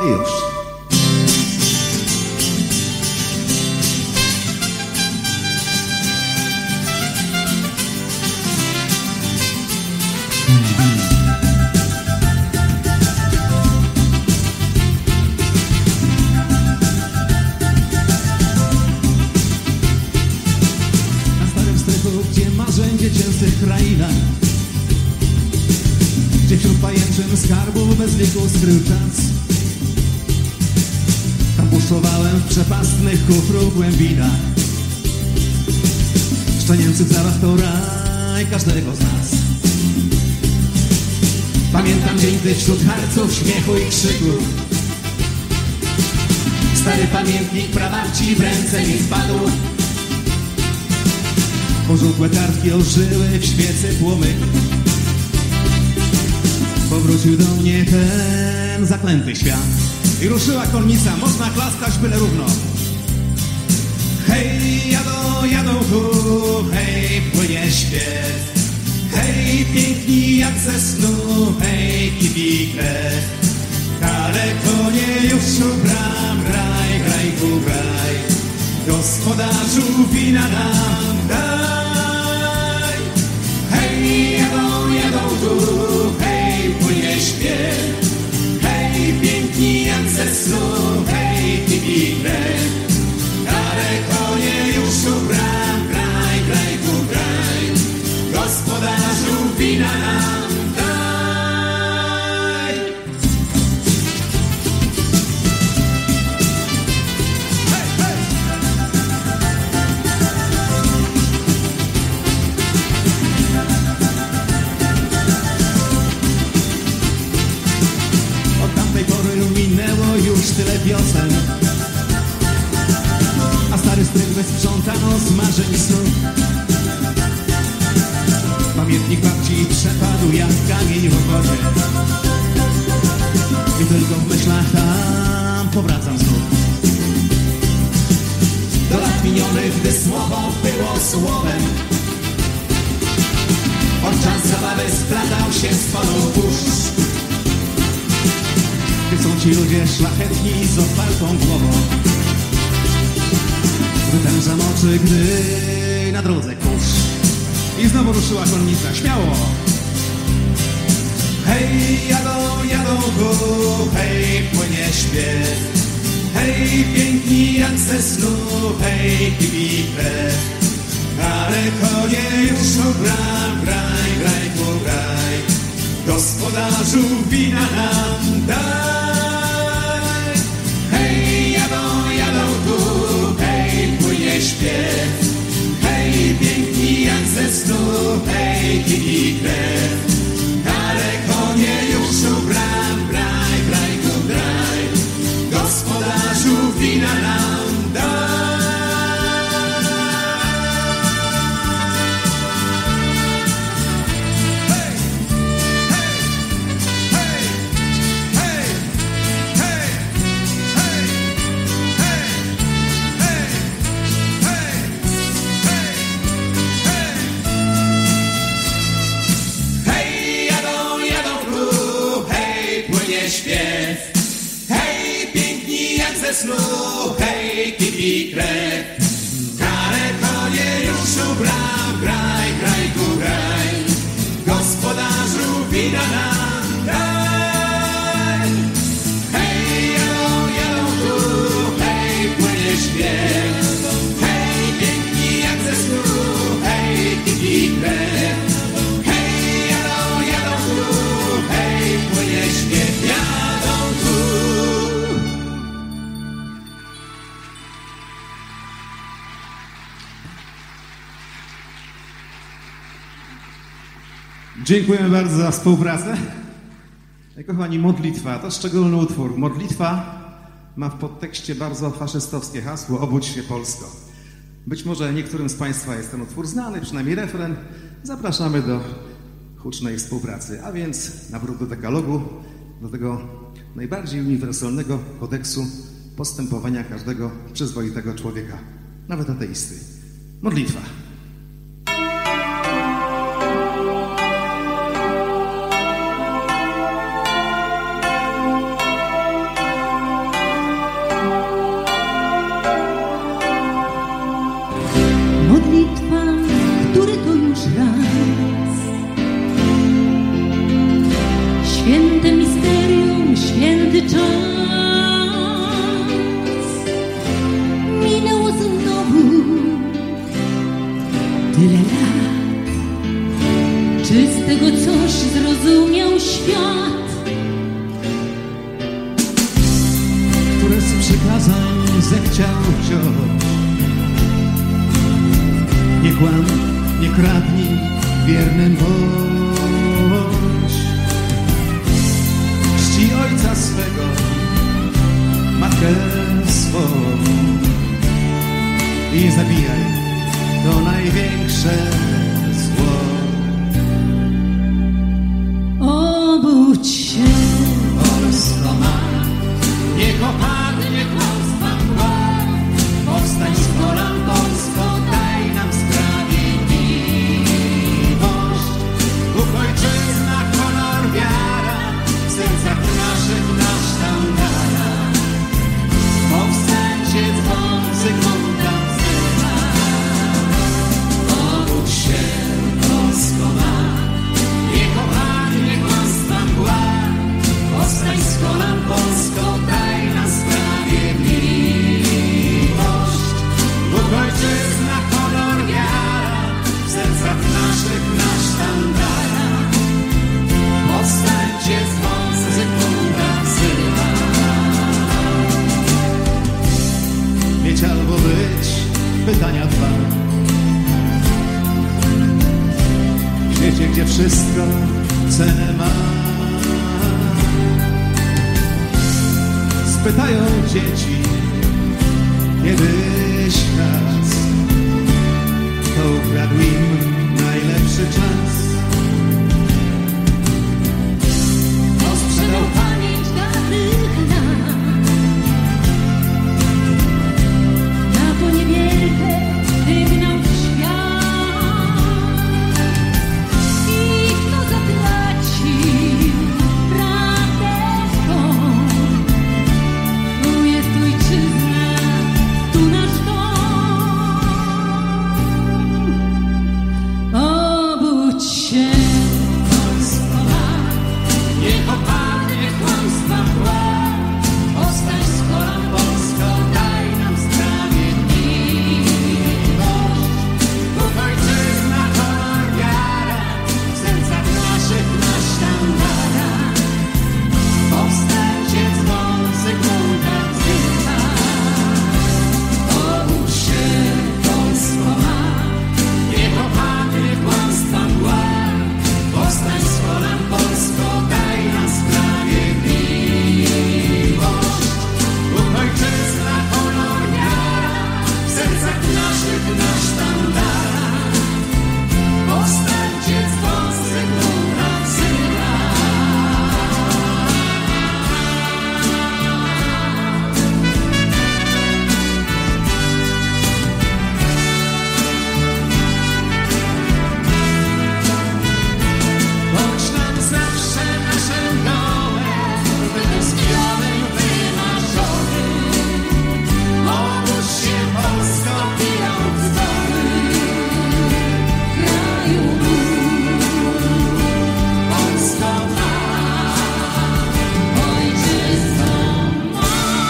już. Gdzie marzeń dziecięcych krainach, gdzie wśród pajęczyn skarbów bez liku skrył czas. Tam buszowałem w przepastnych kufru głębinach. Szczenięcy w zarach to raj każdego z nas. Pamiętam dzień, gdy wśród harców, śmiechu i krzyku stary pamiętnik prawarci w ręce mi wpadł. Pożółkłe kartki ożyły w świecy płomyku. Powrócił do mnie ten zaklęty świat. I ruszyła konnica, można klaskać byle równo. Hej, jadą tu, hej, płynie śpiew. Hej, piękni jak ze snu, hej, kipi krew. Daleko nie już u bram, graj, graj, tu graj. Gospodarzu wina nam daj. Hej, jadą tu, hej, płynie śpiew. Hej, piękni jak ze snu, hej, kipi krew. Daleko nie już u bram, graj, graj, tu graj. Gospodarzu wina nam daj. Minęło już tyle wiosen, a stary strych wysprzątano z marzeń snów. Pamiętnik babci przepadł jak kamień w wodzie i tylko w myślach tam powracam znów. Do lat minionych, gdy słowo było słowem, podczas zabawy splatał się z polą puszcz. Gdy są ci ludzie szlachetni z otwartą głową, wytężam oczy, gdy na drodze kurz. I znowu ruszyła konnica, śmiało. Hej, jadą tu, hej, płynie śpiew. Hej, piękni jak ze snu, hej, kipi krew. Daleko nie już u bram, graj, graj, tu graj. Gospodarzu wina nam daj. Hej, jadą tu, hej, płynie śpiew. Hej, piękni jak ze snu, hej, kipi krew. Daleko nie już u bram, graj, graj, tu graj. Gospodarzu wina nam daj. Śpiew. Hej, piękni jak ze snu, hej, kipi krew. Daleko nie już u bram, graj, graj, tu graj. Gospodarzu wina nam daj. Hej, jadą tu, hej, płynie śpiew. Hej, piękni jak ze snu, hej, kipi krew. Hej, jadą tu, hej, płynie śpiew. Dziękujemy bardzo za współpracę. Kochani, modlitwa to szczególny utwór. Modlitwa ma w podtekście bardzo faszystowskie hasło: obudź się Polsko. Być może niektórym z Państwa jest ten utwór znany, przynajmniej refren. Zapraszamy do hucznej współpracy, a więc nawrót do dekalogu, do tego najbardziej uniwersalnego kodeksu postępowania każdego przyzwoitego człowieka, nawet ateisty. Modlitwa. ciał wziąć. Nie kłam, nie kradnij, wiernym bądź. Czci ojca swego, matkę swą i zabijaj, to największe zło. Obudź się, Polsko ma, niech opadnie kłamstwa mgła. Powstań z kolan, Polsko, daj nam sprawiedliwość. Bóg, ojczyzna, honor, wiara, w sercach naszych nasz sztandara. Powstańcie, dzwon, Zygmunta wzywa. Obudź się, Polsko ma, niech opadnie kłamstwa mgła. Powstań z kolan, Polsko, daj nam sprawiedliwość. Bóg, ojczyzna, honor, wiara, w sercach naszych nasz sztandara. Powstańcie, dzwon, Zygmunta wzywa. Mieć albo być, pytania dwa. W świecie, gdzie wszystko cenę ma. Spytają dzieci, kiedyś raz, kto ukradł im najlepszy czas. kto sprzedał pamięć dawnych lat na poniewierkę wygnał w świat. I kto zatracił prawdę swą. Tu jest ojczyzna, tu nasz dom. Obudź się, Polsko ma, niech opadnie kłamstwa mgła. Powstań z kolan, Polsko, daj nam sprawiedliwość. Bóg, ojczyzna, honor, wiara, w sercach naszych nasz sztandara. Powstańcie, dzwon, Zygmunta wzywa. Obudź się, Polsko ma, niech opadnie kłamstwa mgła. Powstań z kolan, Polsko, daj nam sprawiedliwość. Bóg, ojczyzna, honor, wiara, w sercach naszych nasz sztandara. Powstańcie, dzwon, Zygmunta wzywa. Bądź nam zawsze naszym domem, wytęsknionym, wymarzonym. Obudź się, Polsko, biją dzwony. kraju Polsko ma, ojczyzną ma.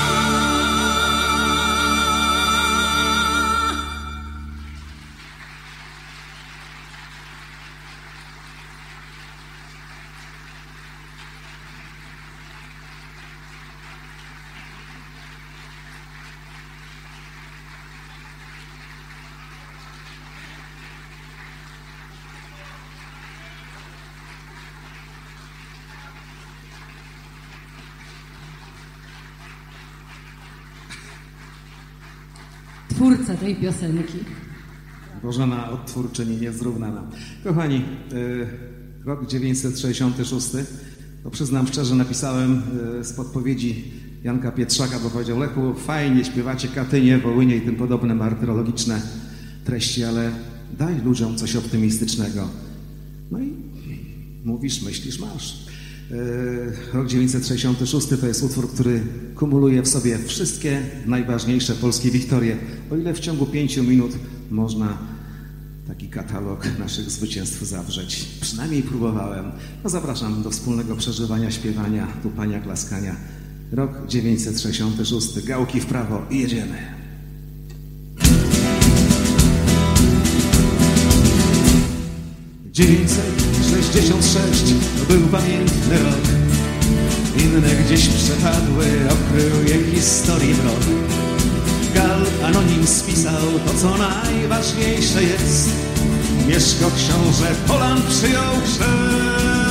Twórca tej piosenki. Bożena odtwórczyni niezrównana. Kochani, rok 966, to przyznam szczerze, napisałem z podpowiedzi Janka Pietrzaka, bo powiedział: Lechu, fajnie śpiewacie Katynię, Wołynie i tym podobne martyrologiczne treści, ale daj ludziom coś optymistycznego. No i mówisz, myślisz, masz. Rok 966 to jest utwór, który kumuluje w sobie wszystkie najważniejsze polskie wiktorie. O ile w ciągu 5 minut można taki katalog naszych zwycięstw zawrzeć. Przynajmniej próbowałem. No zapraszam do wspólnego przeżywania, śpiewania, tupania, klaskania. Rok 966. Gałki w prawo i jedziemy. 966 to był pamiętny rok. Inne gdzieś przepadły, okrył je historii mrok. anonim spisał to, co najważniejsze jest. Mieszko książę Polan przyjął chrzest.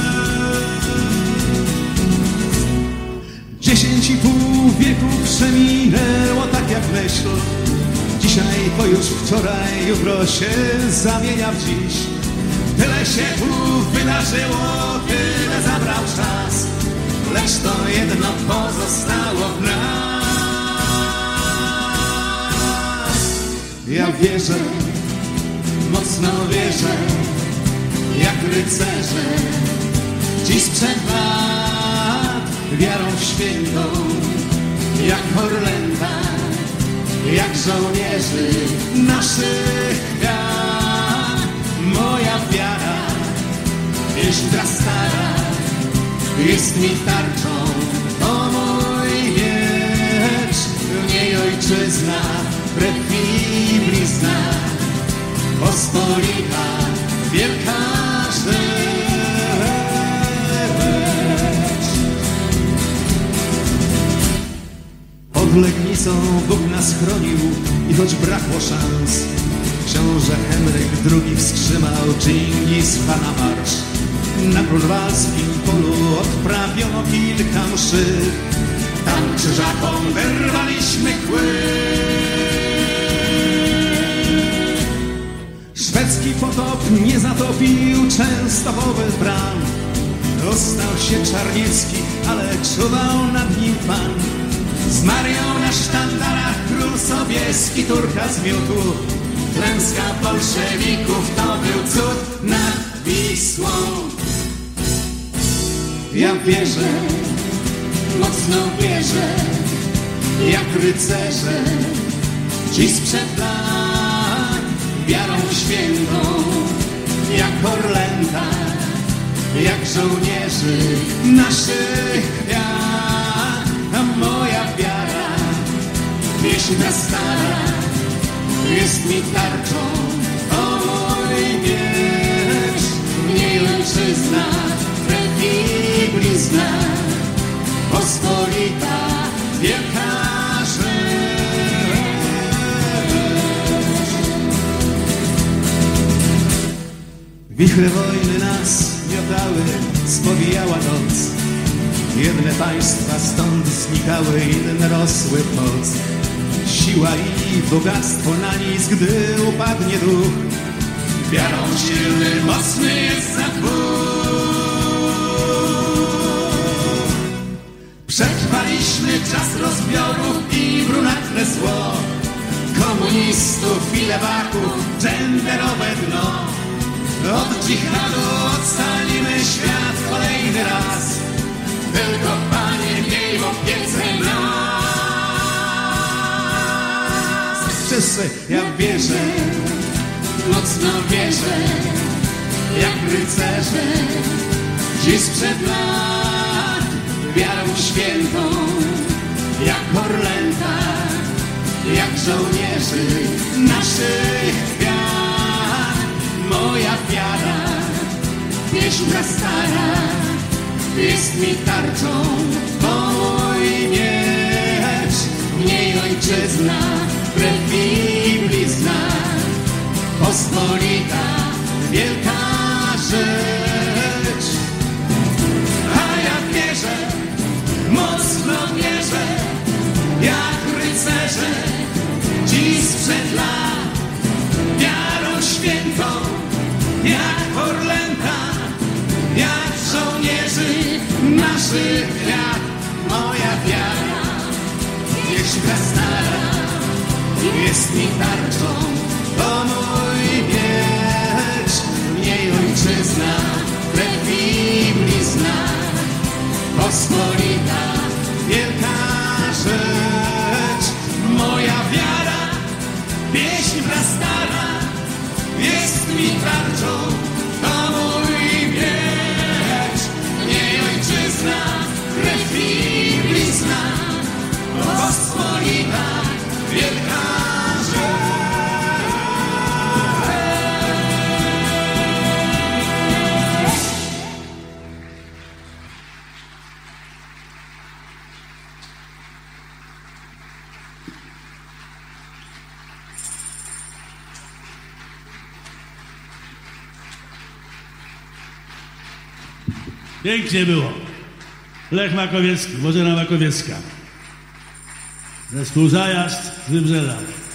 10,5 wieku przeminęło tak jak myśl. Dzisiaj to już wczoraj, jutro się zamienia w dziś. Tyle się tu wydarzyło, tyle zabrał czas, lecz to jedno pozostało w nas. Ja wierzę, mocno wierzę, jak rycerze, dziś sprzed lat, wiarą świętą, jak Orlęta, jak żołnierzy naszych wiar. Moja wiara, wierzbra stara, jest mi tarczą, to mój miecz. W niej ojczyzna, krew i blizna, pospolita, wielka rzecz. Pod Legnicą Bóg nas chronił i choć brakło szans, książę Henryk II wstrzymał Dżingis Khana marsz. Na grunwaldzkim polu odprawiono kilka mszy, tam krzyżakom wyrwaliśmy kły. Szwedzki potop nie zatopił Częstochowy bram. Dostał się Czarniecki, ale czuwał nad nim Pan. Zmarł na sztandarach król Sobieski, Turka zmiótł. Klęska bolszewików to był cud nad Wisłą. Ja wierzę, mocno wierzę, jak rycerze, dziś sprzed lat, wiarą świętą, jak Orlęta, jak żołnierzy naszych wiar. A moja wiara, pieśń ta stara, jest mi tarczą, o mój miecz. W niej ojczyzna, krew i blizna, pospolita, wielka rzecz. Wichry wojny nas miotały, spowijała noc. Jedne państwa stąd znikały, inne rosły w moc. Siła i bogactwo na nic, gdy upadnie duch. Wiarą silny, mocny jest za dwóch. Przetrwaliśmy czas rozbiorów i brunatne zło, komunistów i lewaków, genderowe dno. Od dżihadu ocalimy świat kolejny raz, tylko Panie miej w opiece nas. Wszyscy, ja wierzę, mocno wierzę, jak rycerze, dziś sprzed lat, wiarą świętą, jak Orlęta, jak żołnierzy naszych wiar. Moja wiara, pieśń ta stara, jest mi tarczą, bo mój miecz. W niej ojczyzna, krew i blizna, pospolita, wielka rzecz. A ja wierzę, mocno wierzę, jak rycerze, dziś sprzed lat, wiarą świętą, jak Orlęta, jak żołnierzy naszych wiar. Moja wiara, pieśń ta stara, jest mi tarczą, to mój miecz. W niej ojczyzna, krew i blizna, pospolita, wielka rzecz. Moja wiara, pieśń ta stara, jest mi tarczą, to mój miecz. W niej ojczyzna, krew i blizna, pospolita, wielka rzecz. Pięknie było. Lech Makowiecki, Bożena Makowiecka. Zespół Zajazd z Wybrzela.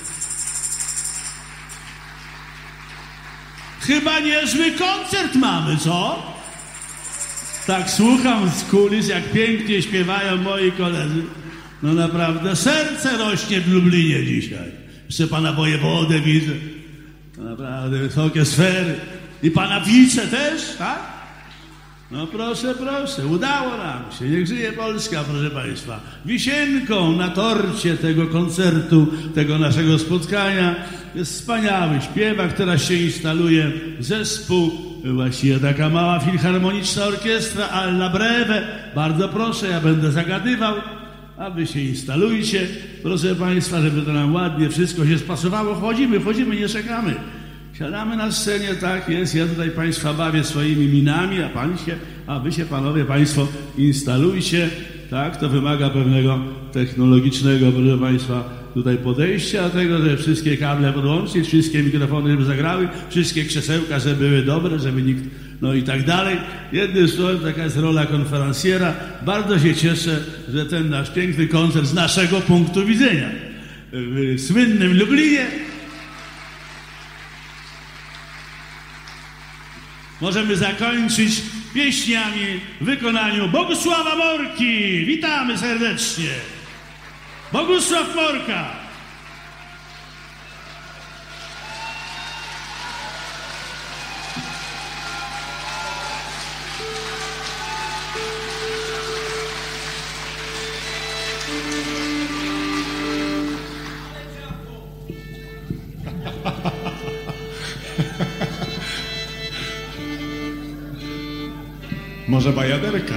Chyba niezły koncert mamy, co? Tak słucham z kulis, jak pięknie śpiewają moi koledzy. No naprawdę, serce rośnie w Lublinie dzisiaj. Jeszcze pana wojewodę widzę. To naprawdę wysokie sfery. I pana wice też, tak? No proszę, proszę, udało nam się. Niech żyje Polska, proszę państwa. Wisienką na torcie tego koncertu, tego naszego spotkania jest wspaniały śpiewak. Teraz się instaluje zespół, właściwie taka mała filharmoniczna orkiestra Alla Breve. Bardzo proszę, ja będę zagadywał, a wy się instalujcie, proszę państwa, żeby to nam ładnie wszystko się spasowało. Chodzimy, nie czekamy. Siadamy na scenie, tak jest, ja tutaj państwa bawię swoimi minami, a wy się panowie państwo instalujcie, tak, to wymaga pewnego technologicznego, proszę państwa, tutaj podejścia do tego, żeby wszystkie kable podłączyć, wszystkie mikrofony, żeby zagrały, wszystkie krzesełka, żeby były dobre, żeby nikt, no i tak dalej. Jednym słowem, taka jest rola konferencjera. Bardzo się cieszę, że ten nasz piękny koncert z naszego punktu widzenia w słynnym Lublinie możemy zakończyć pieśniami w wykonaniu Bogusława Morki. Witamy serdecznie. Bogusław Morka. Może bajaderka?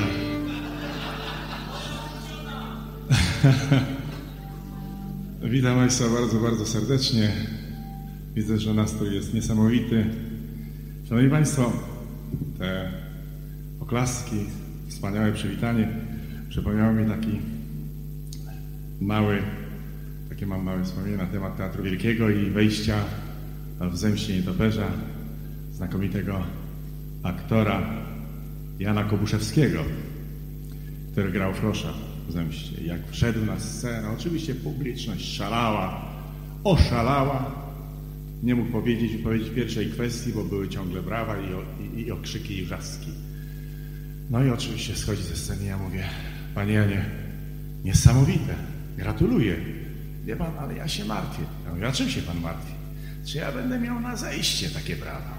Witam Państwa bardzo, bardzo serdecznie. Widzę, że nastrój jest niesamowity. Szanowni Państwo, te oklaski, wspaniałe przywitanie przypomniało mi mam małe wspomnienie na temat Teatru Wielkiego i wejścia w Zemście Nietoperza znakomitego aktora Jana Kobuszewskiego, który grał Frosza w Zemście. Jak wszedł na scenę, oczywiście publiczność oszalała. Nie mógł powiedzieć pierwszej kwestii, bo były ciągle brawa i okrzyki i wrzaski. No i oczywiście schodzi ze sceny i ja mówię: panie Janie, niesamowite, gratuluję. Wie pan, ale ja się martwię. Ja mówię: a czym się pan martwi? Czy ja będę miał na zejście takie brawa?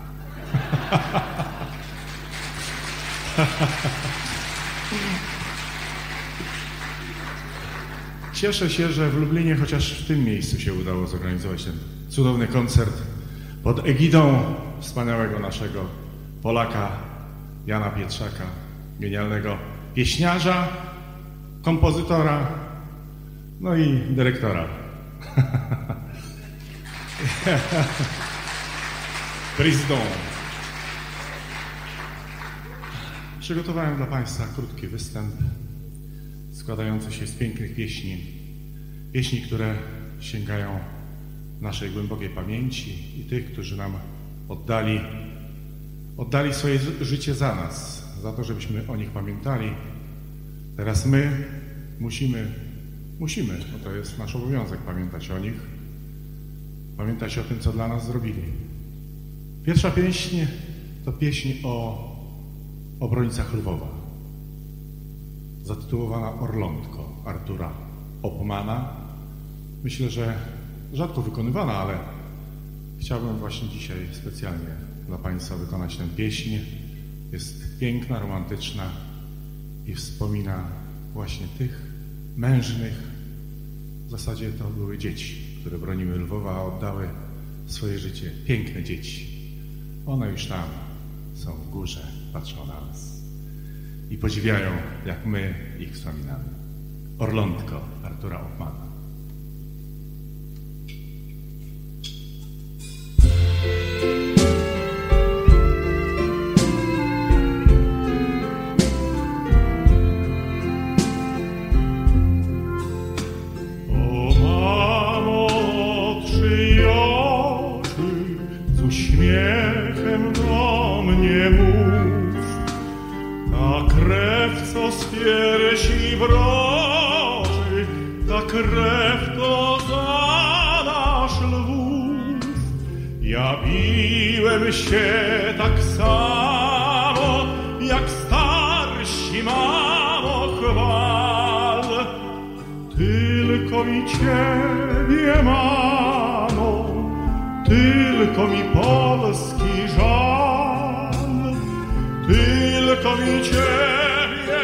Cieszę się, że w Lublinie chociaż w tym miejscu się udało zorganizować ten cudowny koncert pod egidą wspaniałego naszego Polaka Jana Pietrzaka, genialnego pieśniarza, kompozytora, no i dyrektora. Président. Przygotowałem dla Państwa krótki występ składający się z pięknych pieśni. Pieśni, które sięgają naszej głębokiej pamięci i tych, którzy nam oddali swoje życie za nas, za to, żebyśmy o nich pamiętali. Teraz my musimy, bo to jest nasz obowiązek, pamiętać o nich, pamiętać o tym, co dla nas zrobili. Pierwsza pieśń to pieśń o obrońcach Lwowa, zatytułowana Orlątko Artura Oppmana. Myślę, że rzadko wykonywana, ale chciałbym właśnie dzisiaj specjalnie dla Państwa wykonać tę pieśń. Jest piękna, romantyczna i wspomina właśnie tych mężnych, w zasadzie to były dzieci, które broniły Lwowa, a oddały swoje życie. Piękne dzieci. One już tam są w górze, patrzą na nas i podziwiają, jak my ich wspominamy. Orlątko Artura Oppmana. Uśmiechem do mnie mów, tak co z piersi wroży, ta krew to za nasz Lwów. Ja biłem się tak samo, jak starsi, mamo, chwal. Tylko mi ciebie, mamo, tylko mi Polski żal. Tylko mi ciebie,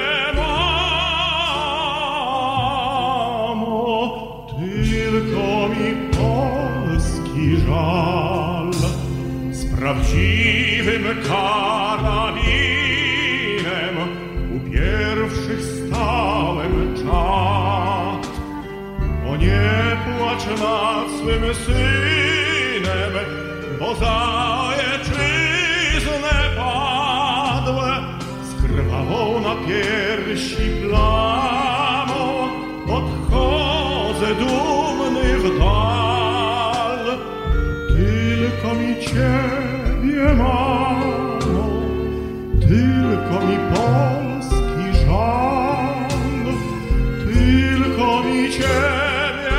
mamo, tylko mi Polski żal. Z prawdziwym karabinem u pierwszych stałem czat. O nie płacz nad swym synem, bo za ojczyznę padłe, z krwawą na piersi plamą odchodzę dumny w dal. Tylko mi ciebie, mamo, tylko mi Polski żal. Tylko mi ciebie,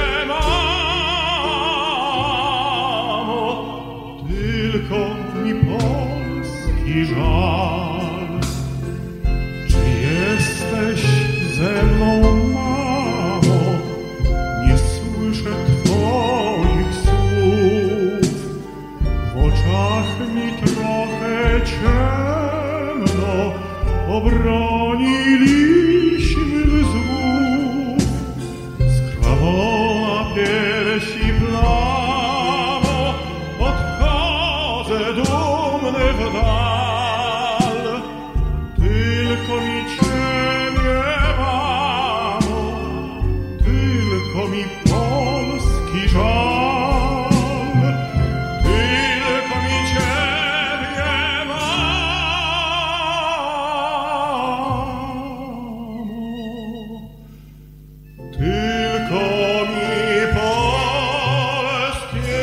mamo, tylko mi Polski żal. Czy jesteś ze mną, mamo? Nie słyszę twoich słów. W oczach mi trochę ciemno, obroniliśmy znów. Z krwawą na piersi plamą odchodzę dumny w dal. Tylko mi ciebie, mamo, tylko mi Polski żal. Tylko mi ciebie, mamo, tylko mi Polskie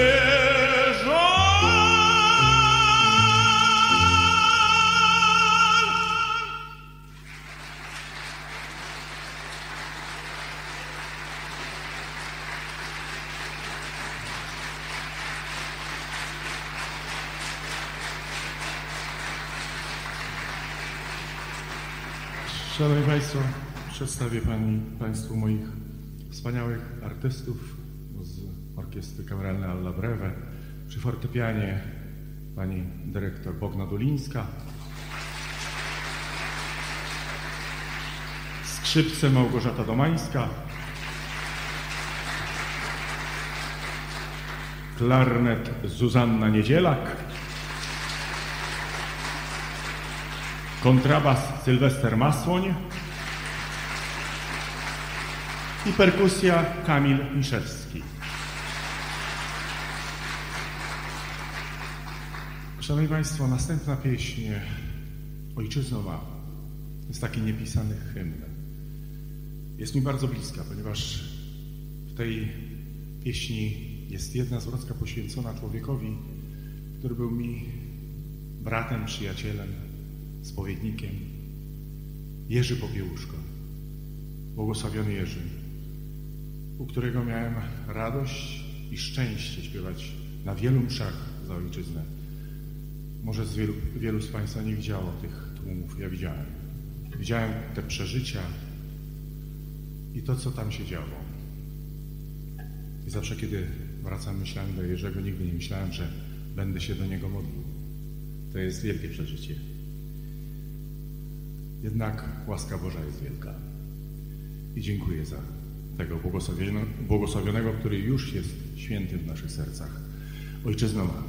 Szanowni Państwo, przedstawię Państwu moich wspaniałych artystów z Orkiestry Kameralnej Alla Breve. Przy fortepianie pani dyrektor Bogna Dulińska, skrzypce Małgorzata Domańska, klarnet Zuzanna Niedzielak, kontrabas Sylwester Masłoń i perkusja Kamil Miszewski. Szanowni Państwo, następna pieśń Ojczyzno ma jest taki niepisany hymn. Jest mi bardzo bliska, ponieważ w tej pieśni jest jedna zwrotka poświęcona człowiekowi, który był mi bratem, przyjacielem, spowiednikiem, Jerzy Popiełuszko, błogosławiony Jerzy, u którego miałem radość i szczęście śpiewać na wielu mszach za ojczyznę. Może wielu z Państwa nie widziało tych tłumów, ja widziałem. Widziałem te przeżycia i to, co tam się działo. I zawsze, kiedy wracam myślami do Jerzego, nigdy nie myślałem, że będę się do niego modlił. To jest wielkie przeżycie. Jednak łaska Boża jest wielka. I dziękuję za tego błogosławionego, który już jest świętym w naszych sercach. Ojczyzno ma.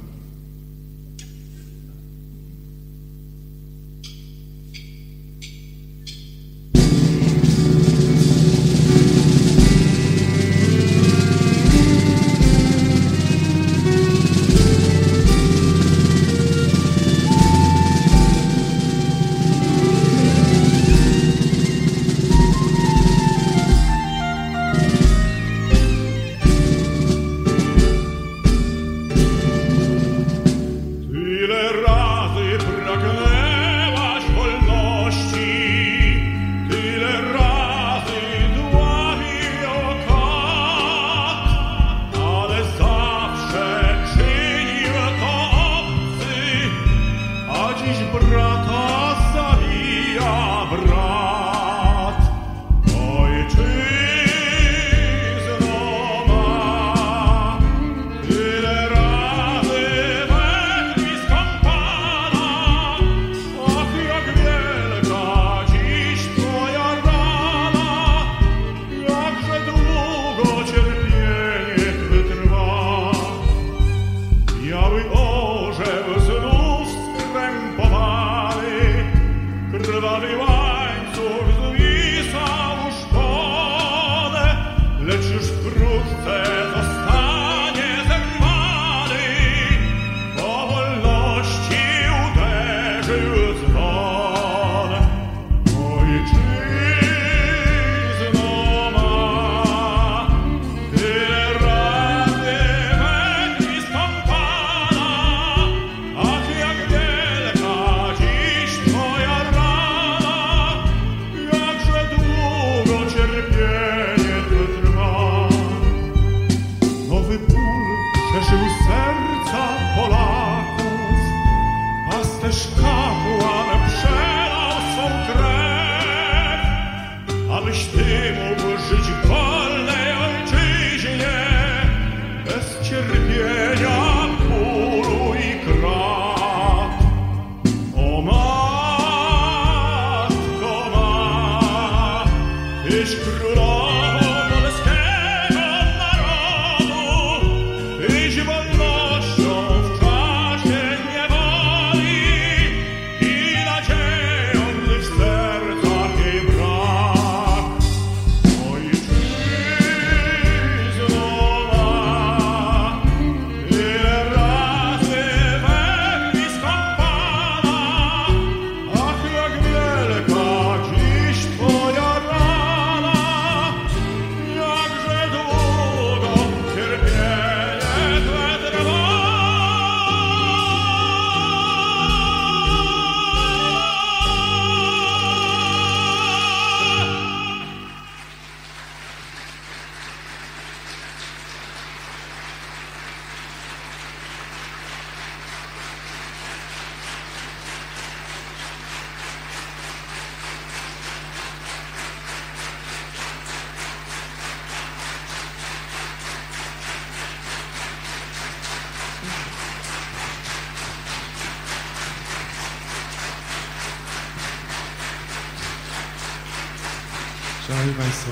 Szanowni Państwo,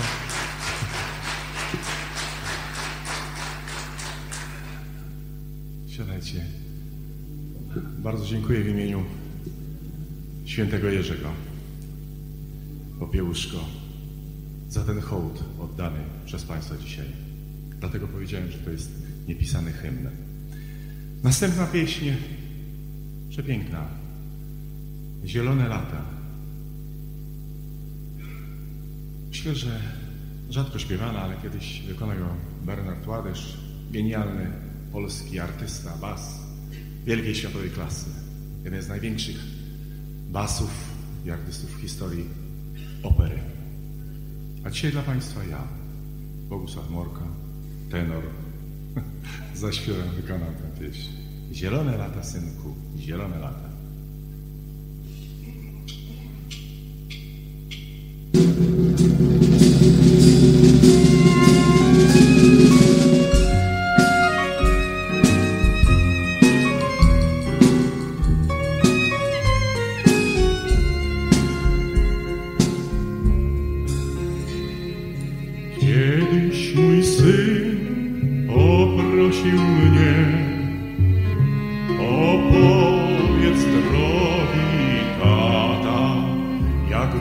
siadajcie. Bardzo dziękuję w imieniu świętego Jerzego, Popiełuszko, za ten hołd oddany przez Państwa dzisiaj. Dlatego powiedziałem, że to jest niepisany hymn. Następna pieśń, przepiękna, Zielone lata. Myślę, że rzadko śpiewana, ale kiedyś wykonał ją Bernard Ładysz, genialny polski artysta, bas wielkiej światowej klasy. Jeden z największych basów i artystów w historii opery. A dzisiaj dla Państwa ja, Bogusław Morka, tenor, zaśpiewam, wykonam tę pieśń. Zielone lata, synku, zielone lata. Kiedyś mój syn poprosił mnie, opowiedz drogi tata, jak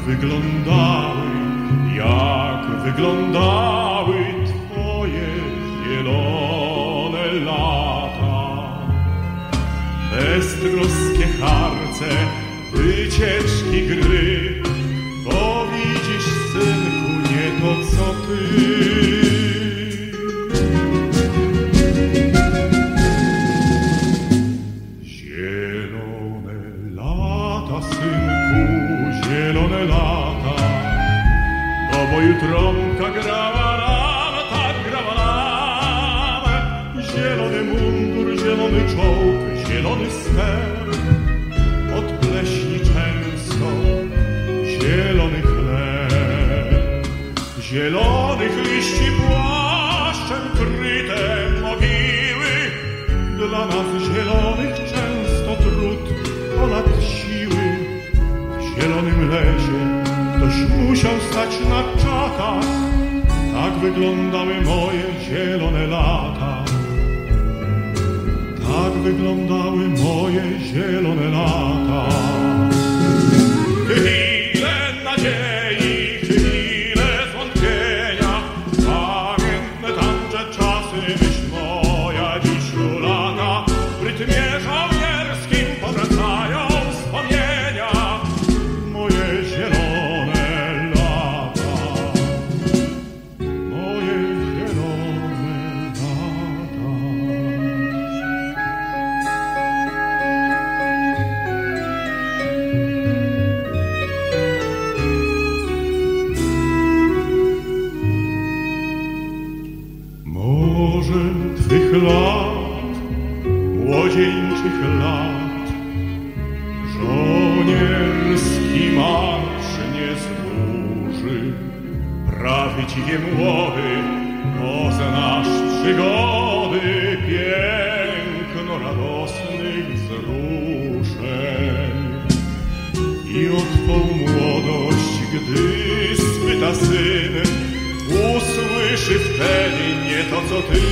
wyglądały twoje zielone lata. Beztroskie harce, wycieczki, gry, bo widzisz, synku, nie to co ty. Zielone lata, synku, zielone lata, do boju trąbka grała nam, tak grała nam. Zielony mundur, zielony czołg, zielony ster, od pleśni często zielony chleb. Zielonych liści płaszczem kryte mogiły, dla nas zielonych często trud ponad siły. W zielonym lesie ktoś musiał stać na czatach, tak wyglądały moje zielone lata. Tak wyglądały moje zielone lata. Chwile nadziei, chwile zwątpienia, pamiętne tamte czasy, myśl moja dziś lata. W rytmie żołnierskim powracają wspomnienia, moje zielone lata, moje zielone lata. Może twych lat, młodzieńczych lat, żołnierski marsz nie zburzy. Prawie dzikie młody poznasz przygody, piękno radosnych wzruszeń. I o twą młodość, gdy spyta syn, usłyszy wtedy nie to, co ty.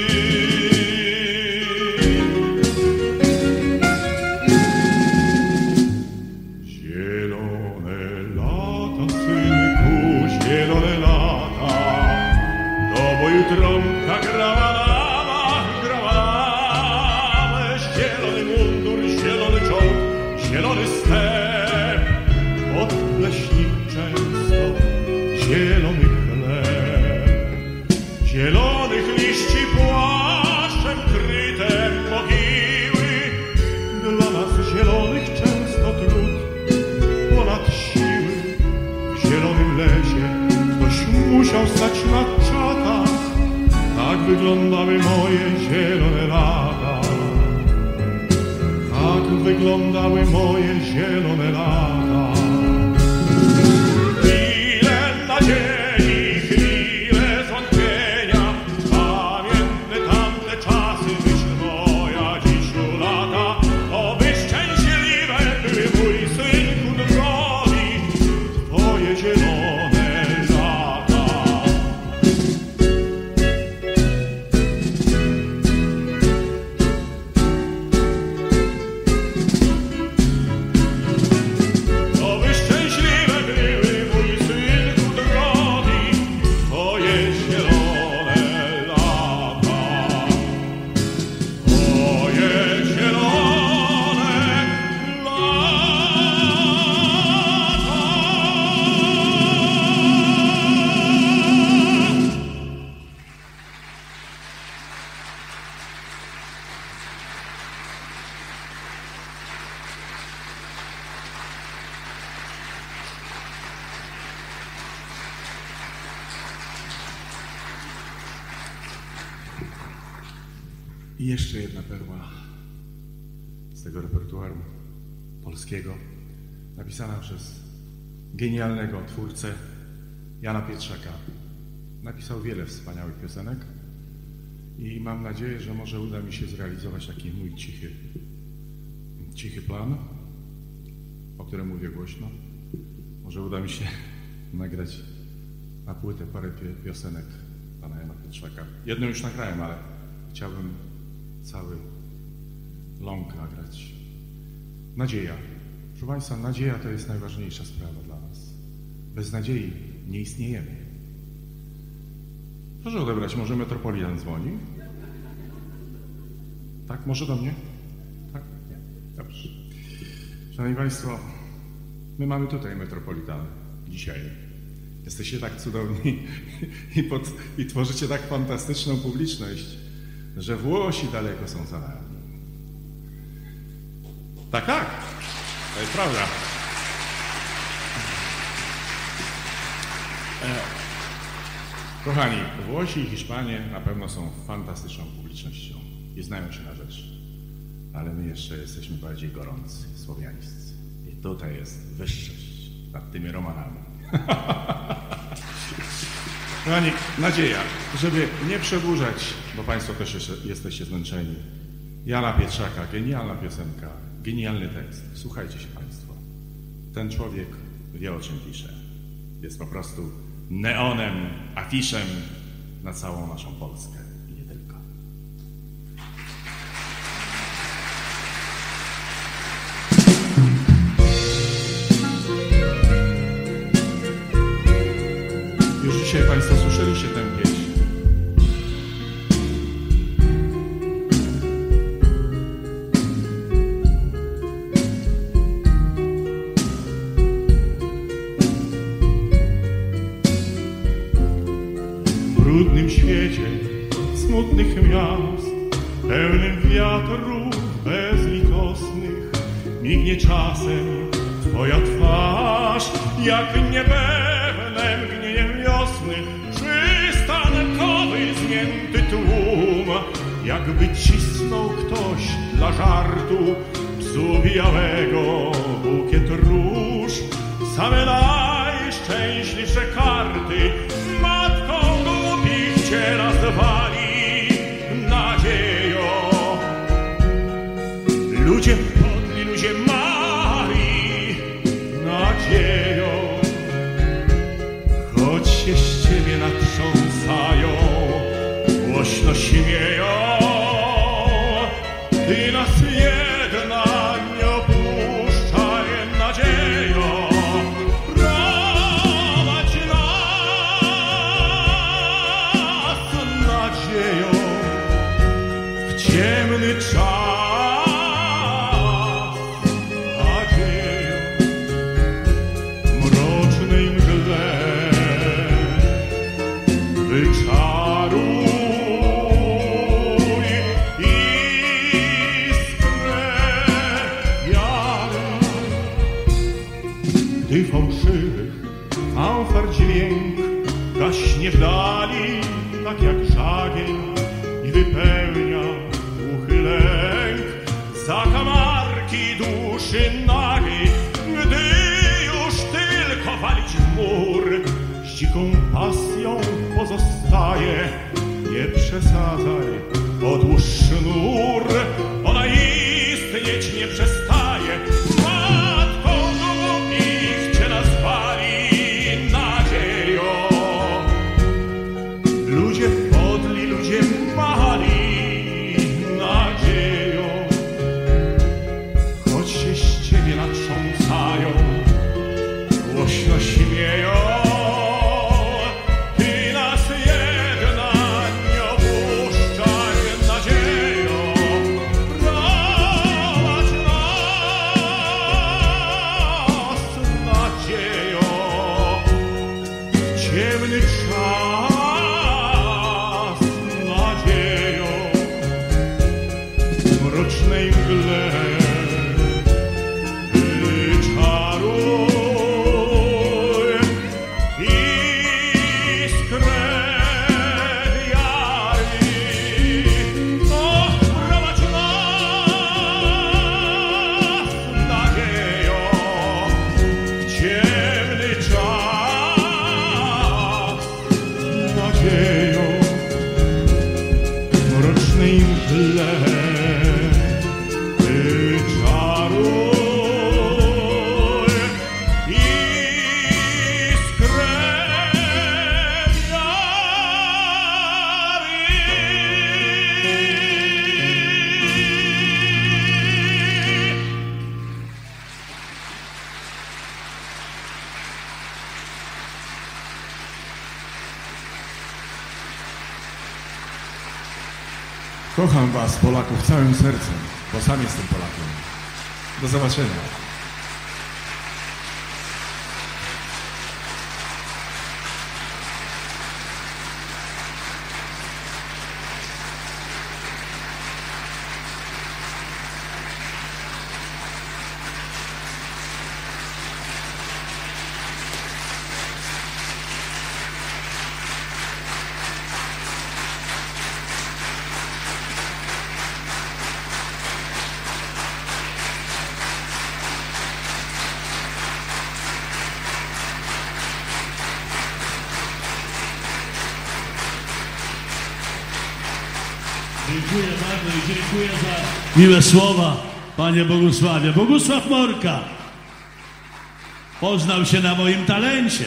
Zielone lata, synku, zielone lata, do boju trąbka grała nam, grała nam. Zielony mundur, zielony czołg, zielony step, od pleśni często zielony chleb. Zielonych liści płaszczem kryte mogiły, dla nas zielonych często trud ponad siły. W zielonym lesie ktoś musiał stać na czatach, tak wyglądały moje zielone lata. Tak wyglądały moje zielone lata. Chwile nadziei, chwile zwątpienia, pamiętne tamte czasy, myśl moja dziś lata. Oby szczęśliwe były, mój synku drogi, twoje zielone lata. jeszcze jedna perła z tego repertuaru polskiego, napisana przez genialnego twórcę Jana Pietrzaka. Napisał wiele wspaniałych piosenek i mam nadzieję, że może uda mi się zrealizować taki mój cichy plan, o którym mówię głośno. Może uda mi się nagrać na płytę parę piosenek pana Jana Pietrzaka. Jedną już nagrałem, ale chciałbym cały long nagrać. Nadzieja. Proszę Państwa, nadzieja to jest najważniejsza sprawa dla nas. Bez nadziei nie istniejemy. Proszę odebrać, może Metropolitan dzwoni? Tak, może do mnie? Tak? Dobrze. Szanowni Państwo, my mamy tutaj Metropolitan dzisiaj. Jesteście tak cudowni i tworzycie tak fantastyczną publiczność, że Włosi daleko są za nami. Tak, tak. To jest prawda. Kochani, Włosi i Hiszpanie na pewno są fantastyczną publicznością i znają się na rzecz. Ale my jeszcze jesteśmy bardziej gorący, słowiańscy. I tutaj jest wyższość nad tymi Romanami. Kochani, nadzieja, żeby nie przedłużać, bo Państwo też jesteście zmęczeni. Jana Pietrzaka, genialna piosenka, genialny tekst. Słuchajcie się Państwo. Ten człowiek wie, o czym pisze. Jest po prostu neonem, afiszem na całą naszą Polskę i nie tylko. Już dzisiaj Państwo słyszeliście tę pieśń. W brudnym świecie smutnych miast, pełnym wiatrów bezlitosnych, mignie czasem Twoja twarz, jak niepewne mgnienie wiosny. Przystankowy zmięty tłum, jakby cisnął ktoś dla żartu psu białego bukiet róż. Same najszczęśliwsze karty matką głupich cię nazwali nadzieją. Ludzie podli, ludzie mali nadzieją. Choć się z ciebie natrząsają, głośno śmieją, ty nas jedna nie opuszczaj nadzieją. Prowadź nas nadzieją w ciemny czas, nadzieją w mrocznej mgle. Wyczaruj iskrę wiary. Gdy fałszywych fanfar dźwięk gaśnie w dali, tak jak żagiel, i wypełnia głuchy lęk zakamarki duszy nagiej. Gdy już tylko walić w mur, z dziką pasją pozostaje. Nie przesadzaj, odłóż sznur, ona istnieć nie przestaje. Matką głupich cię nazwali nadzieją. Ludzie podli, ludzie mali nadzieją. Choć się z ciebie natrząsają, głośno śmieją, ty nas jedna nie opuszczaj nadzieją. Prowadź nas nadzieją w ciemny czas, nadzieją w mrocznej mgle. Wyczaruj iskrę wiary. O, Kocham was, Polaków, całym sercem, bo sam jestem Polakiem. Do zobaczenia. Dziękuję bardzo i dziękuję za miłe słowa, panie Bogusławie. Bogusław Morka poznał się na moim talencie.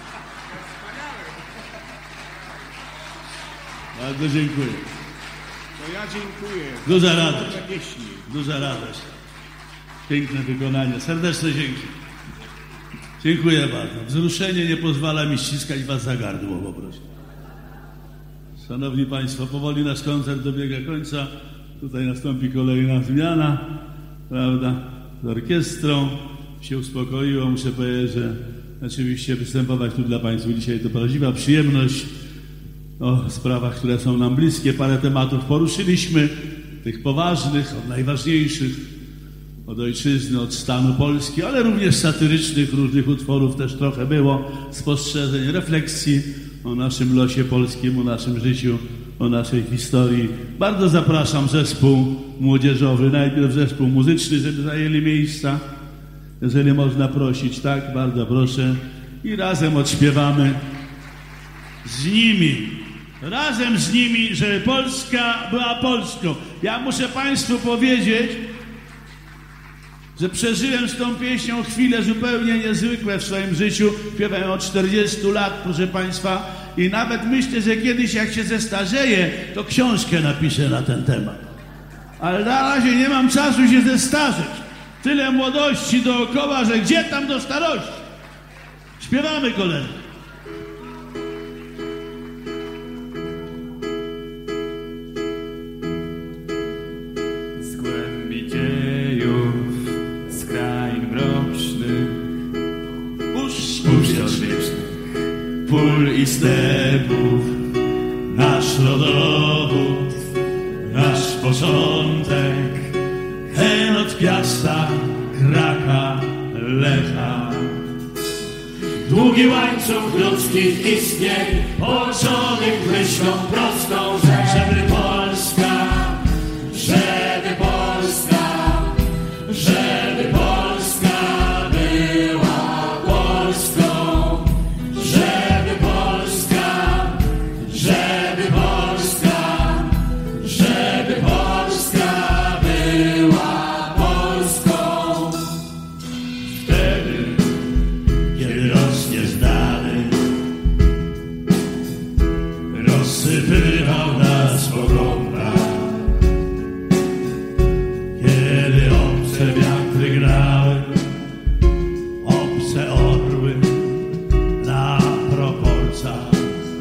Bardzo dziękuję. To ja dziękuję. Duża radość. Duża radość. Piękne wykonanie. Serdeczne dzięki. Dziękuję bardzo. Wzruszenie nie pozwala mi ściskać was za gardło po prostu. Szanowni Państwo, powoli nasz koncert dobiega końca. Tutaj nastąpi kolejna zmiana, prawda, z orkiestrą. Się uspokoiło, muszę powiedzieć, że oczywiście występować tu dla Państwa dzisiaj to prawdziwa przyjemność. O sprawach, które są nam bliskie, parę tematów poruszyliśmy, tych poważnych, od najważniejszych, od ojczyzny, od stanu Polski, ale również satyrycznych, różnych utworów też trochę było, spostrzeżeń, refleksji o naszym losie polskim, o naszym życiu, o naszej historii. Bardzo zapraszam zespół młodzieżowy, najpierw zespół muzyczny, żeby zajęli miejsca, jeżeli można prosić, tak, bardzo proszę. I razem odśpiewamy z nimi, razem z nimi, żeby Polska była Polską. Ja muszę Państwu powiedzieć, że przeżyłem z tą pieśnią chwile zupełnie niezwykłe w swoim życiu. Śpiewałem od 40 lat, proszę Państwa, i nawet myślę, że kiedyś jak się zestarzeję, to książkę napiszę na ten temat. Ale na razie nie mam czasu się zestarzeć. Tyle młodości dookoła, że gdzie tam do starości? Śpiewamy, koledzy. Z głębi dziejów, z krain mrocznych, puszcz odwiecznych, pól i stepów, nasz rodowód, nasz początek, hen od Piasta, Kraka, Lecha. Długi łańcuch ludzkich istnień, połączonych myślą prostą, żeby Polska, żeby Polska, żeby Polska była Polską, żeby Polska, żeby Polska, żeby Polska była Polską. Wtedy, kiedy rośnie zdany, rozsypywał nas po grądach. Kiedy obce wiatry grały, obce orły na proporcach.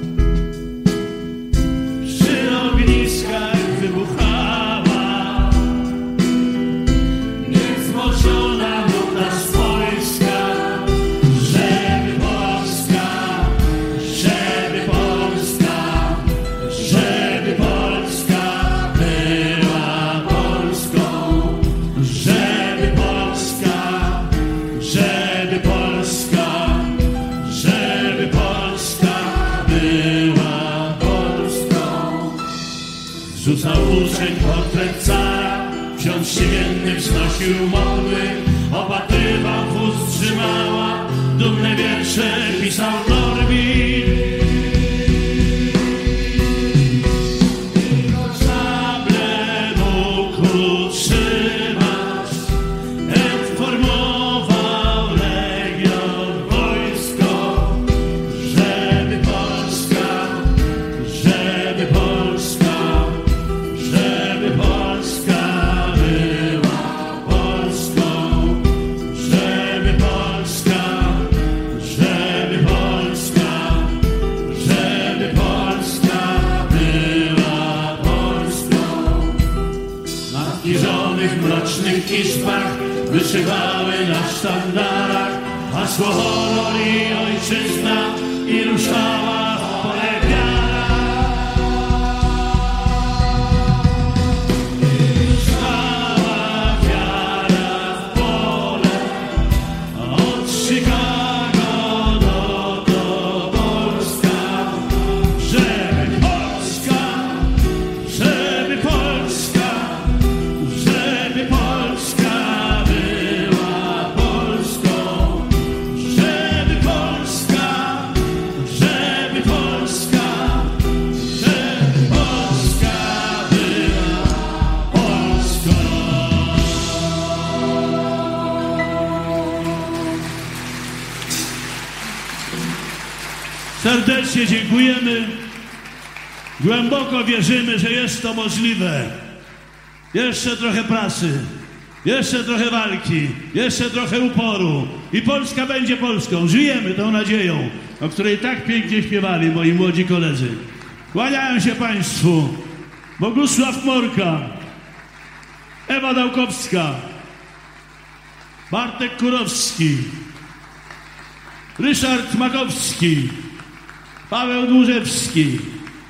Przy ogniskach wybuchała niezmoczona nuta swojska, żeby Polska, żeby Polska, żeby Polska była Polską, żeby Polska, żeby Polska, żeby Polska była Polską. Rzucał uczeń portret cara, ksiądz siemienny wznosił modły, opatrywał, wóz trzymała, dumne wiersze pisał Norwid. Szable mógł trzymać, informował legion wojsko, żeby Polska, żeby Polska, żeby Polska była Polską, żeby Polska, żeby Polska, zniszczonych, mrocznych izbach wyszywały na sztandarach hasło honor i ojczyzna i ruszała w pole wiara. Ruszała wiara w pole, od Chicago do Polska, żeby Polska, żeby Polska, żeby Polska była Polską, żeby Polska, żeby Polska, żeby Polska była Polską. Serdecznie dziękujemy. Głęboko wierzymy, że jest to możliwe. Jeszcze trochę pracy, jeszcze trochę walki, jeszcze trochę uporu i Polska będzie Polską. Żyjemy tą nadzieją, o której tak pięknie śpiewali moi młodzi koledzy. Kłaniają się Państwu Bogusław Morka, Ewa Dałkowska, Bartek Kurowski, Ryszard Makowski, Paweł Dłużewski,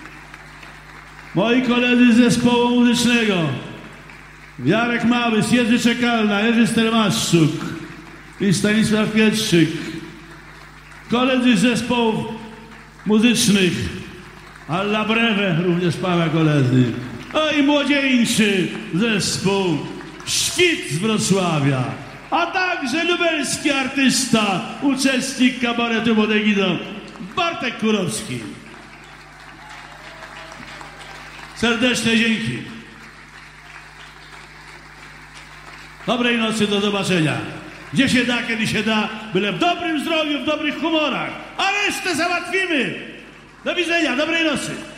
moi koledzy z zespołu muzycznego, Jarek Małys, Jerzy Czekalna, Jerzy Stermaszczuk i Stanisław Pietrzyk, koledzy z zespołów muzycznych, Alla Brewe, również pana koledzy, i młodzieńczy zespół Świt z Wrocławia, a także lubelski artysta, uczestnik kabaretu Bodegido, Bartek Kurowski. Serdeczne dzięki. Dobrej nocy, do zobaczenia. Gdzie się da, kiedy się da, byle w dobrym zdrowiu, w dobrych humorach. A resztę załatwimy. Do widzenia, dobrej nocy.